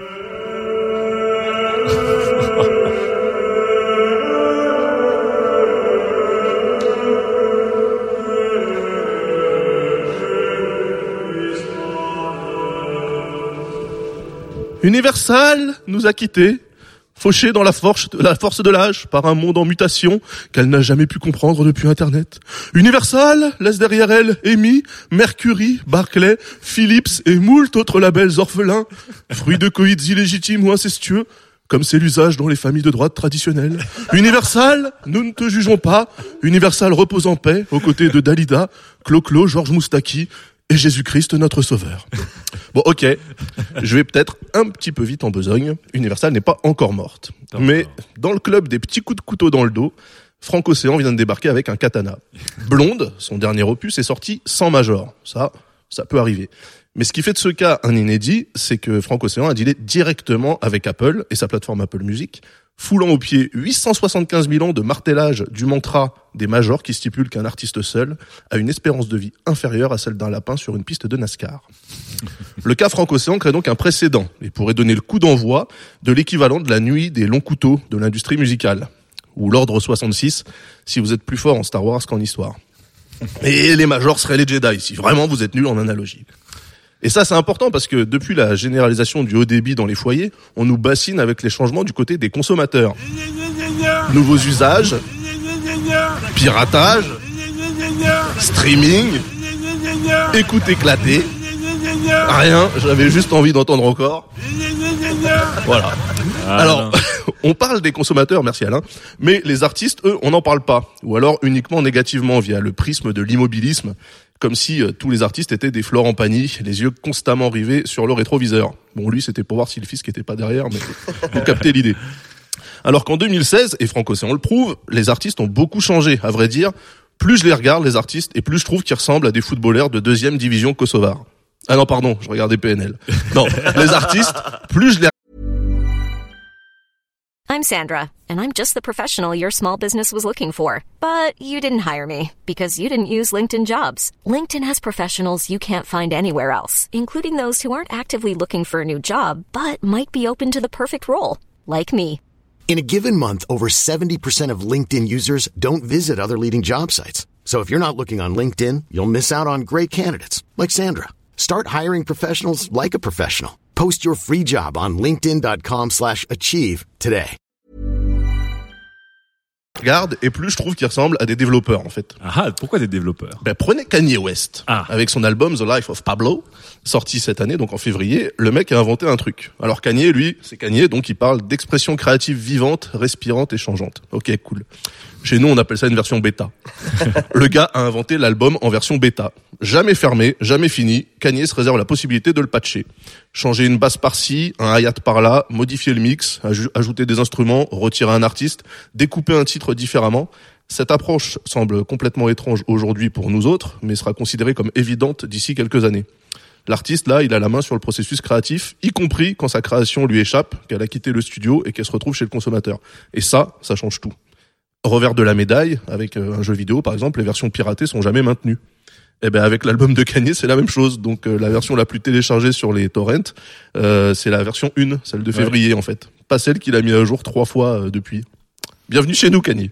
Universal nous a quittés, fauchés dans la force de l'âge par un monde en mutation qu'elle n'a jamais pu comprendre depuis Internet. Universal laisse derrière elle EMI, Mercury, Barclay, Philips et moult autres labels orphelins, fruits de coïts illégitimes ou incestueux, comme c'est l'usage dans les familles de droite traditionnelles. Universal, nous ne te jugeons pas. Universal repose en paix aux côtés de Dalida, Clo-Clo, Georges Moustaki et Jésus-Christ notre sauveur. Bon, ok, je vais peut-être un petit peu vite en besogne. Universal n'est pas encore morte. Mais dans le club des petits coups de couteau dans le dos, Frank Ocean vient de débarquer avec un katana. Blonde, son dernier opus, est sorti sans major. Ça peut arriver. Mais ce qui fait de ce cas un inédit, c'est que Frank Ocean a dealé directement avec Apple et sa plateforme Apple Music, foulant au pied 875 000 ans de martellage du mantra des majors qui stipule qu'un artiste seul a une espérance de vie inférieure à celle d'un lapin sur une piste de NASCAR. Le cas Frank Ocean crée donc un précédent et pourrait donner le coup d'envoi de l'équivalent de la nuit des longs couteaux de l'industrie musicale, ou l'ordre 66 si vous êtes plus fort en Star Wars qu'en histoire. Et les majors seraient les Jedi si vraiment vous êtes nuls en analogie. Et ça, c'est important parce que depuis la généralisation du haut débit dans les foyers, on nous bassine avec les changements du côté des consommateurs. Nouveaux usages, piratage, streaming, écoute éclatée. Rien, j'avais juste envie d'entendre encore. Voilà. Alors, on parle des consommateurs, merci Alain, mais les artistes, eux, on n'en parle pas. Ou alors uniquement négativement via le prisme de l'immobilisme, comme si tous les artistes étaient des Florent Pagny, les yeux constamment rivés sur le rétroviseur. Bon, lui, c'était pour voir si le fisc était pas derrière, mais vous captez l'idée. Alors qu'en 2016, et Frank Ocean le prouve, les artistes ont beaucoup changé. À vrai dire, plus je les regarde, les artistes, et plus je trouve qu'ils ressemblent à des footballeurs de 2e division kosovare. Ah non, pardon, je regardais PNL. Non, les artistes, plus je les... I'm Sandra, and I'm just the professional your small business was looking for. But you didn't hire me, because you didn't use LinkedIn Jobs. LinkedIn has professionals you can't find anywhere else, including those who aren't actively looking for a new job, but might be open to the perfect role, like me. In a given month, over 70% of LinkedIn users don't visit other leading job sites. So if you're not looking on LinkedIn, you'll miss out on great candidates, like Sandra. Start hiring professionals like a professional. Post your free job on linkedin.com/achieve today. Regarde, et plus je trouve qu'ils ressemblent à des développeurs, en fait. Ah, pourquoi des développeurs? Prenez Kanye West. Avec son album The Life of Pablo, sorti cette année, donc en février, le mec a inventé un truc. Alors Kanye, lui, c'est Kanye, donc il parle d'expression créative vivante, respirante et changeante. Ok, cool. Chez nous, on appelle ça une version bêta. Le gars a inventé l'album en version bêta. Jamais fermé, jamais fini. Kanye se réserve la possibilité de le patcher. Changer une basse par-ci, un hi-hat par-là, modifier le mix, ajouter des instruments, retirer un artiste, découper un titre différemment. Cette approche semble complètement étrange aujourd'hui pour nous autres, mais sera considérée comme évidente d'ici quelques années. L'artiste, là, il a la main sur le processus créatif, y compris quand sa création lui échappe, qu'elle a quitté le studio et qu'elle se retrouve chez le consommateur. Et ça change tout. Revers de la médaille, avec un jeu vidéo par exemple, les versions piratées sont jamais maintenues. Eh ben avec l'album de Kanye, c'est la même chose. Donc la version la plus téléchargée sur les torrents, c'est la version 1, celle de février en fait. Pas celle qu'il a mis à jour 3 fois depuis. Bienvenue chez nous, Kanye.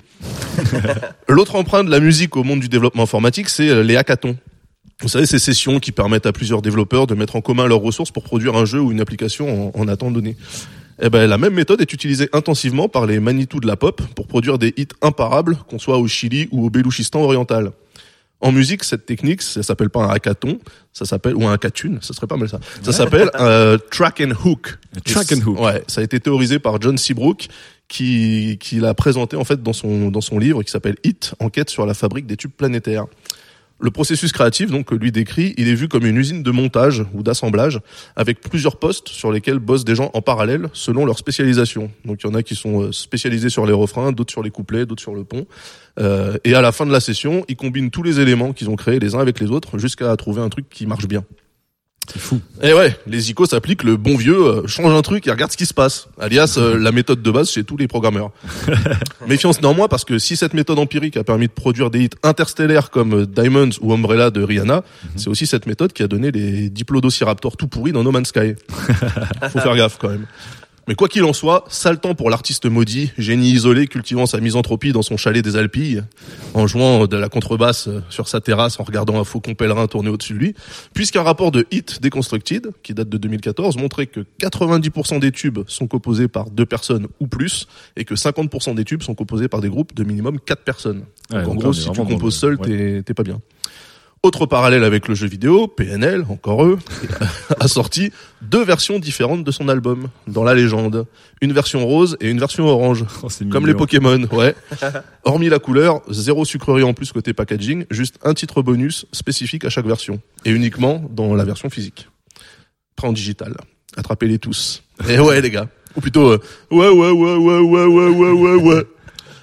L'autre empreinte de la musique au monde du développement informatique, c'est les hackathons. Vous savez, ces sessions qui permettent à plusieurs développeurs de mettre en commun leurs ressources pour produire un jeu ou une application en un temps donné. Eh ben, la même méthode est utilisée intensivement par les Manitou de la pop pour produire des hits imparables, qu'on soit au Chili ou au Belouchistan oriental. En musique, cette technique, ça s'appelle pas un hackathon, ça s'appelle, ou un hackatune, ça serait pas mal ça. Ça s'appelle track and hook. Track and hook. Ouais, ça a été théorisé par John Seabrook, qui l'a présenté en fait dans son livre qui s'appelle Hit, enquête sur la fabrique des tubes planétaires. Le processus créatif, donc, que lui décrit, il est vu comme une usine de montage ou d'assemblage avec plusieurs postes sur lesquels bossent des gens en parallèle selon leur spécialisation. Donc, il y en a qui sont spécialisés sur les refrains, d'autres sur les couplets, d'autres sur le pont. Et à la fin de la session, ils combinent tous les éléments qu'ils ont créés les uns avec les autres jusqu'à trouver un truc qui marche bien. C'est fou. Et ouais, les icônes s'appliquent le bon vieux, change un truc et regarde ce qui se passe. Alias, la méthode de base chez tous les programmeurs. Méfiance néanmoins parce que si cette méthode empirique a permis de produire des hits interstellaires comme Diamonds ou Umbrella de Rihanna, c'est aussi cette méthode qui a donné les diplodociraptors tout pourris dans No Man's Sky. Faut faire gaffe quand même. Mais quoi qu'il en soit, sale temps pour l'artiste maudit, génie isolé cultivant sa misanthropie dans son chalet des Alpilles, en jouant de la contrebasse sur sa terrasse en regardant un faucon pèlerin tourner au-dessus de lui, puisqu'un rapport de Hit Deconstructed, qui date de 2014, montrait que 90% des tubes sont composés par 2 personnes ou plus, et que 50% des tubes sont composés par des groupes de minimum 4 personnes. Ouais, donc en gros, si tu composes seul, t'es pas bien. Autre parallèle avec le jeu vidéo, PNL, encore eux, a sorti 2 versions différentes de son album, dans la légende. Une version rose et une version orange. Comme les Pokémon, ouais. Hormis la couleur, 0 sucrerie en plus côté packaging, juste un titre bonus spécifique à chaque version. Et uniquement dans la version physique. Après en digital. Attrapez-les tous. Et ouais les gars. Ou plutôt, ouais.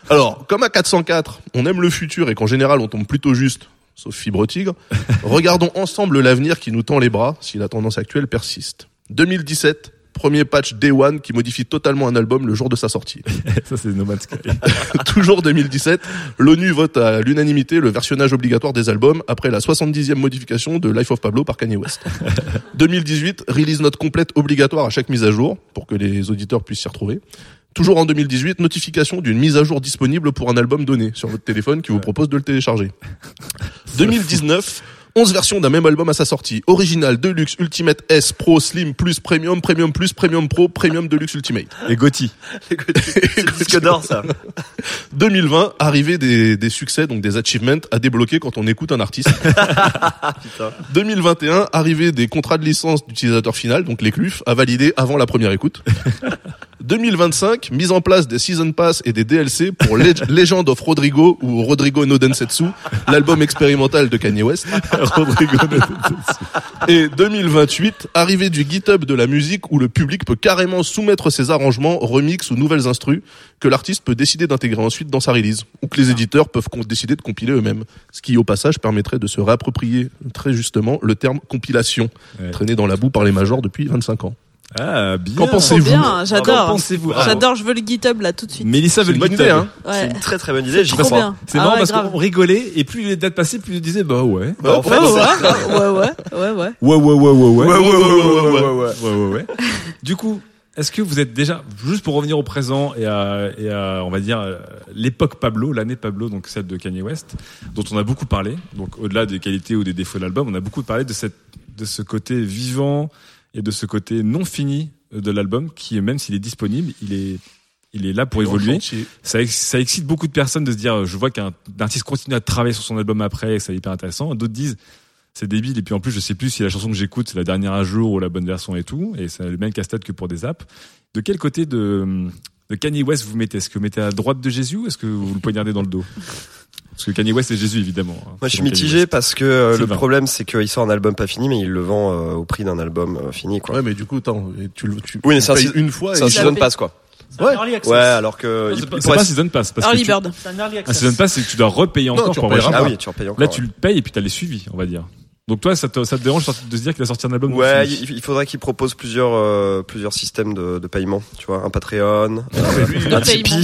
Alors, comme à 404, on aime le futur et qu'en général on tombe plutôt juste, sauf Fibre Tigre, regardons ensemble l'avenir qui nous tend les bras si la tendance actuelle persiste. 2017, premier patch Day One qui modifie totalement un album le jour de sa sortie. Ça, c'est No Man's Sky. Toujours 2017, l'ONU vote à l'unanimité le versionnage obligatoire des albums après la 70e modification de Life of Pablo par Kanye West. 2018, release note complète obligatoire à chaque mise à jour pour que les auditeurs puissent s'y retrouver. Toujours en 2018, notification d'une mise à jour disponible pour un album donné sur votre téléphone qui vous propose de le télécharger. 2019, 11 versions d'un même album à sa sortie. Original, Deluxe, Ultimate S, Pro, Slim, Plus, Premium, Premium Plus, Premium Pro, Premium Deluxe Ultimate. Et Gotti. C'est disque d'or, ça. 2020, arrivée des succès, donc des achievements à débloquer quand on écoute un artiste. 2021, arrivée des contrats de licence d'utilisateur final, donc les CLUF, à valider avant la première écoute. 2025, mise en place des Season Pass et des DLC pour Legend of Rodrigo ou Rodrigo no Densetsu, l'album expérimental de Kanye West. Rodrigo no Densetsu. Et 2028, arrivée du GitHub de la musique où le public peut carrément soumettre ses arrangements, remix ou nouvelles instrus que l'artiste peut décider d'intégrer ensuite dans sa release, ou que les éditeurs peuvent décider de compiler eux-mêmes. Ce qui, au passage, permettrait de se réapproprier très justement le terme compilation, traîné dans la boue par les majors depuis 25 ans. Ah, bien. Qu'en pensez-vous? Bien, j'adore. Qu'en pensez-vous? J'adore, je veux le GitHub là tout de suite. Mélissa veut le GitHub. Idée, hein. Ouais. C'est une très très bonne idée, j'y trop crois. bien. C'est marrant parce grave. qu'on rigolait et plus les dates passaient, plus on disait bah ouais. En fait, Ouais. Du coup, est-ce que vous êtes déjà, juste pour revenir au présent et à on va dire l'époque Pablo, l'année Pablo, donc celle de Kanye West, dont on a beaucoup parlé, donc au-delà des qualités ou des défauts de l'album, on a beaucoup parlé de ce côté vivant et de ce côté non fini de l'album qui, même s'il est disponible, il est là pour évoluer. Ça excite beaucoup de personnes de se dire, je vois qu'un artiste continue à travailler sur son album après, et c'est hyper intéressant. D'autres disent, c'est débile, et puis en plus, je sais plus si la chanson que j'écoute, c'est la dernière à jour ou la bonne version et tout, et c'est le même casse-tête que pour des apps. De quel côté de Kanye West vous mettez? Est-ce que vous mettez à droite de Jésus ou est-ce que vous le poignardez dans le dos? Parce que Kanye West c'est Jésus évidemment. Moi je suis mitigé parce que le problème c'est qu'il sort un album pas fini mais il le vend au prix d'un album fini quoi. Ouais mais du coup attends, tu oui, mais payes une fois c'est un season pass quoi. Ouais, alors que c'est pas un season pass parce Early que Bird. un season pass c'est que tu dois repayer encore pour avoir. Ah oui, tu repayes encore. Là tu le payes et puis t'as les suivis, on va dire. Donc toi, ça te dérange de se dire qu'il a sorti un album? Ouais, il faudrait qu'il propose plusieurs systèmes de paiement. Tu vois, un Patreon, un Tipeee.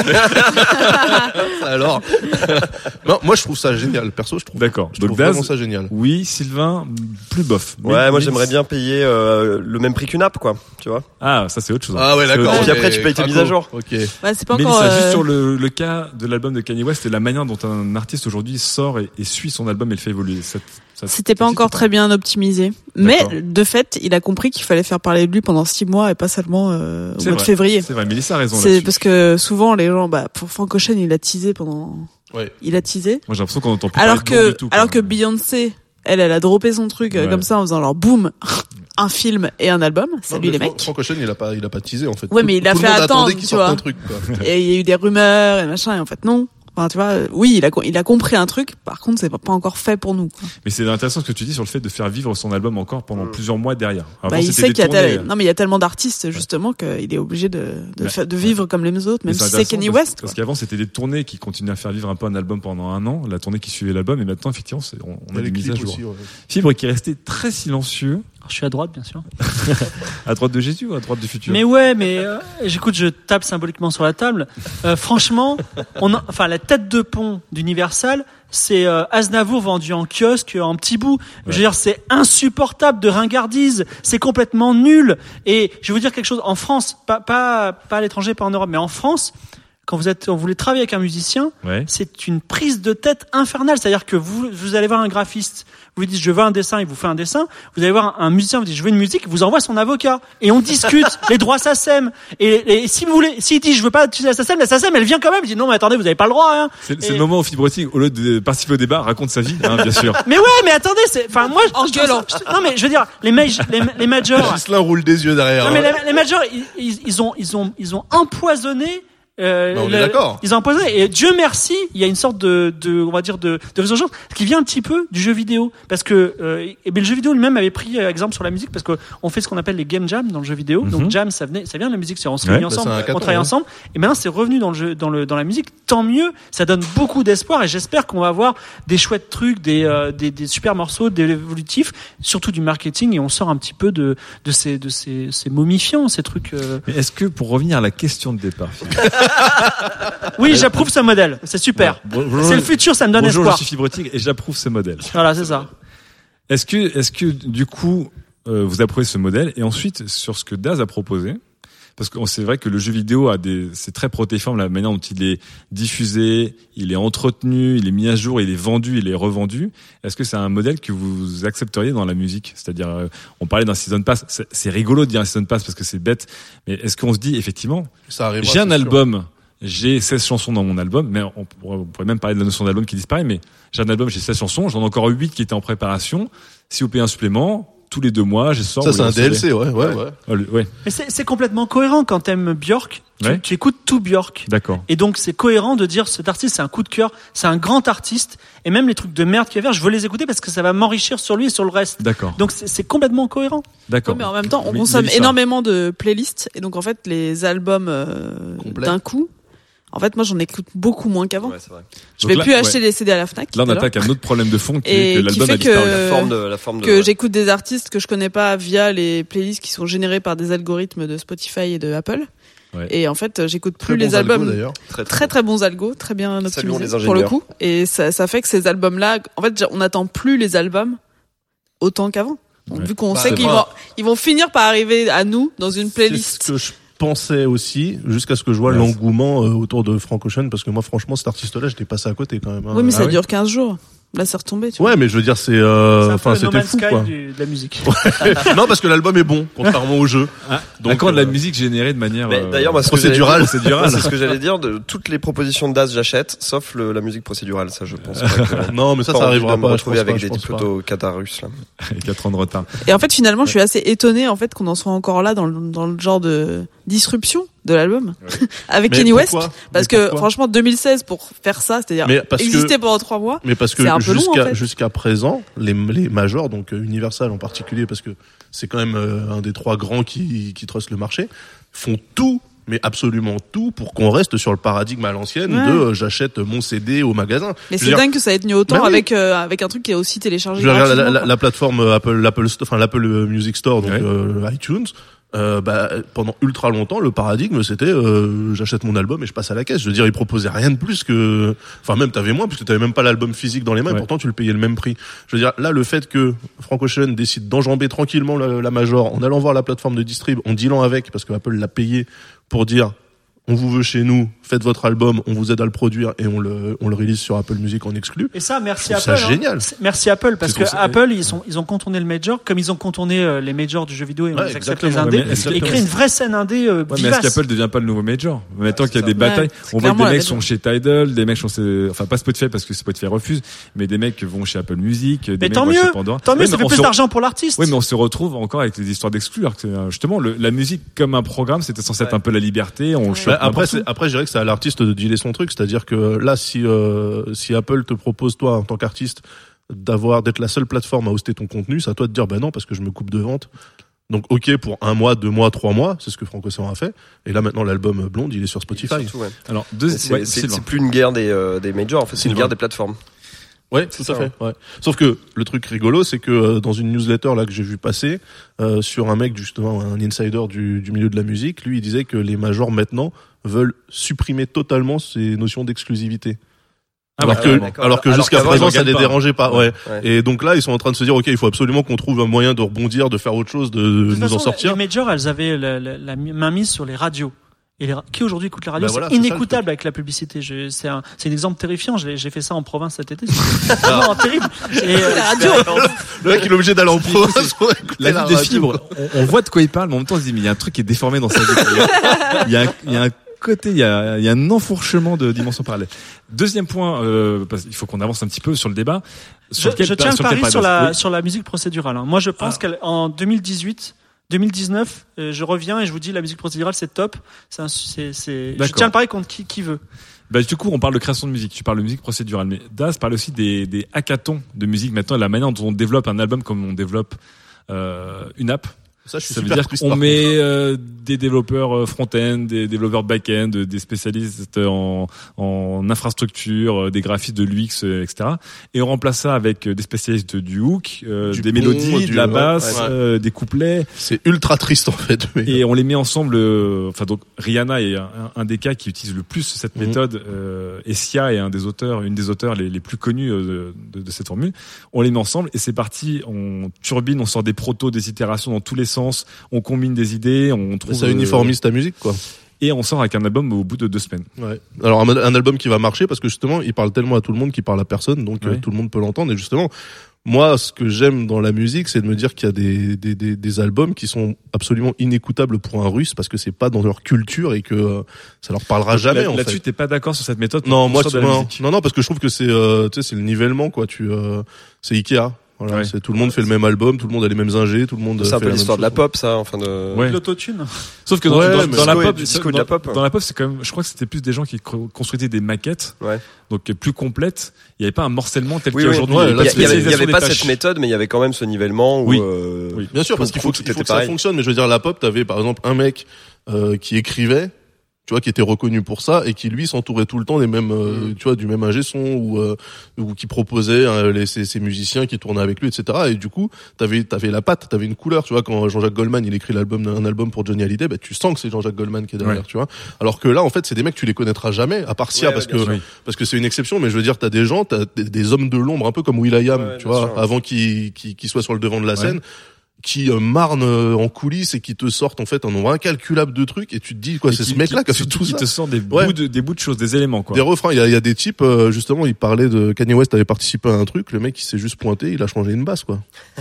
Alors, non, moi je trouve ça génial. Perso, je trouve. D'accord. Je trouve vraiment ça génial. Oui, Sylvain, plus bof. Ouais, moi j'aimerais bien payer le même prix qu'une app, quoi. Tu vois. Ah, ça c'est autre chose. Ah ouais, d'accord. Et puis après, tu payes tes mises à jour. Ok. Ouais, c'est pas mais encore. Juste sur le cas de l'album de Kanye West et la manière dont un artiste aujourd'hui sort et suit son album et le fait évoluer. C'était pas encore très bien optimisé, mais de fait, il a compris qu'il fallait faire parler de lui pendant 6 mois et pas seulement au mois de février. C'est vrai, Mélissa a raison. C'est parce que souvent les gens, pour Frank Ocean, il a teasé pendant. Ouais. Il a teasé. Moi j'ai l'impression qu'on entend plus alors parler de du tout. Alors que Beyoncé, elle a droppé son truc comme ça en faisant alors boum, un film et un album. Salut les mecs. Frank Ocean, il a pas teasé en fait. Ouais, mais il a fait attendre, tu vois. Et il y a eu des rumeurs et machin, et en fait non. Enfin, tu vois, oui, il a compris un truc. Par contre, c'est pas encore fait pour nous, quoi. Mais c'est intéressant ce que tu dis sur le fait de faire vivre son album encore pendant plusieurs mois derrière. Avant, il sait qu'il y a non, mais il y a tellement d'artistes, justement, qu'il est obligé de vivre comme les autres, même si c'est Kanye West. Parce qu'avant, c'était des tournées qui continuaient à faire vivre un peu un album pendant un an, la tournée qui suivait l'album, et maintenant, effectivement, on a des mises à jour. Fibre qui est resté très silencieux. Alors, je suis à droite, bien sûr. À droite de Jésus ou à droite du futur? Mais ouais, j'écoute, je tape symboliquement sur la table. Franchement, la tête de pont d'Universal, c'est Aznavour vendu en kiosque, en petit bout. Ouais. Je veux dire, c'est insupportable de ringardise. C'est complètement nul. Et je vais vous dire quelque chose. En France, pas à l'étranger, pas en Europe, mais en France, quand vous voulez travailler avec un musicien, c'est une prise de tête infernale. C'est-à-dire que vous allez voir un graphiste, vous lui dites je veux un dessin, il vous fait un dessin. Vous allez voir un musicien, vous dites je veux une musique, il vous envoie son avocat et on discute les droits SACEM. Et si vous voulez, s'il dit je veux pas utiliser la SACEM, elle vient quand même. Il dit non mais attendez, vous avez pas le droit. Hein. C'est le moment où Fibre Tigre, au lieu de participer au débat, raconte sa vie, bien sûr. Mais ouais, mais attendez, moi en gueulant. Non mais je veux dire les majors. Gislain roule des yeux derrière. Non mais les majors, ils ont empoisonné On est d'accord. Ils ont imposé. Et Dieu merci, il y a une sorte on va dire de résurgence qui vient un petit peu du jeu vidéo, parce que le jeu vidéo lui-même avait pris exemple sur la musique, parce que on fait ce qu'on appelle les game jams dans le jeu vidéo. Donc jam, ça vient de la musique, on se réunit ensemble, on travaille ensemble. Et maintenant c'est revenu dans le jeu, dans la musique. Tant mieux, ça donne beaucoup d'espoir, et j'espère qu'on va avoir des chouettes trucs, des super morceaux, des évolutifs, surtout du marketing, et on sort un petit peu de ces momifiants, ces trucs. Mais est-ce que, pour revenir à la question de départ, oui, j'approuve ce modèle, c'est super. Bonjour, c'est le futur, ça me donne bonjour, espoir. Je suis Fibrotique et j'approuve ce modèle. Voilà, c'est ça. Est-ce que du coup, vous approuvez ce modèle, et ensuite sur ce que Daz a proposé, parce que c'est vrai que le jeu vidéo c'est très protéiforme la manière dont il est diffusé, il est entretenu, il est mis à jour, il est vendu, il est revendu. Est-ce que c'est un modèle que vous accepteriez dans la musique? C'est-à-dire, on parlait d'un season pass, c'est rigolo de dire un season pass parce que c'est bête, mais est-ce qu'on se dit effectivement, j'ai un album, j'ai 16 chansons dans mon album, mais on pourrait même parler de la notion d'album qui disparaît, mais j'ai un album, j'ai 16 chansons, j'en ai encore 8 qui étaient en préparation. Si vous payez un supplément, tous les 2 mois, je sors. Ça, c'est un DLC, ouais. Mais c'est complètement cohérent quand t'aimes Björk. Tu écoutes tout Björk. D'accord. Et donc, c'est cohérent de dire cet artiste, c'est un coup de cœur, c'est un grand artiste. Et même les trucs de merde qu'il va faire, je veux les écouter parce que ça va m'enrichir sur lui et sur le reste. D'accord. Donc, c'est complètement cohérent. D'accord. Ouais, mais en même temps, on consomme énormément de playlists. Et donc, en fait, les albums d'un coup, en fait, moi, j'en écoute beaucoup moins qu'avant. Ouais, c'est vrai. Je vais plus acheter les CD à la Fnac. Là, on attaque un autre problème de fond qui est que l'album a disparu. La forme de que j'écoute des artistes que je connais pas via les playlists qui sont générées par des algorithmes de Spotify et de Apple. Ouais. Et en fait, j'écoute plus les albums. Très bons algos, très bien optimisés pour le coup. Et ça fait que ces albums-là, en fait, on n'attend plus les albums autant qu'avant. Donc, vu qu'on sait qu'ils vont finir par arriver à nous dans une playlist. C'est ce que je pensais aussi, jusqu'à ce que je vois l'engouement autour de Frank Ocean, parce que moi, franchement, cet artiste-là, j'étais passé à côté quand même. Oui, mais ça dure 15 jours. Là, c'est retombé. Tu vois. Mais je veux dire, c'était fou, quoi. De la musique. Non, parce que l'album est bon, contrairement au jeu. Donc, quand de la musique générée de manière d'ailleurs, moi, procédurale. C'est ce que j'allais dire. De toutes les propositions de Daz, j'achète, sauf la musique procédurale. Ça, je pense pas que. Non, mais ça arrivera pas. Retrouver avec des plutôt catarus là. Avec 4 ans de retard. Et en fait, finalement, je suis assez étonné en fait qu'on en soit encore là dans le genre de disruption de l'album avec Kanye West, parce que franchement 2016 pour faire ça, c'est-à-dire exister pendant 3 mois, mais parce que c'est un peu long, en fait. Jusqu'à présent les majors, donc Universal en particulier, parce que c'est quand même un des 3 grands qui trustent le marché, font tout, mais absolument tout, pour qu'on reste sur le paradigme à l'ancienne de j'achète mon CD au magasin. Mais c'est dingue que ça ait tenu autant avec un truc qui est aussi téléchargé gratuitement. La plateforme l'Apple Music Store, donc iTunes. Pendant ultra longtemps, le paradigme c'était j'achète mon album et je passe à la caisse. Je veux dire, ils proposaient rien de plus que, enfin même t'avais moins puisque t'avais même pas l'album physique dans les mains et pourtant tu le payais le même prix. Je veux dire, là le fait que Frank Ocean décide d'enjamber tranquillement la major en allant voir la plateforme de distrib, en dealant avec, parce que Apple l'a payé pour dire on vous veut chez nous, faites votre album, on vous aide à le produire et on le release sur Apple Music en exclu. Et ça, merci Apple. Ça génial. Merci Apple, parce que Apple, ils ont contourné le major, comme ils ont contourné les majors du jeu vidéo et on les accepte les indés, et créé une vraie scène indé vivace. Mais est-ce qu'Apple devient pas le nouveau major? Maintenant qu'il y a des batailles, on voit que des mecs sont chez Tidal, des mecs sont enfin pas Spotify parce que Spotify refuse, mais des mecs vont chez Apple Music, des mecs vont chez Pandora. Tant mieux, ça fait plus d'argent pour l'artiste. Oui, mais on se retrouve encore avec les histoires d'exclus. Justement, la musique comme un programme, c'était censé être un peu la liberté. Après, je dirais que c'est à l'artiste de dealer son truc, c'est-à-dire que là, si Apple te propose toi en tant qu'artiste d'être la seule plateforme à hoster ton contenu, c'est à toi de dire non parce que je me coupe de vente. Donc ok pour 1 mois, 2 mois, 3 mois, c'est ce que Frank Ocean a fait. Et là maintenant l'album Blonde, il est sur Spotify. Surtout, Alors c'est plus une guerre des majors, en fait, c'est une guerre des plateformes. Ouais, tout à fait. Ouais. Sauf que le truc rigolo, c'est que dans une newsletter là que j'ai vu passer sur un mec justement, un insider du milieu de la musique, lui il disait que les majors maintenant veulent supprimer totalement ces notions d'exclusivité. Alors que jusqu'à présent ça les dérangeait pas. Ouais. Et donc là ils sont en train de se dire ok, il faut absolument qu'on trouve un moyen de rebondir, de faire autre chose, de nous en sortir. Les majors, elles avaient la main mise sur les radios. Et qui aujourd'hui écoute la radio, c'est inécoutable avec la publicité. C'est un exemple terrifiant. J'ai fait ça en province cet été. C'est vraiment terrible. La radio. Le mec il est obligé d'aller en province pour écouter la vie des fibres. On voit de quoi il parle, mais en même temps on se dit mais il y a un truc qui est déformé dans sa vie. Il y a un côté, il y a un enfourchement de dimensions parallèles. Deuxième point, parce qu'il faut qu'on avance un petit peu sur le débat. Je tiens le pari sur la musique procédurale. Moi, je pense qu'en 2018, 2019, je reviens et je vous dis la musique procédurale c'est top. Je tiens le pari contre qui veut. Bah, du coup, on parle de création de musique. Tu parles de musique procédurale, mais Daz parle aussi des hackathons de musique. Maintenant, la manière dont on développe un album comme on développe une app. Ça veut dire qu'on met des développeurs front-end, des développeurs back-end, des spécialistes en infrastructure, des graphistes de l'UX, etc. Et on remplace ça avec des spécialistes du hook, des mélodies, de la basse, des couplets. C'est ultra triste en fait. Mais... Et on les met ensemble. Donc Rihanna est un des cas qui utilise le plus cette méthode. Et Sia est une des auteurs les plus connus de cette formule. On les met ensemble et c'est parti. On turbine, on sort des protos, des itérations dans tous les sens, on combine des idées, on trouve... Ça uniformise ta musique, quoi. Et on sort avec un album au bout de 2 semaines. Ouais. Alors un album qui va marcher parce que justement, il parle tellement à tout le monde qu'il parle à personne, donc tout le monde peut l'entendre. Et justement, moi, ce que j'aime dans la musique, c'est de me dire qu'il y a des albums qui sont absolument inécoutables pour un Russe parce que c'est pas dans leur culture et que ça leur parlera jamais. En fait. Là-dessus, t'es pas d'accord sur cette méthode? Non, moi, non, parce que je trouve que c'est, tu sais, c'est le nivellement, quoi. C'est Ikea. Voilà, tout le monde fait le même album, tout le monde a les mêmes ingés, tout le monde. C'est un peu l'histoire de la pop, ça, enfin de. Ouais. L'autotune. Sauf que dans la pop, dans la pop, c'est quand même, je crois que c'était plus des gens qui construisaient des maquettes. Ouais. Donc plus complètes. Il y avait pas un morcellement tel qu'il y a aujourd'hui. Il y avait pas cette méthode, mais il y avait quand même ce nivellement où. Oui. Bien sûr, parce qu'il faut que ça fonctionne. Mais je veux dire, la pop, t'avais par exemple un mec qui écrivait. Tu vois, qui était reconnu pour ça et qui lui s'entourait tout le temps des mêmes, tu vois, du même ingé son ou qui proposait ces musiciens qui tournaient avec lui, etc. Et du coup, t'avais la patte, t'avais une couleur. Tu vois, quand Jean-Jacques Goldman il écrit un album pour Johnny Hallyday, bah tu sens que c'est Jean-Jacques Goldman qui est derrière, tu vois. Alors que là, en fait, c'est des mecs tu les connaîtras jamais, à part Sia parce que c'est une exception. Mais je veux dire, t'as des gens, t'as des hommes de l'ombre, un peu comme will.i.am, tu vois, avant qu'il soit sur le devant de la scène. Qui marnent en coulisses et qui te sortent en fait un nombre incalculable de trucs et tu te dis quoi, c'est ce mec-là qui a fait tout ça. Qui te sort des bouts de choses, des éléments quoi. Des refrains, il y a des types justement, il parlait de Kanye West avait participé à un truc, le mec il s'est juste pointé, il a changé une basse quoi.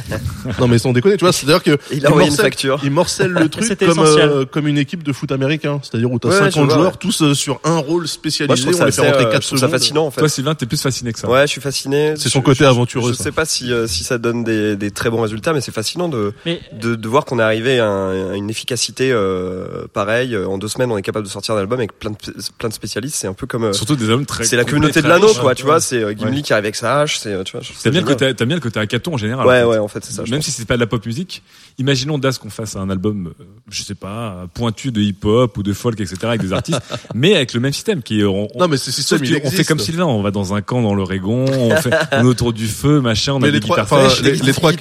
Non mais sans déconner, tu vois, c'est-à-dire que il a envoyé une facture. Il morcelle le truc comme une équipe de foot américain, c'est-à-dire où t'as 50 joueurs tous sur un rôle spécialisé, on les fait rentrer 4 secondes. C'est fascinant en fait. Toi Sylvain, t'es plus fasciné que ça. Ouais, je suis fasciné. C'est son côté aventureux. Je sais pas si ça donne des très bons résultats, mais c'est fascinant de voir qu'on est arrivé à une efficacité pareille. En 2 semaines, on est capable de sortir un album avec plein de spécialistes. C'est un peu comme surtout des albums très. C'est la communauté de l'anneau, quoi. Tu vois, c'est Gimli qui arrive avec sa hache. C'est tu vois. T'aimes bien le côté hackathon en général. Ouais, en fait, c'est ça. Même si c'est pas de la pop musique, imaginons Daz qu'on fasse un album, je sais pas, pointu de hip-hop ou de folk, etc. avec des artistes, mais avec le même système qui est. Non, mais c'est système. On fait comme Sylvain, on va dans un camp dans l'Oregon, on est autour du feu, machin, on a des guitares fraîches, les 3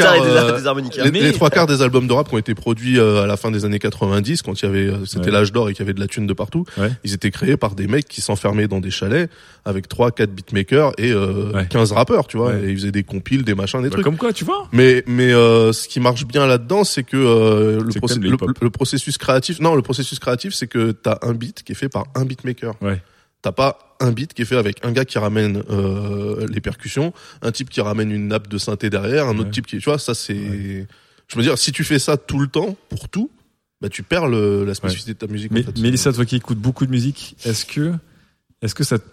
quarts des albums de rap qui ont été produits à la fin des années 90 quand il y avait c'était l'âge d'or et qu'il y avait de la thune de partout, ils étaient créés par des mecs qui s'enfermaient dans des chalets avec 3-4 beatmakers et 15 rappeurs, tu vois, et ils faisaient des compiles, des machins, des trucs. Comme quoi, tu vois. Mais ce qui marche bien là-dedans, c'est que le processus créatif, c'est que t'as un beat qui est fait par un beatmaker. T'as pas un beat qui est fait avec un gars qui ramène les percussions, un type qui ramène une nappe de synthé derrière, un autre type qui, tu vois, ça c'est je veux dire, si tu fais ça tout le temps, pour tout, bah tu perds la spécificité de ta musique. Mais en fait. Mélissa, toi qui écoutes beaucoup de musique, est-ce que ça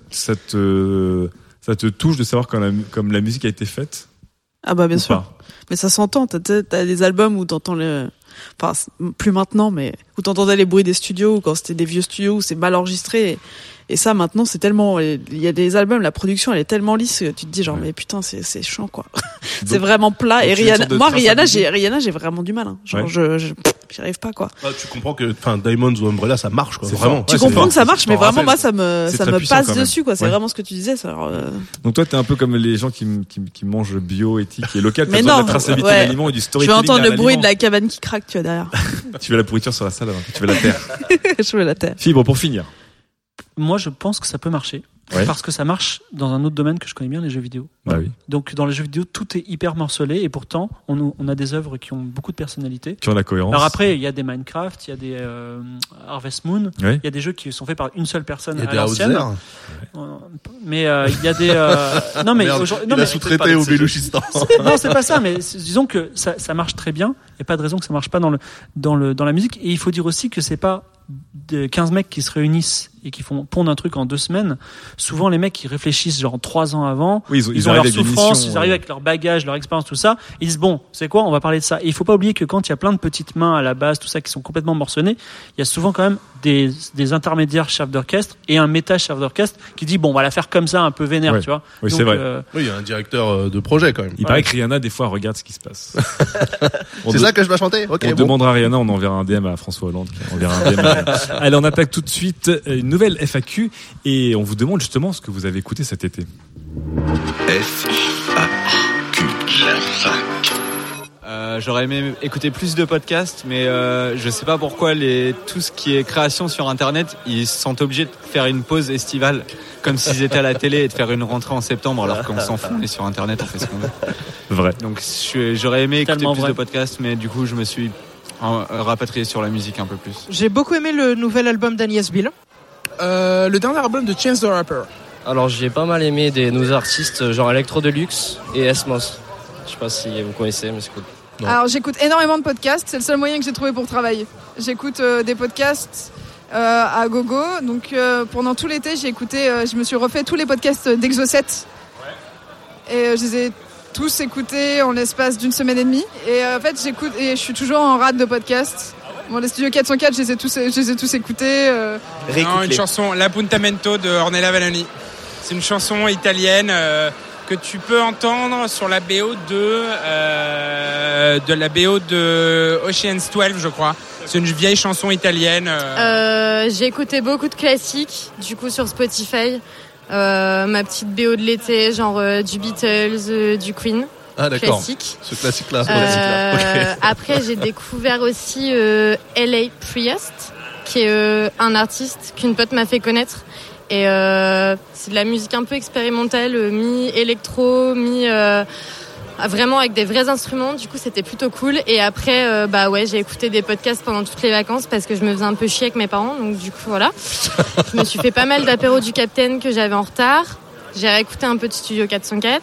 te touche de savoir comme la musique a été faite? Ah bah bien sûr. Mais ça s'entend. T'as des albums où t'entends enfin plus maintenant, mais où t'entendais les bruits des studios, ou quand c'était des vieux studios où c'est mal enregistré. Et ça, maintenant, c'est tellement, il y a des albums, la production, elle est tellement lisse que tu te dis genre, mais putain, c'est chiant, quoi. C'est vraiment plat. Et Rihanna, j'ai vraiment du mal, hein. Genre, j'y arrive pas, quoi. Ah, tu comprends que, Diamonds ou Umbrella, ça marche, quoi. Vraiment. Tu comprends que ça marche, mais vraiment, moi, ça me passe dessus, quoi. C'est vraiment ce que tu disais, ça. Alors, Donc toi, t'es un peu comme les gens qui mangent bio, éthique et local. Mais non, de la traçabilité de l'aliment et du storytelling. Je veux entendre le bruit de la cabane qui craque, tu vois, derrière. Tu veux la pourriture sur la salle, tu veux la terre. Je veux la terre. Fibre, pour finir. Moi, je pense que ça peut marcher. Parce que ça marche dans un autre domaine que je connais bien, les jeux vidéo. Bah oui. Donc, dans les jeux vidéo, tout est hyper morcelé et pourtant, on a des œuvres qui ont beaucoup de personnalité. Qui ont la cohérence. Alors après, il y a des Minecraft, il y a des Harvest Moon, il y a des jeux qui sont faits par une seule personne à l'ancienne. Mais il y a des... Non, mais il a sous-traité au Belouchistan. Non, c'est pas ça, mais disons que ça marche très bien. Il n'y a pas de raison que ça marche pas dans la musique. Et il faut dire aussi que c'est pas 15 mecs qui se réunissent et qui pondent un truc en 2 semaines, souvent les mecs ils réfléchissent genre 3 ans avant, Oui, ils ont leur souffrance, ils arrivent avec leur bagage, leur expérience, tout ça, ils disent bon, c'est quoi, on va parler de ça. Et il faut pas oublier que quand il y a plein de petites mains à la base, tout ça qui sont complètement morcelées, il y a souvent quand même des intermédiaires chefs d'orchestre et un méta chef d'orchestre qui dit bon, on va la faire comme ça, un peu vénère, Ouais. tu vois. Oui, Donc, c'est vrai. Oui, il y a un directeur de projet quand même. Il paraît que Rihanna, des fois, regarde ce qui se passe. C'est ça que je dois chanter. Ok. On bon. demandera à Rihanna, on enverra un DM à François Hollande. On verra un DM. Allez, on attaque tout de suite une nouvelle FAQ et on vous demande justement ce que vous avez écouté cet été. J'aurais aimé écouter plus de podcasts, mais je sais pas pourquoi tout ce qui est création sur Internet, ils se sentent obligés de faire une pause estivale, comme s'ils étaient à la télé et de faire une rentrée en septembre, alors qu'on s'en fout. Et sur Internet, on fait ce qu'on veut. Vrai. Donc j'aurais aimé écouter Tellement plus vrai. de podcasts, mais du coup, je me suis rapatrié sur la musique un peu plus. J'ai beaucoup aimé le nouvel album d'Agnès Bill. Le dernier album de Chance the Rapper. Alors j'ai pas mal aimé des nouveaux artistes genre Electro Deluxe et Esmos. Je sais pas si vous connaissez, mais c'est cool. Alors j'écoute énormément de podcasts, c'est le seul moyen que j'ai trouvé pour travailler. J'écoute des podcasts à gogo, donc pendant tout l'été je me suis refait tous les podcasts d'Exocet. Et je les ai tous écoutés en l'espace d'une semaine et demie. Et en fait j'écoute et je suis toujours en rate de podcasts. Bon, les Studios 404, je les ai tous écoutés. Non, une chanson, L'Appuntamento de Ornella Vanoni. C'est une chanson italienne que tu peux entendre sur la BO de la BO de Ocean's 12, je crois. C'est une vieille chanson italienne. J'ai écouté beaucoup de classiques, du coup sur Spotify. Ma petite BO de l'été, genre du Beatles, du Queen. Ah d'accord. Classique. Ce classique-là. Okay. Après, j'ai découvert aussi LA Priest, qui est un artiste qu'une pote m'a fait connaître. Et c'est de la musique un peu expérimentale, mi-électro, vraiment avec des vrais instruments. Du coup, c'était plutôt cool. Et après, j'ai écouté des podcasts pendant toutes les vacances parce que je me faisais un peu chier avec mes parents. Donc du coup, voilà. Je me suis fait pas mal d'apéros du Capitaine que j'avais en retard. J'ai réécouté un peu de Studio 404.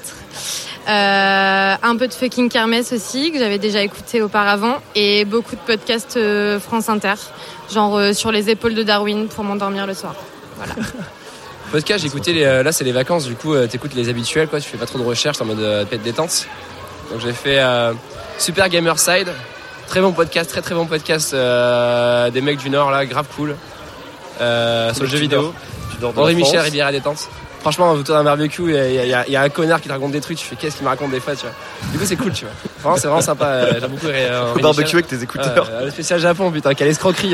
Un peu de Fucking Kermesse aussi, que j'avais déjà écouté auparavant. Et beaucoup de podcasts France Inter. Genre sur les épaules de Darwin pour m'endormir le soir. Voilà. Podcast, j'ai écouté là c'est les vacances, du coup t'écoutes les habituels quoi, tu fais pas trop de recherche en mode pète détente. Donc j'ai fait Super Gamerside, très bon podcast, très bon podcast des mecs du Nord là, grave cool. Sur le jeu vidéo. Henri Michel, Rivière à détente. Franchement, autour d'un barbecue, il y a un connard qui te raconte des trucs, tu fais qu'est-ce qu'il me raconte des fois, tu vois. Du coup, c'est cool, tu vois. Vraiment, c'est vraiment sympa. J'aime beaucoup Au barbecue avec tes écouteurs. Le spécial Japon, putain, quelle escroquerie,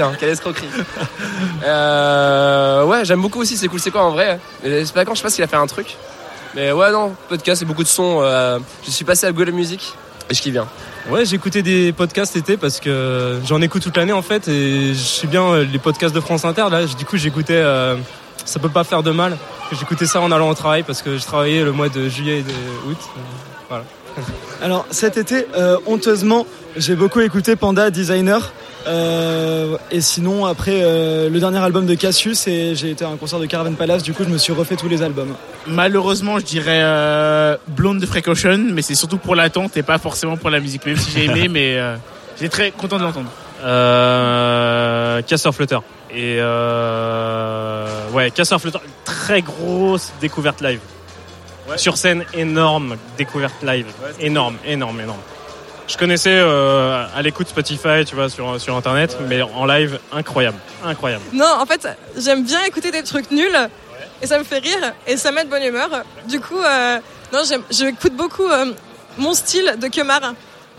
ouais, j'aime beaucoup aussi, c'est cool, c'est quoi en vrai. Mais c'est pas quand, je sais pas s'il a fait un truc. Mais ouais, non, podcast et beaucoup de sons. Je suis passé à Google Music et je kiffe bien. Ouais, j'ai écouté des podcasts été parce que j'en écoute toute l'année en fait et je suis bien les podcasts de France Inter là. Du coup, j'écoutais Ça peut pas faire de mal. J'écoutais ça en allant au travail parce que je travaillais le mois de juillet et de août. Voilà. Alors cet été, honteusement, j'ai beaucoup écouté Panda Designer. Et sinon, après le dernier album de Cassius, et j'ai été à un concert de Caravan Palace. Du coup, je me suis refait tous les albums. Malheureusement, je dirais Blonde de Freak Ocean, mais c'est surtout pour l'attente et pas forcément pour la musique. Même si j'ai aimé, mais j'étais très content de l'entendre. Casseur Flotteur. Et Casseur Flotteur, très grosse découverte live. Ouais. Sur scène, énorme découverte live. Ouais, énorme. Je connaissais à l'écoute Spotify, tu vois, sur internet, mais en live, incroyable. Non, en fait, j'aime bien écouter des trucs nuls et ça me fait rire et ça met de bonne humeur. Du coup, j'écoute beaucoup Mon Style de Kemar.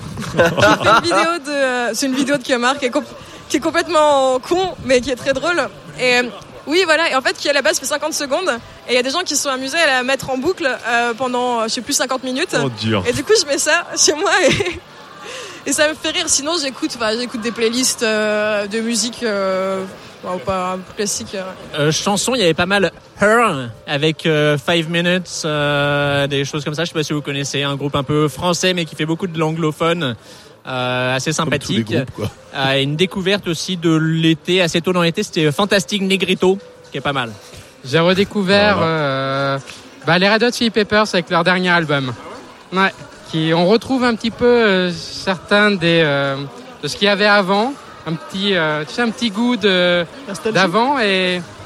C'est une vidéo de Kemar qui est complètement con, mais qui est très drôle. Et oui, voilà. Et en fait, qui à la base fait 50 secondes. Et il y a des gens qui se sont amusés à la mettre en boucle pendant, je sais plus, 50 minutes. Oh, dur. Et du coup, je mets ça chez moi et ça me fait rire. Sinon, j'écoute des playlists de musique pas classique. Chansons, il y avait pas mal Her avec 5 Minutes, des choses comme ça. Je sais pas si vous connaissez, un groupe un peu français mais qui fait beaucoup de l'anglophone. Assez sympathique. Comme tous les groupes, quoi. Une découverte aussi de l'été, assez tôt dans l'été, c'était Fantastic Negrito, qui est pas mal. J'ai redécouvert les Red Hot Chili Peppers avec leur dernier album. Ouais, on retrouve un petit peu certains de ce qu'il y avait avant, un petit goût d'avant et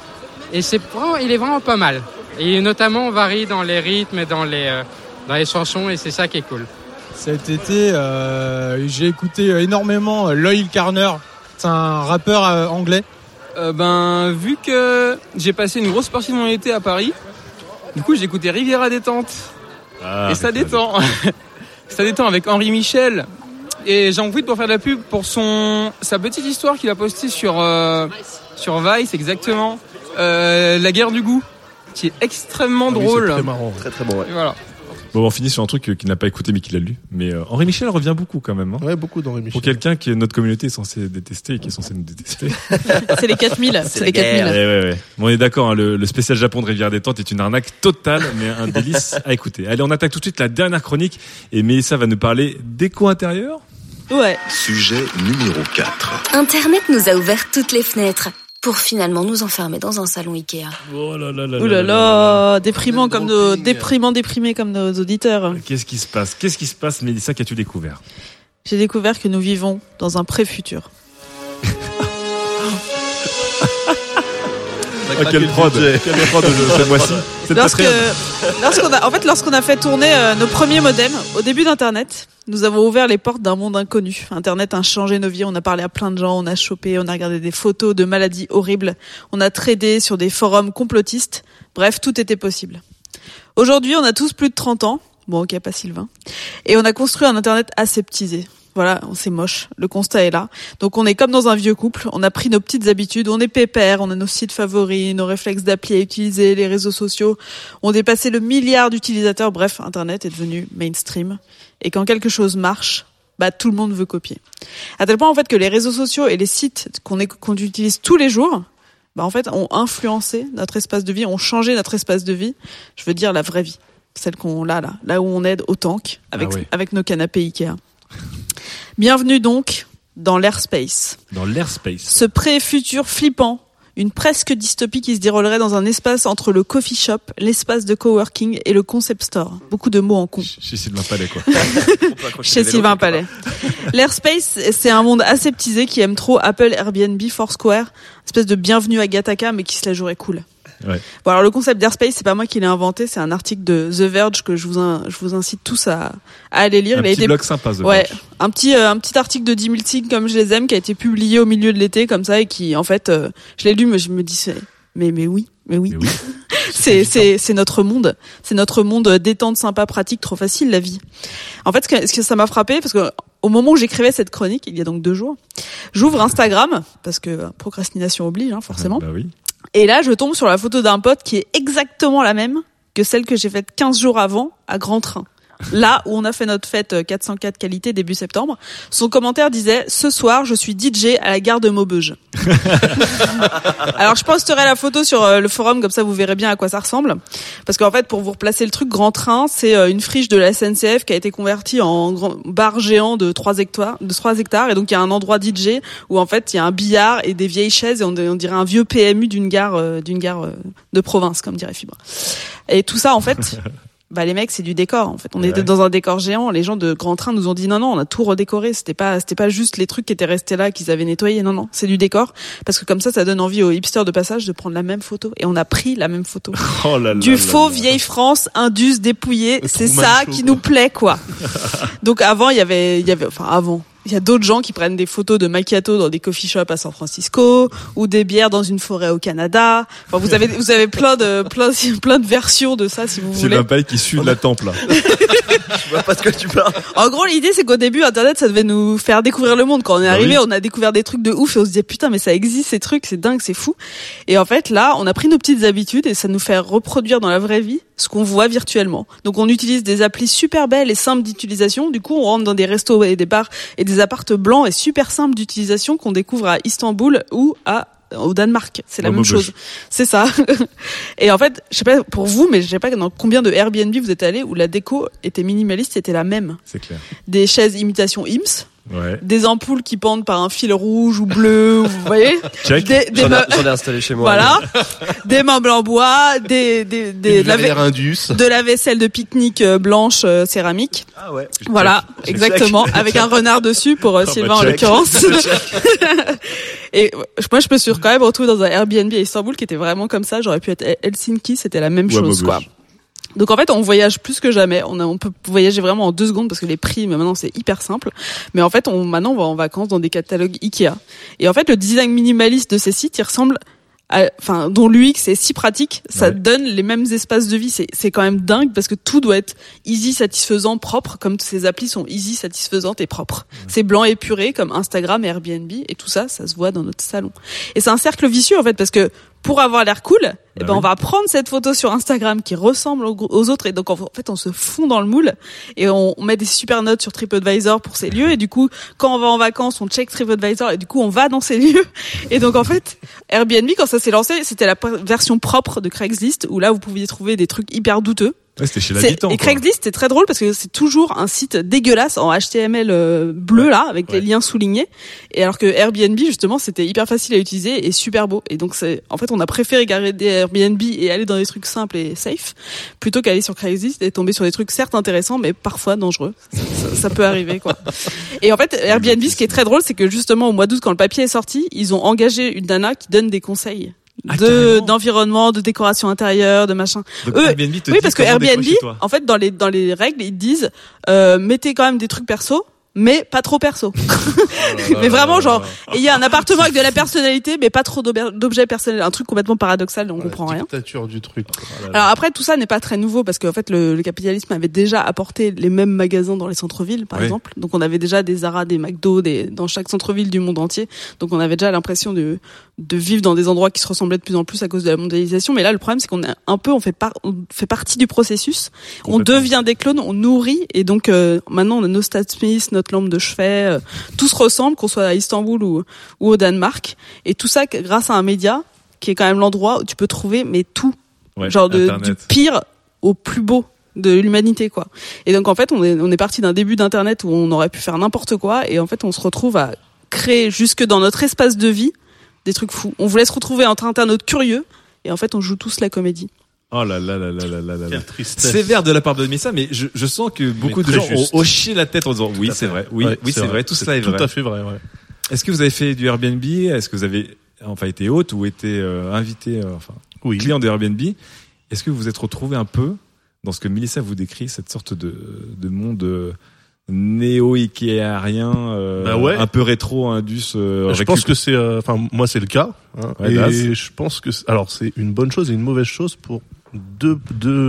Et il est vraiment pas mal. Et notamment, on varie dans les rythmes et dans les chansons, et c'est ça qui est cool. Cet été, j'ai écouté énormément Loïl Carner. C'est un rappeur anglais. Vu que j'ai passé une grosse partie de mon été à Paris, du coup j'ai écouté Riviera Détente. Et ça détend. Ça détend avec Henri Michel. Et j'en profite pour faire de la pub pour sa petite histoire qu'il a postée sur Vice, exactement. La guerre du goût, qui est extrêmement drôle. C'est très marrant. Très très bon, ouais. Et voilà. Bon, on finit sur un truc qu'il n'a pas écouté mais qu'il a lu. Mais Henri Michel revient beaucoup quand même. Hein. Ouais, beaucoup d'Henri Michel. Pour quelqu'un qui notre communauté est censée détester et qui est censé nous détester. C'est les 4000. C'est les 4000. Ouais. Bon, on est d'accord. Hein, le spécial Japon de Rivière Détente est une arnaque totale, mais un délice à écouter. Allez, on attaque tout de suite la dernière chronique et Mélissa va nous parler déco intérieure. Ouais. Sujet numéro 4. Internet nous a ouvert toutes les fenêtres pour finalement nous enfermer dans un salon Ikea. Oh là là là. Ouh là là, déprimés comme nos auditeurs. Qu'est-ce qui se passe, Mélissa, qu'as-tu découvert? J'ai découvert que nous vivons dans un pré-futur. Quelle prod cette fois-ci. Lorsqu'on a fait tourner nos premiers modems au début d'Internet, nous avons ouvert les portes d'un monde inconnu. Internet a changé nos vies, on a parlé à plein de gens, on a chopé, on a regardé des photos de maladies horribles, on a tradé sur des forums complotistes. Bref, tout était possible. Aujourd'hui, on a tous plus de 30 ans. Bon, ok, pas Sylvain. Et on a construit un Internet aseptisé. Voilà, c'est moche. Le constat est là. Donc on est comme dans un vieux couple. On a pris nos petites habitudes. On est pépère. On a nos sites favoris, nos réflexes d'appli à utiliser, les réseaux sociaux. On dépassé le milliard d'utilisateurs. Bref, Internet est devenu mainstream. Et quand quelque chose marche, tout le monde veut copier. À tel point, en fait, que les réseaux sociaux et les sites qu'on utilise tous les jours, en fait, ont influencé notre espace de vie, ont changé notre espace de vie. Je veux dire la vraie vie. Celle qu'on a là où on aide au tank avec nos canapés Ikea. Bienvenue donc dans l'airspace. Dans l'airspace. Ce pré-futur flippant, une presque dystopie qui se déroulerait dans un espace entre le coffee shop, l'espace de coworking et le concept store. Beaucoup de mots en con. Chez Sylvain Palais, quoi. Chez Sylvain Palais. L'airspace, c'est un monde aseptisé qui aime trop Apple, Airbnb, Foursquare, espèce de bienvenue à Gattaca, mais qui se la jouerait cool. Ouais. Bon, alors le concept d'airspace, c'est pas moi qui l'ai inventé, c'est un article de The Verge que je vous incite tous à aller lire. Un petit blog sympa, The Verge. Ouais, un petit article de 10 000 signes comme je les aime, qui a été publié au milieu de l'été comme ça et qui, en fait, je l'ai lu, mais je me dis, mais oui. c'est notre monde. C'est notre monde détente, sympa, pratique, trop facile la vie. En fait, ce que ça m'a frappé, parce que au moment où j'écrivais cette chronique, il y a donc 2 jours, j'ouvre Instagram parce que procrastination oblige, forcément. Bah oui. Et là, je tombe sur la photo d'un pote qui est exactement la même que celle que j'ai faite 15 jours avant à Grand Train. Là où on a fait notre fête 404 qualité début septembre, son commentaire disait « Ce soir, je suis DJ à la gare de Maubeuge ». Alors, je posterai la photo sur le forum, comme ça vous verrez bien à quoi ça ressemble. Parce qu'en fait, pour vous replacer le truc, Grand Train, c'est une friche de la SNCF qui a été convertie en bar géant de 3 hectares. Et donc, il y a un endroit DJ où en fait, il y a un billard et des vieilles chaises et on dirait un vieux PMU d'une gare de province, comme dirait Fibre. Et tout ça, en fait... les mecs, c'est du décor, en fait. On était dans un décor géant. Les gens de Grand Train nous ont dit non, on a tout redécoré. C'était pas juste les trucs qui étaient restés là, qu'ils avaient nettoyés. Non, c'est du décor. Parce que comme ça donne envie aux hipsters de passage de prendre la même photo. Et on a pris la même photo. Oh là là du là faux là. vieille France, indus, dépouillé. C'est Truman ça Show, qui quoi. nous plaît, quoi. Donc avant, il y a d'autres gens qui prennent des photos de macchiato dans des coffee shops à San Francisco ou des bières dans une forêt au Canada. Enfin, vous avez plein de versions de ça si vous voulez. C'est Palais qui suit de la tempe, là. Je vois pas de quoi tu parles. En gros, l'idée, c'est qu'au début, Internet, ça devait nous faire découvrir le monde. Quand on est arrivé, on a découvert des trucs de ouf et on se disait, putain, mais ça existe, ces trucs, c'est dingue, c'est fou. Et en fait, là, on a pris nos petites habitudes et ça nous fait reproduire dans la vraie vie ce qu'on voit virtuellement. Donc, on utilise des applis super belles et simples d'utilisation. Du coup, on rentre dans des restos et des bars et des appartes blancs et super simples d'utilisation qu'on découvre à Istanbul ou au Danemark. C'est la même chose. C'est ça. Et en fait, je sais pas pour vous, mais je sais pas dans combien de Airbnb vous êtes allés où la déco était minimaliste, c'était la même. C'est clair. Des chaises imitation IMSS. des ampoules qui pendent par un fil rouge ou bleu, vous voyez. J'en ai installé chez moi. Voilà. Des meubles en bois, de la vaisselle de pique-nique blanche céramique. Ah ouais. Voilà, exactement, avec un renard dessus pour Sylvain en l'occurrence. Et moi, je me suis quand même retrouvée dans un Airbnb à Istanbul qui était vraiment comme ça. J'aurais pu être Helsinki, c'était la même chose, quoi. Donc en fait, on voyage plus que jamais. On peut voyager vraiment en 2 secondes parce que les prix, mais maintenant c'est hyper simple. Mais en fait, maintenant on va en vacances dans des catalogues Ikea. Et en fait, le design minimaliste de ces sites, il ressemble dont l'UX est si pratique, ça donne les mêmes espaces de vie. C'est quand même dingue parce que tout doit être easy, satisfaisant, propre, comme ces applis sont easy, satisfaisantes et propres. C'est blanc épuré comme Instagram et Airbnb, et tout ça, ça se voit dans notre salon. Et c'est un cercle vicieux en fait, parce que pour avoir l'air cool, on va prendre cette photo sur Instagram qui ressemble aux autres, et donc en fait on se fond dans le moule et on met des super notes sur TripAdvisor pour ces lieux, et du coup quand on va en vacances on check TripAdvisor et du coup on va dans ces lieux. Et donc en fait Airbnb, quand ça s'est lancé, c'était la version propre de Craigslist, où là vous pouviez trouver des trucs hyper douteux. Ouais, c'était chez l'habitant. Et Craigslist, c'est très drôle parce que c'est toujours un site dégueulasse en HTML bleu là, avec les liens soulignés. Et alors que Airbnb, justement, c'était hyper facile à utiliser et super beau. Et donc en fait, on a préféré garder Airbnb et aller dans des trucs simples et safe, plutôt qu'aller sur Craigslist et tomber sur des trucs certes intéressants, mais parfois dangereux. Ça peut arriver, quoi. Et en fait, Airbnb, ce qui est très drôle, c'est que justement, au mois d'août, quand le papier est sorti, ils ont engagé une nana qui donne des conseils. D'environnement, de décoration intérieure, de machin. Donc Airbnb te dit parce que Airbnb, en fait, dans les règles, ils disent mettez quand même des trucs perso, mais pas trop perso. Mais vraiment, genre, il y a un appartement avec de la personnalité, mais pas trop d'objets personnels. Un truc complètement paradoxal, on comprend rien. Dictature du truc. Alors après, tout ça n'est pas très nouveau parce qu'en fait, le capitalisme avait déjà apporté les mêmes magasins dans les centres-villes, par exemple. Donc on avait déjà des Zara, des McDo, dans chaque centre-ville du monde entier. Donc on avait déjà l'impression de vivre dans des endroits qui se ressemblaient de plus en plus à cause de la mondialisation. Mais là, le problème, c'est qu'on est on fait partie du processus. On devient des clones, on nourrit, et donc maintenant on a nos Stan Smith, notre lampe de chevet, tout se ressemble, qu'on soit à Istanbul ou au Danemark, et tout ça grâce à un média qui est quand même l'endroit où tu peux trouver tout, genre du pire au plus beau de l'humanité, quoi. Et donc en fait, on est parti d'un début d'internet où on aurait pu faire n'importe quoi, et en fait on se retrouve à créer jusque dans notre espace de vie des trucs fous. On voulait se retrouver entre internautes curieux, et en fait on joue tous la comédie. Oh là là là là là là là. Quelle tristesse. Sévère de la part de Missa, mais je sens que beaucoup de gens ont hoché la tête en disant oui, c'est vrai, c'est vrai, tout cela est vrai. Tout à fait vrai, ouais. Est-ce que vous avez fait du Airbnb? Est-ce que vous avez été hôte ou été invité, client de Airbnb? Est-ce que vous vous êtes retrouvé un peu dans ce que Mélissa vous décrit, cette sorte de monde néo-icéarien, un peu rétro, indus. Je pense que c'est, moi c'est le cas, hein, et je pense que c'est une bonne chose et une mauvaise chose pour deux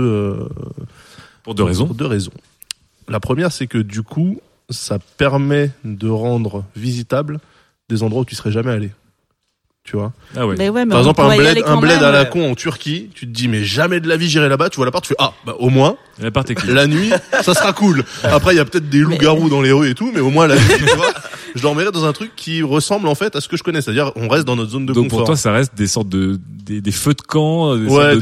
raisons. La première, c'est que du coup, ça permet de rendre visitables des endroits où tu serais jamais allé. Tu vois. Ah ouais. Mais par exemple, un bled à la con en Turquie, tu te dis, mais jamais de la vie j'irai là-bas, tu vois l'appart, tu fais, au moins, la nuit, ça sera cool. Après, il y a peut-être des loups-garous dans les rues et tout, mais au moins, la nuit, tu vois, je dormirai dans un truc qui ressemble, en fait, à ce que je connais. C'est-à-dire, on reste dans notre zone de confort. Donc, pour toi, ça reste des sortes des feux de camp,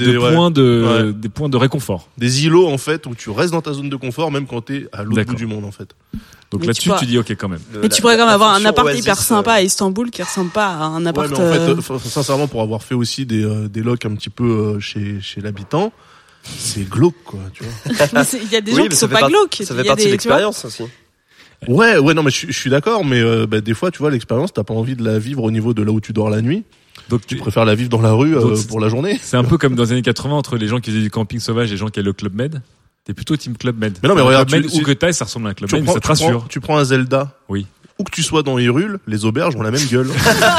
des points de réconfort. Des îlots, en fait, où tu restes dans ta zone de confort, même quand t'es à l'autre bout du monde, en fait. Donc mais là-dessus, tu dis ok quand même. Mais tu pourrais quand même avoir un appart hyper sympa à Istanbul qui ressemble pas à un appart. Ouais, mais en fait, sincèrement, pour avoir fait aussi des locs un petit peu chez l'habitant, c'est glauque, quoi, tu vois. Il y a des gens qui sont pas glauques. Ça fait partie de l'expérience aussi. Ouais, non, mais je suis d'accord, mais des fois, tu vois, l'expérience, t'as pas envie de la vivre au niveau de là où tu dors la nuit. Donc tu préfères la vivre dans la rue pour la journée. C'est un peu comme dans les années 80 entre les gens qui faisaient du camping sauvage et les gens qui allaient au Club Med. T'es plutôt team Club Med. Mais non, mais regarde, où que t'ailles, ça ressemble à un Club Med, mais ça te rassure. Tu prends un Zelda. Oui. Où que tu sois dans Hyrule, les auberges ont la même gueule.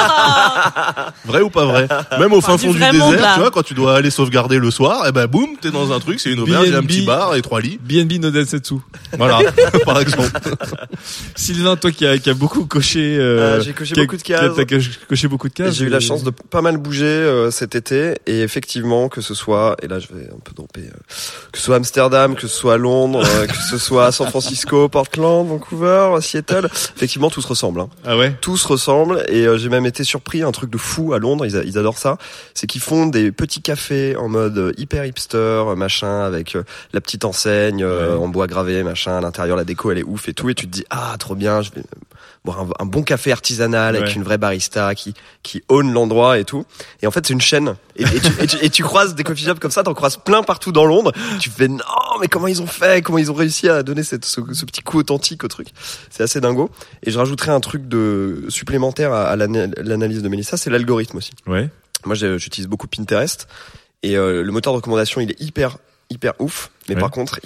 Vrai ou pas vrai? Même au fin fond du désert, tu vois, quand tu dois aller sauvegarder le soir, boum, t'es dans un truc, c'est une auberge, il y a un petit bar et 3 lits. BNB no Densetsu. Voilà, par exemple. Sylvain, toi qui a beaucoup coché, j'ai coché beaucoup de cases. T'as coché beaucoup de cases. J'ai eu la chance de pas mal bouger cet été, et effectivement, que ce soit, et là je vais un peu dropper, que ce soit Amsterdam, que ce soit Londres, que ce soit San Francisco, Portland, Vancouver, Seattle, effectivement tout se ressemble. Hein. Ah ouais. Tout se ressemble, et j'ai même été surpris, un truc de fou à Londres, ils adorent ça, c'est qu'ils font des petits cafés en mode hyper hipster, machin, avec la petite enseigne en bois gravé, machin, à l'intérieur la déco elle est ouf et tout, et tu te dis trop bien, je vais boire un bon café artisanal avec une vraie barista qui own l'endroit et tout. Et en fait, c'est une chaîne. Et tu croises des coffee shops comme ça, t'en croises plein partout dans Londres. Tu fais non, mais comment ils ont fait, comment ils ont réussi à donner ce petit coup authentique au truc. C'est assez dingo. Et je rajouterais un truc supplémentaire à l'analyse de Mélissa, c'est l'algorithme aussi. Ouais. Moi, j'utilise beaucoup Pinterest et le moteur de recommandation, il est hyper ouf. Mais par contre,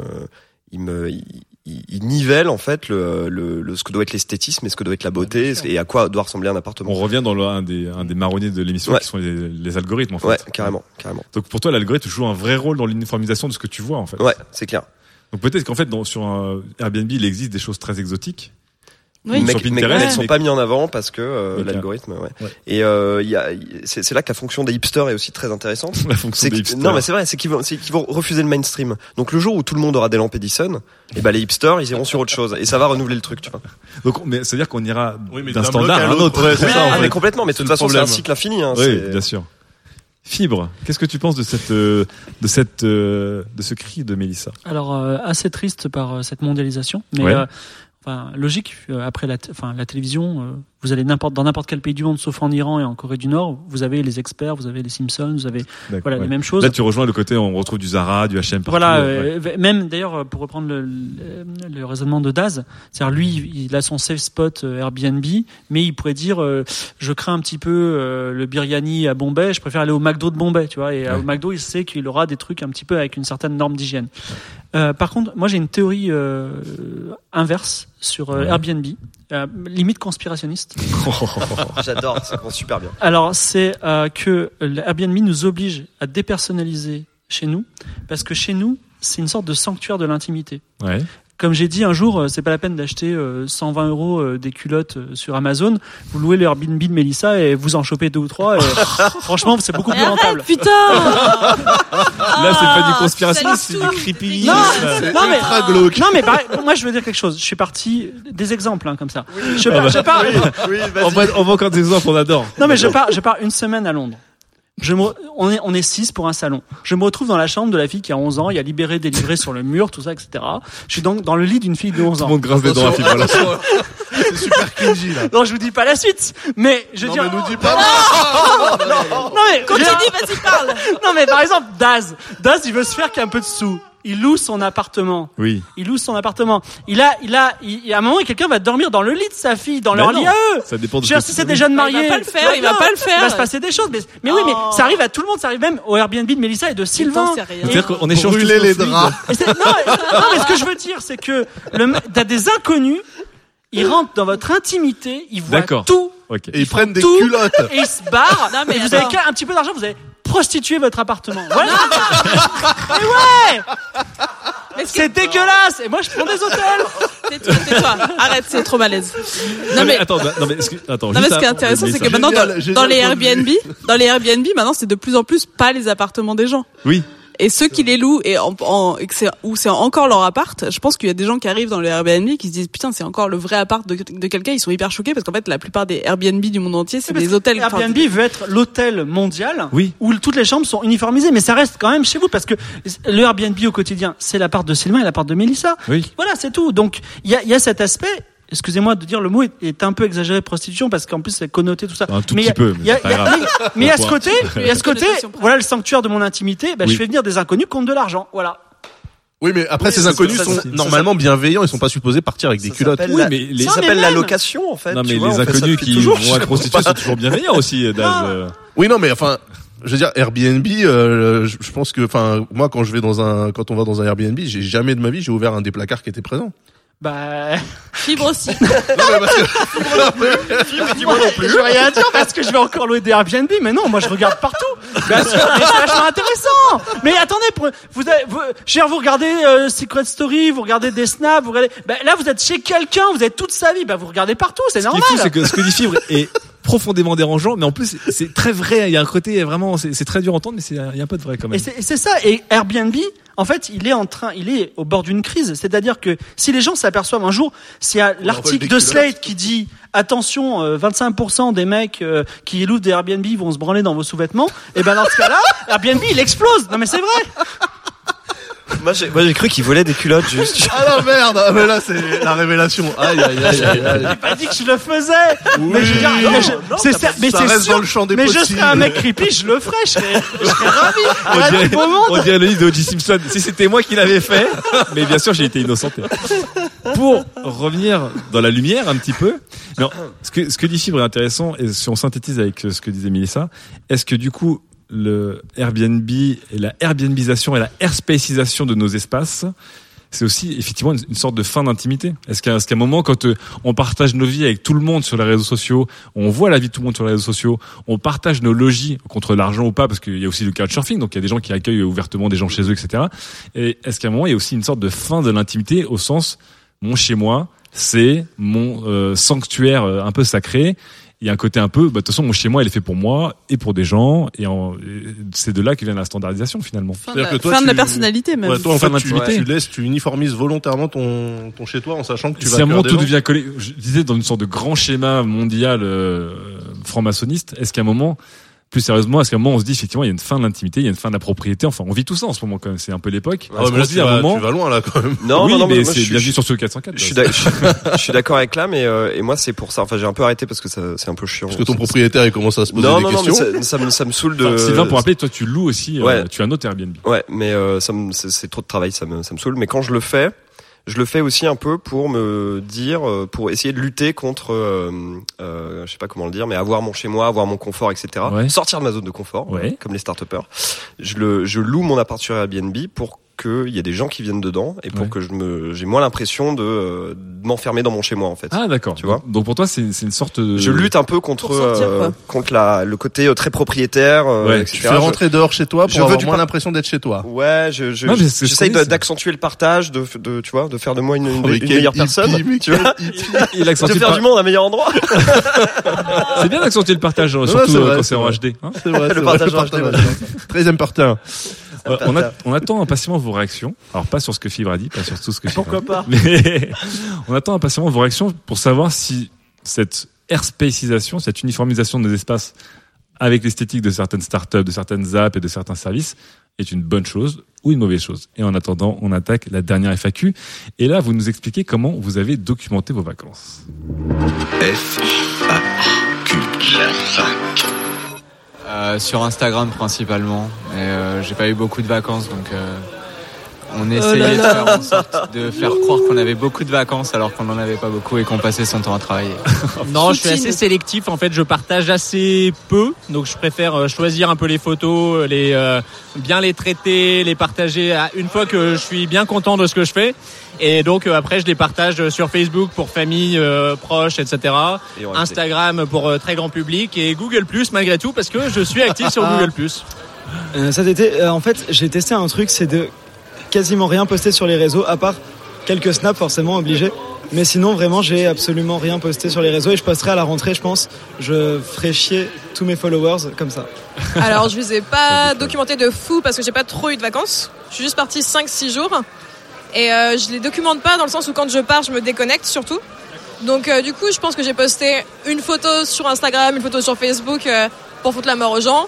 il nivelle en fait ce que doit être l'esthétisme et ce que doit être la beauté et à quoi doit ressembler un appartement. On revient dans un des marronniers de l'émission qui sont les algorithmes en fait. Ouais, carrément. Donc pour toi, l'algorithme joue un vrai rôle dans l'uniformisation de ce que tu vois en fait. Ouais, c'est clair. Donc peut-être qu'en fait sur un Airbnb, il existe des choses très exotiques. Oui. Mais elles sont pas mis en avant parce que l'algorithme. Et c'est là que la fonction des hipsters est aussi très intéressante. La fonction des hipsters. Non, mais c'est vrai, c'est qu'ils vont refuser le mainstream. Donc le jour où tout le monde aura des lampes Edison, et les hipsters ils iront sur autre chose et ça va renouveler le truc, tu vois. Donc mais c'est à dire qu'on ira d'un standard à un autre. C'est ça. Mais complètement. Mais de toute façon c'est un cycle infini. Oui, bien sûr. Fibre, qu'est-ce que tu penses de ce cri de Mélissa? Alors assez triste par cette mondialisation, mais logique. Après la télévision, vous allez dans n'importe quel pays du monde, sauf en Iran et en Corée du Nord, vous avez les experts, vous avez les Simpsons, vous avez les mêmes choses. Là, tu rejoins le côté, on retrouve du Zara, du H&M partout. Même d'ailleurs, pour reprendre le raisonnement de Daz, c'est-à-dire lui, il a son safe spot Airbnb, mais il pourrait dire, je crains un petit peu le biryani à Bombay, je préfère aller au McDo de Bombay, tu vois. Et au McDo, il sait qu'il aura des trucs un petit peu avec une certaine norme d'hygiène. Par contre, moi, j'ai une théorie inverse sur Airbnb, limite conspirationniste. J'adore, ça commence super bien. Alors, c'est que Airbnb nous oblige à dépersonnaliser chez nous, parce que chez nous, c'est une sorte de sanctuaire de l'intimité. Ouais. Comme j'ai dit un jour, c'est pas la peine d'acheter 120 € des culottes sur Amazon. Vous louez le Airbnb de Mélissa et vous en chopez 2 ou 3. Et franchement, c'est beaucoup plus rentable. Putain. Là, c'est pas du conspirationnisme, c'est du creepy. C'est ultra glauque. Non, mais moi, je veux dire quelque chose. Je suis parti des exemples comme ça. Je pars. On voit encore des exemples, on adore. Non, mais je pars une semaine à Londres. On est 6 pour un salon. Je me retrouve dans la chambre de la fille qui a 11 ans. Il y a libéré, délivré sur le mur, tout ça, etc. Je suis donc dans le lit d'une fille de 11 ans. Tout le monde grince des dents à Fibre. C'est super cringy, là. Non, je vous dis pas la suite. Mais je dis. Non, mais nous dis pas. Non, mais. Continue, vas-y, parle. Non, mais par exemple, Daz, il veut se faire qu'un peu de sous. Il loue son appartement. Oui. Il loue son appartement. À un moment, quelqu'un va dormir dans le lit de sa fille, dans leur lit à eux. Ça dépend de si c'est des jeunes mariés. Il va pas le faire. Il va se passer des choses. Mais oui, mais ça arrive à tout le monde. Ça arrive même au Airbnb de Mélissa et de Sylvain. C'est-à-dire qu'on échange brûler les draps. Non, mais ce que je veux dire, c'est que t'as des inconnus, ils rentrent dans votre intimité, ils voient tout. Okay. Et ils prennent des culottes. Et ils se barrent. Non, mais vous avez un petit peu d'argent, vous avez prostitué votre appartement. Voilà. Mais ouais. Mais c'est dégueulasse. Et moi, je prends des hôtels. Tais-toi. Arrête, c'est trop malaise. Non mais attends, ce qui est intéressant, c'est que maintenant dans les Airbnb, maintenant c'est de plus en plus pas les appartements des gens. Oui. Et ceux qui les louent où c'est encore leur appart, je pense qu'il y a des gens qui arrivent dans le Airbnb qui se disent putain c'est encore le vrai appart de quelqu'un, ils sont hyper choqués parce qu'en fait la plupart des Airbnb du monde entier c'est des hôtels. Airbnb veut être l'hôtel mondial où toutes les chambres sont uniformisées, mais ça reste quand même chez vous parce que le Airbnb au quotidien c'est l'appart de Sylvain et l'appart de Mélissa. Oui. Voilà, c'est tout. Donc il y a cet aspect. Excusez-moi de dire le mot est un peu exagéré, prostitution, parce qu'en plus c'est connoté tout ça. Un tout petit peu. Mais il y a ce côté, voilà le sanctuaire de mon intimité. Je fais venir des inconnus contre de l'argent. Voilà. Oui, mais après ces inconnus sont normalement bienveillants. Ils sont pas supposés partir avec des culottes. Oui, mais ça s'appelle la location en fait. Non, mais les inconnus qui vont être prostitués sont toujours bienveillants aussi, Daz. Oui, non, mais enfin. Je veux dire, Airbnb, je pense que, moi, quand on va dans un Airbnb, j'ai jamais de ma vie, j'ai ouvert un des placards qui était présent. Fibre aussi. Non, mais parce que... Fibre, dis-moi non plus. Je vais rien dire parce que je vais encore louer des Airbnb, mais non, moi je regarde partout. Bien sûr, mais c'est vachement intéressant. Mais attendez, vous regardez Secret Story, vous regardez des snaps, là vous êtes chez quelqu'un, vous êtes toute sa vie, vous regardez partout, c'est normal. Ce qui est fou, c'est que ce que dit Fibre est profondément dérangeant, mais en plus c'est très vrai. Il y a un côté vraiment, c'est très dur à entendre, mais il y a un peu de vrai quand même. Et c'est ça. Et Airbnb, en fait, il est au bord d'une crise. C'est-à-dire que si les gens s'aperçoivent un jour, s'il y a l'article de Slate qui dit attention, 25% des mecs qui louent des Airbnb vont se branler dans vos sous-vêtements, et dans ce cas-là, Airbnb il explose. Non mais c'est vrai. Moi j'ai cru qu'il volait des culottes juste. Ah non merde, ah, mais là c'est la révélation. Aïe. J'ai pas dit que je le faisais. Oui, mais je veux dire, non, c'est ça mais c'est reste sûr. dans le champ des mais possibles. je serais un mec creepy, je le ferais. Je serais ravi. On dirait le livre de O.J. Simpson. Si c'était moi qui l'avais fait, mais bien sûr j'ai été innocenté. Pour revenir dans la lumière un petit peu, non, ce que dit Fibre est intéressant, et si on synthétise avec ce que disait Mélissa, est-ce que du coup le Airbnb et la Airbnbisation et la airspacisation de nos espaces, c'est aussi effectivement une sorte de fin d'intimité. Est-ce qu'à un moment, quand on partage nos vies avec tout le monde sur les réseaux sociaux, on voit la vie de tout le monde sur les réseaux sociaux, on partage nos logis contre l'argent ou pas, parce qu'il y a aussi le couchsurfing, donc il y a des gens qui accueillent ouvertement des gens chez eux, etc. Et est-ce qu'à un moment, il y a aussi une sorte de fin de l'intimité au sens, mon chez moi, c'est mon sanctuaire un peu sacré. Il y a un côté un peu, de toute façon, mon chez moi, il est fait pour moi et pour des gens, et c'est de là que vient la standardisation finalement. Fin de la personnalité même. Ouais, toi, en fait, d'intimité. tu uniformises volontairement ton chez toi en sachant que tu vas. Si à un moment accueillir tout des gens. devient collé, je disais dans une sorte de grand schéma mondial franc-maçonniste, est-ce qu'à un moment, plus sérieusement, est-ce qu'à un moment on se dit effectivement il y a une fin de l'intimité, il y a une fin de la propriété, enfin on vit tout ça en ce moment quand même, c'est un peu l'époque. Ah ouais, mais là tu vas loin là quand même. Non, oui, non, mais moi, c'est bienvenue sur ce 404. Je suis d'accord avec Clam et moi c'est pour ça. Enfin j'ai un peu arrêté parce que c'est un peu chiant. Parce que ton propriétaire il commence à se poser des questions. Non, ça me saoule de. Enfin, Sylvain, pour rappeler, toi tu loues aussi, Ouais. tu as un autre Airbnb. Ouais, mais c'est trop de travail, ça me saoule. Mais quand je le fais aussi un peu pour me dire, pour essayer de lutter contre, je sais pas comment le dire, mais avoir mon chez moi, avoir mon confort, etc. Ouais. Sortir de ma zone de confort, Ouais. comme les start-upers. Je loue mon appart sur Airbnb pour qu'il y ait des gens qui viennent dedans et pour que j'ai moins l'impression de m'enfermer dans mon chez moi en fait. Ah d'accord. Tu vois. Donc pour toi c'est une sorte de... Je lutte un peu contre le côté très propriétaire, etc. Tu fais rentrer dehors chez toi pour avoir moins par- l'impression d'être chez toi. Ouais, mais c'est ce j'essaye qu'on dit, ça. d'accentuer le partage, de tu vois, de faire de moi une mais meilleure quel personne, hippie, tu vois, Il accentue de faire du monde un meilleur endroit. C'est bien d'accentuer le partage, surtout c'est vrai, quand c'est c'est en vrai. HD. Hein. C'est vrai, Le partage en HD, ouais. 13e partie. On attend impatiemment vos réactions. Alors pas sur ce que Fibre a dit, pas sur tout ce que Fibre Pourquoi a dit. Mais on attend impatiemment vos réactions pour savoir si cette airspacisation, cette uniformisation de nos espaces avec l'esthétique de certaines startups, de certaines apps et de certains services est une bonne chose ou une mauvaise chose. Et en attendant, on attaque la dernière FAQ. Et là, vous nous expliquez comment vous avez documenté vos vacances. Sur Instagram principalement, mais j'ai pas eu beaucoup de vacances, donc on essayait de faire en sorte de faire croire qu'on avait beaucoup de vacances alors qu'on en avait pas beaucoup et qu'on passait son temps à travailler. Non, je suis assez sélectif. En fait, je partage assez peu, donc je préfère choisir un peu les photos, bien les traiter, les partager une fois que je suis bien content de ce que je fais. Et donc après, je les partage sur Facebook pour famille, proches, etc. Instagram pour très grand public et Google+ malgré tout parce que je suis actif sur Google+. Cet été, en fait, j'ai testé un truc, c'est de quasiment rien poster sur les réseaux, à part quelques snaps forcément obligés. Mais sinon, vraiment, j'ai absolument rien posté sur les réseaux et je posterai à la rentrée, je pense. Je ferai chier tous mes followers comme ça. Alors, je vous ai pas documenté de fou parce que j'ai pas trop eu de vacances. Je suis juste partie 5-6 jours. Et je les documente pas dans le sens où quand je pars, je me déconnecte surtout. Donc du coup, je pense que j'ai posté une photo sur Instagram, une photo sur Facebook pour foutre la mort aux gens.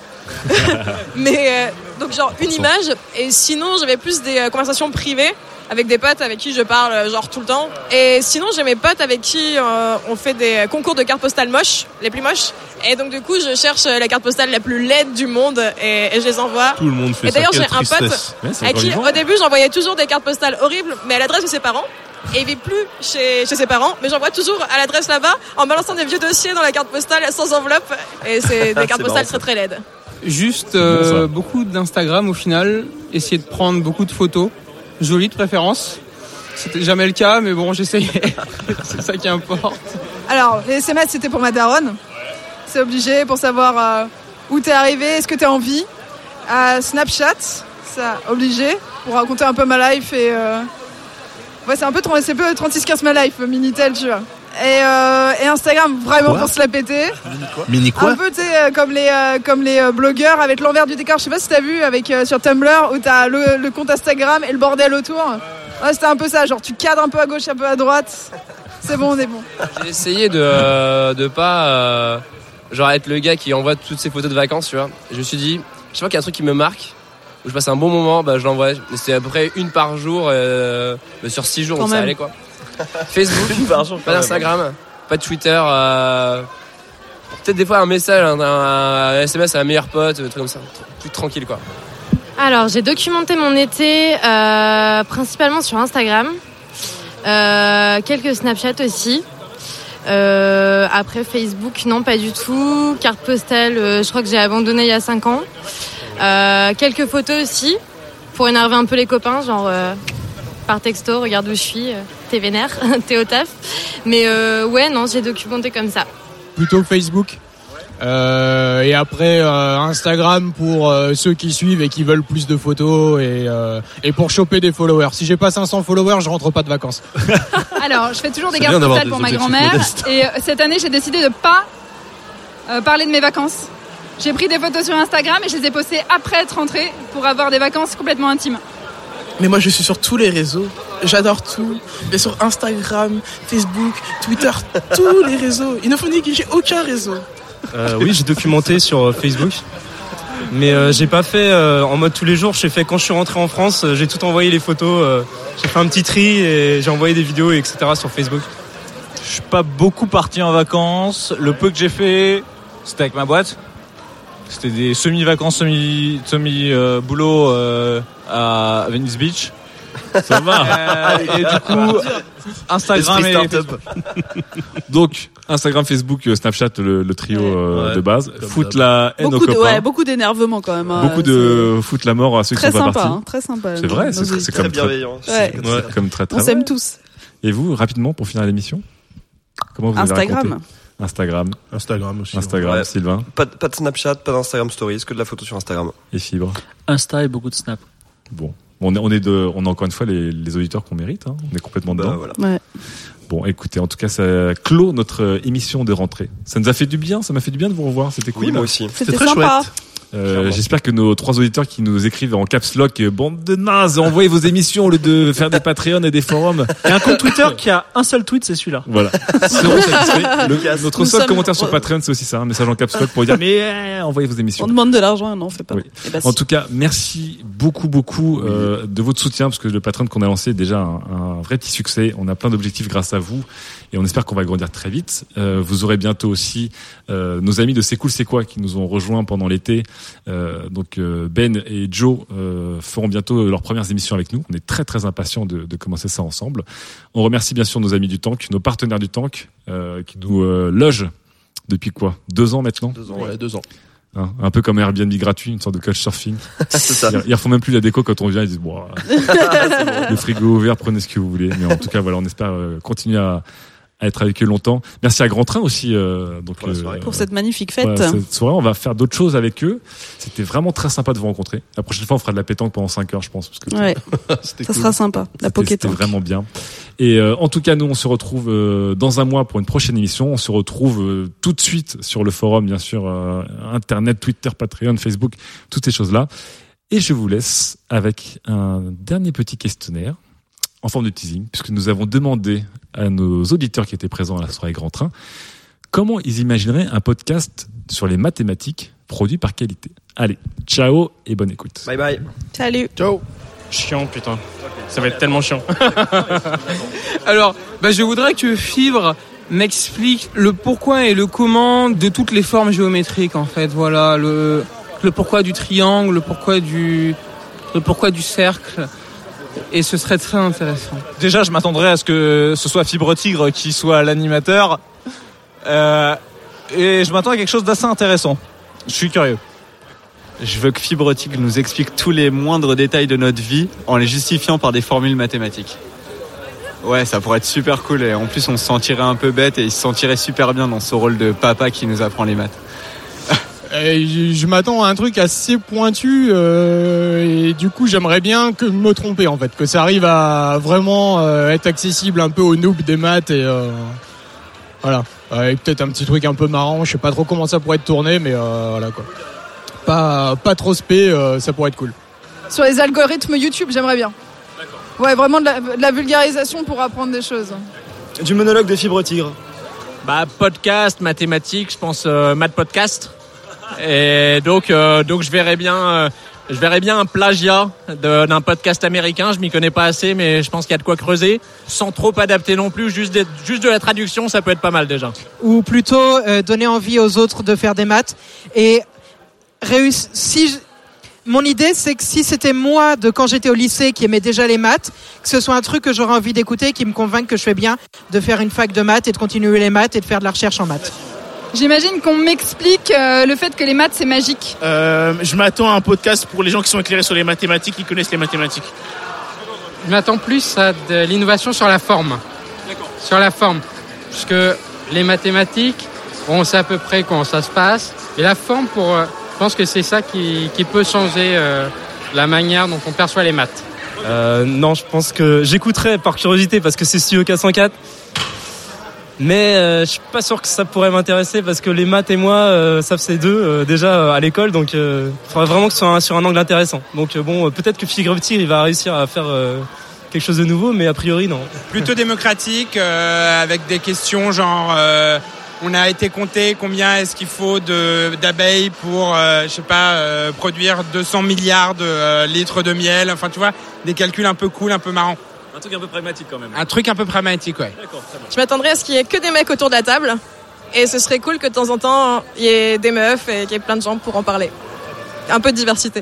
Mais donc genre une image. Et sinon, j'avais plus des conversations privées avec des potes avec qui je parle genre tout le temps. Et sinon, j'ai mes potes avec qui on fait des concours de cartes postales moches, les plus moches. Et donc du coup, je cherche la carte postale la plus laide du monde et je les envoie. Tout le monde fait et ça. d'ailleurs, Quelle j'ai un pote tristesse. à qui au début, j'envoyais toujours des cartes postales horribles, mais à l'adresse de ses parents. Et il vit plus chez ses parents, mais j'envoie toujours à l'adresse là-bas en balançant des vieux dossiers dans la carte postale sans enveloppe. Et c'est des cartes postales très très laides. Juste beaucoup d'Instagram au final, essayer de prendre beaucoup de photos, jolies de préférence. C'était jamais le cas, mais bon, j'essayais. C'est ça qui importe. Alors, les SMS, c'était pour ma daronne. C'est obligé pour savoir où t'es arrivé, est-ce que t'es en vie. Snapchat, ça, obligé, pour raconter un peu ma life et... Ouais, c'est un peu 36-15 ma life, Minitel, tu vois. Et Instagram, vraiment pour se la péter. Mini quoi? Un peu, tu sais, comme les blogueurs avec l'envers du décor. Je sais pas si t'as vu avec sur Tumblr où t'as le compte Instagram et le bordel autour. Ouais, c'était un peu ça, genre tu cadres un peu à gauche, un peu à droite. C'est bon, on est bon. J'ai essayé de pas genre être le gars qui envoie toutes ses photos de vacances, tu vois. Je me suis dit, je vois qu'il y a un truc qui me marque. où je passe un bon moment, je l'envoie. C'était à peu près une par jour, mais sur 6 jours, donc ça allait quoi. Facebook, Une par jour, pas d'Instagram, pas de Twitter, peut-être des fois un message, un SMS à un meilleur pote, truc comme ça, tout tranquille quoi. Alors, j'ai documenté mon été principalement sur Instagram, quelques Snapchat aussi. Après Facebook, non, pas du tout. Carte postale, je crois que j'ai abandonné il y a 5 ans. Quelques photos aussi, pour énerver un peu les copains, genre par texto, regarde où je suis, t'es vénère, t'es au taf. Mais ouais, non, j'ai documenté comme ça. Plutôt Facebook. Et après Instagram pour ceux qui suivent et qui veulent plus de photos et pour choper des followers. Si j'ai pas 500 followers, je rentre pas de vacances. Alors, je fais toujours des gardes postales pour ma grand-mère. Et cette année, j'ai décidé de pas parler de mes vacances. J'ai pris des photos sur Instagram et je les ai postées après être rentrée pour avoir des vacances complètement intimes. Mais moi, je suis sur tous les réseaux. J'adore tout. Et sur Instagram, Facebook, Twitter, tous les réseaux. Il ne faut nier que j'ai aucun réseau. Oui, j'ai documenté sur Facebook. Mais j'ai pas fait en mode tous les jours. J'ai fait quand je suis rentré en France, j'ai tout envoyé les photos. J'ai fait un petit tri et j'ai envoyé des vidéos, etc. sur Facebook. Je suis pas beaucoup parti en vacances. Le peu que j'ai fait, c'était avec ma boîte. C'était des semi-vacances, semi-boulot à Venice Beach. Ça va. Et du coup, Instagram et Facebook. Donc, Instagram, Facebook, Snapchat, le trio de base. Foutre la haine aux copains. Beaucoup d'énervement quand même. Beaucoup de foutre la mort à ceux qui sont pas partis. Très sympa. C'est vrai, c'est comme très bienveillant. C'est comme très On s'aime tous. Et vous, rapidement, pour finir l'émission, comment vous avez raconté Instagram aussi. Instagram, Sylvain. Pas de Snapchat, pas d'Instagram Stories, que de la photo sur Instagram. Et Fibre. Insta et beaucoup de Snap. Bon. On a encore une fois les auditeurs qu'on mérite. Hein. On est complètement dedans. Voilà. Ouais. Bon, écoutez, en tout cas, ça clôt notre émission de rentrée. Ça nous a fait du bien. Ça m'a fait du bien de vous revoir. C'était cool. Oui, moi aussi. C'était très sympa. Chouette. J'espère que nos 3 auditeurs qui nous écrivent en caps lock, bande de nazes, envoyez vos émissions au lieu de faire des Patreons et des forums. Il y a un compte Twitter qui a un seul tweet, c'est celui-là. Voilà. Notre seul commentaire sur Patreon, c'est aussi ça, un message en caps lock pour dire mais envoyez vos émissions. On demande de l'argent, non, on fait pas. Oui. En tout cas, merci beaucoup de votre soutien, parce que le Patreon qu'on a lancé est déjà un vrai petit succès. On a plein d'objectifs grâce à vous et on espère qu'on va grandir très vite. Vous aurez bientôt aussi nos amis de C'est Cool C'est Quoi qui nous ont rejoints pendant l'été. Donc Ben et Joe feront bientôt leurs premières émissions avec nous. On est très très impatients de commencer ça ensemble. On remercie bien sûr nos amis du Tank, nos partenaires du Tank qui nous logent depuis quoi 2 ans maintenant. 2 ans, ouais, 2 ans. Hein, un peu comme Airbnb gratuit, une sorte de couchsurfing. C'est ça. Ils refont même plus la déco quand on vient, ils disent bon, le frigo ouvert, prenez ce que vous voulez. Mais en tout cas, voilà, on espère continuer à être avec eux longtemps. Merci à Grand Train aussi pour cette magnifique fête. Voilà, cette soirée, on va faire d'autres choses avec eux. C'était vraiment très sympa de vous rencontrer. La prochaine fois, on fera de la pétanque pendant 5 heures, je pense. Parce que ça cool. Sera sympa. La pokétanque. C'était vraiment bien. Et en tout cas, nous, on se retrouve dans un mois pour une prochaine émission. On se retrouve tout de suite sur le forum, bien sûr, Internet, Twitter, Patreon, Facebook, toutes ces choses-là. Et je vous laisse avec un dernier petit questionnaire en forme de teasing, puisque nous avons demandé à nos auditeurs qui étaient présents à la soirée Grand Train comment ils imagineraient un podcast sur les mathématiques produit par qualité. Allez, ciao et bonne écoute. Bye bye. Salut. Ciao. Chiant, putain. Ça va être tellement chiant. Alors, je voudrais que Fibre m'explique le pourquoi et le comment de toutes les formes géométriques, en fait. Voilà, le pourquoi du triangle, le pourquoi du cercle. Et ce serait très intéressant. Déjà, je m'attendrais à ce que ce soit Fibre Tigre qui soit l'animateur. Et je m'attends à quelque chose d'assez intéressant. Je suis curieux. Je veux que Fibre Tigre nous explique tous les moindres détails de notre vie en les justifiant par des formules mathématiques. Ouais, ça pourrait être super cool. Et en plus, on se sentirait un peu bête et il se sentirait super bien dans ce rôle de papa qui nous apprend les maths. Je m'attends à un truc assez pointu et du coup j'aimerais bien que me tromper en fait, que ça arrive à vraiment être accessible un peu aux noobs des maths et voilà, et peut-être un petit truc un peu marrant, je sais pas trop comment ça pourrait être tourné mais voilà quoi. Pas trop spé, ça pourrait être cool. Sur les algorithmes YouTube, j'aimerais bien. D'accord. Ouais, vraiment de la vulgarisation pour apprendre des choses. Du monologue de Fibre Tigre. Podcast, mathématiques, je pense maths podcast. Et donc je verrais bien Je verrais bien un plagiat d'un podcast américain. Je m'y connais pas assez, mais je pense qu'il y a de quoi creuser, sans trop adapter non plus. Juste de la traduction, ça peut être pas mal déjà. Ou plutôt donner envie aux autres de faire des maths et mon idée, c'est que si c'était moi de quand j'étais au lycée qui aimait déjà les maths, que ce soit un truc que j'aurais envie d'écouter, qui me convainc que je fais bien de faire une fac de maths et de continuer les maths et de faire de la recherche en maths. J'imagine qu'on m'explique le fait que les maths c'est magique. Je m'attends à un podcast pour les gens qui sont éclairés sur les mathématiques, qui connaissent les mathématiques. Je m'attends plus à de l'innovation sur la forme. D'accord. Sur la forme. Puisque les mathématiques, on sait à peu près comment ça se passe. Et la forme, je pense que c'est ça qui peut changer la manière dont on perçoit les maths. Non, je pense que j'écouterai par curiosité parce que c'est Studio 404. Mais je suis pas sûr que ça pourrait m'intéresser parce que les maths et moi, ça c'est deux déjà à l'école, donc il faudrait vraiment que ce soit sur un angle intéressant. Donc peut-être que Figretti il va réussir à faire quelque chose de nouveau, mais a priori non. Plutôt démocratique, avec des questions genre on a été compté combien est-ce qu'il faut d'abeilles pour produire 200 milliards de litres de miel. Enfin tu vois, des calculs un peu cool, un peu marrants. Un truc un peu pragmatique quand même. Un truc un peu pragmatique, ouais. D'accord, très bien. Je m'attendrais à ce qu'il y ait que des mecs autour de la table. Et ce serait cool que de temps en temps, il y ait des meufs et qu'il y ait plein de gens pour en parler. Un peu de diversité.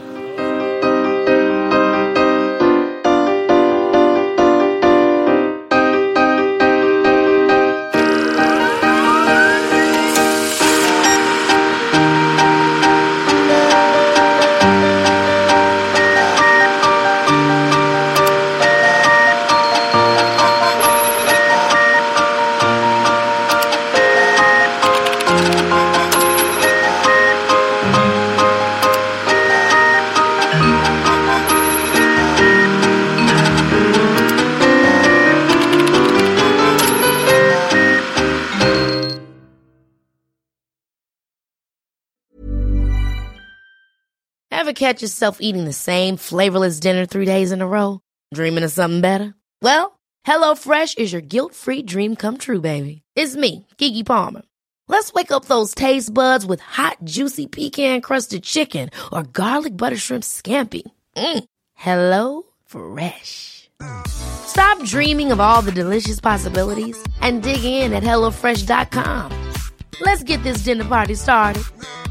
Ever catch yourself eating the same flavorless dinner 3 days in a row? Dreaming of something better? Well, HelloFresh is your guilt-free dream come true, baby. It's me, Keke Palmer. Let's wake up those taste buds with hot, juicy pecan-crusted chicken or garlic butter shrimp scampi. Hello Fresh. Stop dreaming of all the delicious possibilities and dig in at HelloFresh.com. Let's get this dinner party started.